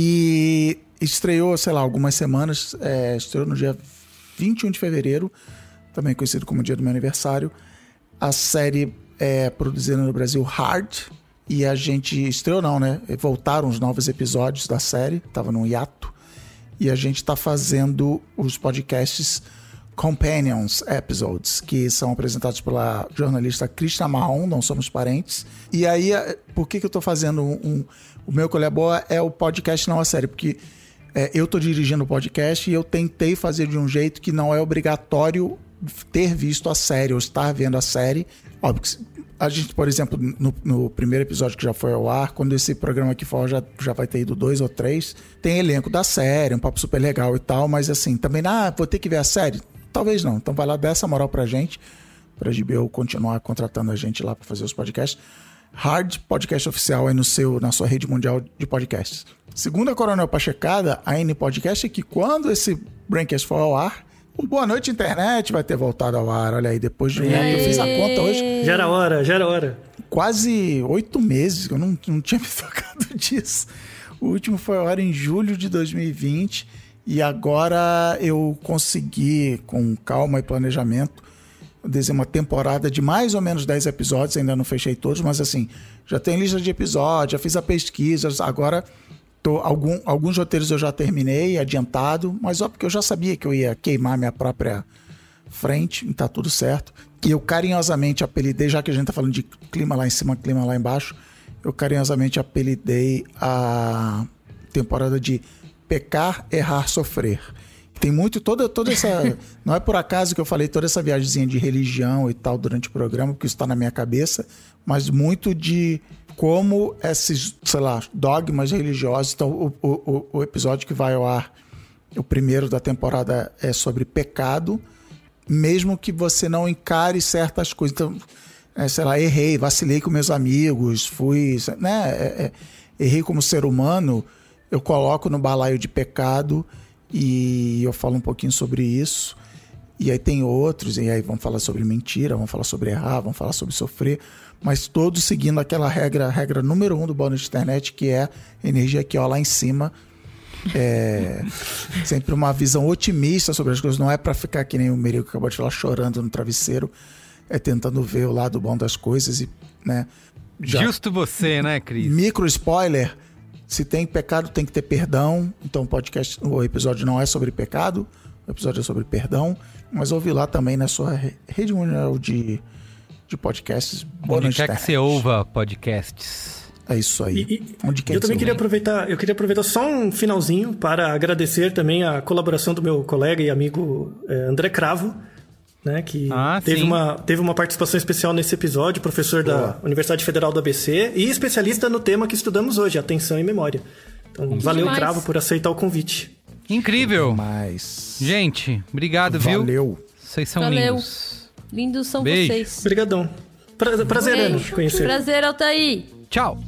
E estreou, sei lá, algumas semanas, é, estreou no dia vinte e um de fevereiro, também conhecido como dia do meu aniversário. A série é produzida no Brasil Hard, e a gente estreou não, né? Voltaram os novos episódios da série, tava num hiato, e a gente tá fazendo os podcasts Companions Episodes, que são apresentados pela jornalista Krishna Marron, Não Somos Parentes. E aí, por que que eu tô fazendo um... um o meu Colher Boa é o podcast, não a série, porque é, eu tô dirigindo o podcast e eu tentei fazer de um jeito que não é obrigatório ter visto a série ou estar vendo a série. Óbvio que a gente, por exemplo, no, no primeiro episódio que já foi ao ar, quando esse programa aqui for, já, já vai ter ido dois ou três, tem elenco da série, um papo super legal e tal, mas assim, também, ah, vou ter que ver a série? Talvez não. Então vai lá, dá essa moral pra gente, pra G B O continuar contratando a gente lá pra fazer os podcasts. Hard, podcast oficial aí no seu, na sua rede mundial de podcasts. Segundo a Coronel Pachecada, a N Podcast, é que quando esse Braincast for ao ar, O Boa Noite Internet vai ter voltado ao ar. Olha aí, depois de um ano, eu fiz a conta hoje. Já era hora, já era hora. Quase oito meses que eu não, não tinha me tocado disso. O último foi ao ar em julho de dois mil e vinte. E agora eu consegui, com calma e planejamento, desenhar uma temporada de mais ou menos dez episódios. Ainda não fechei todos, mas assim, já tem lista de episódios, já fiz a pesquisa. Agora, tô, algum, alguns roteiros eu já terminei, adiantado. Mas ó, porque eu já sabia que eu ia queimar minha própria frente, e tá tudo certo. E eu carinhosamente apelidei, já que a gente tá falando de clima lá em cima, clima lá embaixo, eu carinhosamente apelidei a temporada de Pecar, Errar, Sofrer. Tem muito, toda, toda essa... Não é por acaso que eu falei toda essa viagemzinha de religião e tal durante o programa, porque isso está na minha cabeça, mas muito de como esses, sei lá, dogmas religiosos... Então, o, o, o episódio que vai ao ar, o primeiro da temporada, é sobre pecado, mesmo que você não encare certas coisas. Então, é, sei lá, errei, vacilei com meus amigos, fui... né, é, é, errei como ser humano... Eu coloco no balaio de pecado e eu falo um pouquinho sobre isso. E aí tem outros, e aí vamos falar sobre mentira, vamos falar sobre errar, vamos falar sobre sofrer, mas todos seguindo aquela regra, regra número um do Boa Noite Internet, que é energia aqui, ó, lá em cima. É sempre uma visão otimista sobre as coisas, não é para ficar que nem o Merigo que acabou de falar, chorando no travesseiro, é tentando ver o lado bom das coisas e, né... Já... Justo você, né, Cris? Micro spoiler... Se tem pecado, tem que ter perdão. Então o podcast, o episódio não é sobre pecado, o episódio é sobre perdão. Mas ouve lá também na sua rede mundial de, de podcasts. Onde quer que você ouva podcasts. É isso aí. E, e, Onde quer eu que também você queria ouve. aproveitar, eu queria aproveitar só um finalzinho para agradecer também a colaboração do meu colega e amigo eh, André Cravo, né, que ah, teve, sim. uma, teve uma participação especial nesse episódio, professor Boa. da Universidade Federal do A B C e especialista no tema que estudamos hoje, atenção e memória. Então, Muito valeu, demais. Cravo, por aceitar o convite. Incrível! Mas... Gente, obrigado, viu? Valeu. Vocês são Valeu. lindos. Lindos são Beijo. vocês. Obrigadão. Pra, prazerando Beijo. conhecer. Prazer, Altair. Tchau!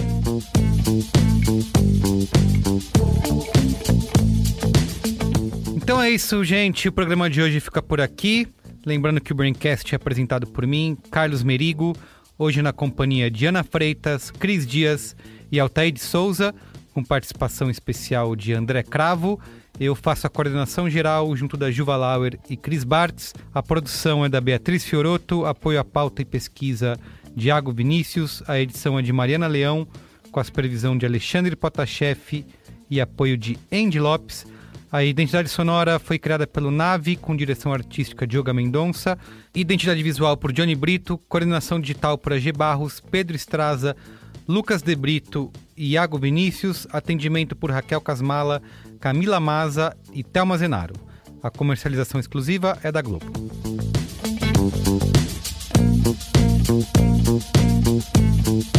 Então é isso, gente. O programa de hoje fica por aqui. Lembrando que o Braincast é apresentado por mim, Carlos Merigo, hoje na companhia de Ana Freitas, Cris Dias e Altair de Souza, com participação especial de André Cravo. Eu faço a coordenação geral junto da Juva Lauer e Cris Bartz. A produção é da Beatriz Fiorotto, apoio à pauta e pesquisa de Iago Vinícius. A edição é de Mariana Leão, com a supervisão de Alexandre Potashev e apoio de Andy Lopes. A identidade sonora foi criada pelo Nave, com direção artística de Yoga Mendonça, identidade visual por Johnny Brito, coordenação digital por A G Barros, Pedro Estraza, Lucas De Brito e Iago Vinícius, atendimento por Raquel Casmala, Camila Maza e Thelma Zenaro. A comercialização exclusiva é da Globo. Thank you.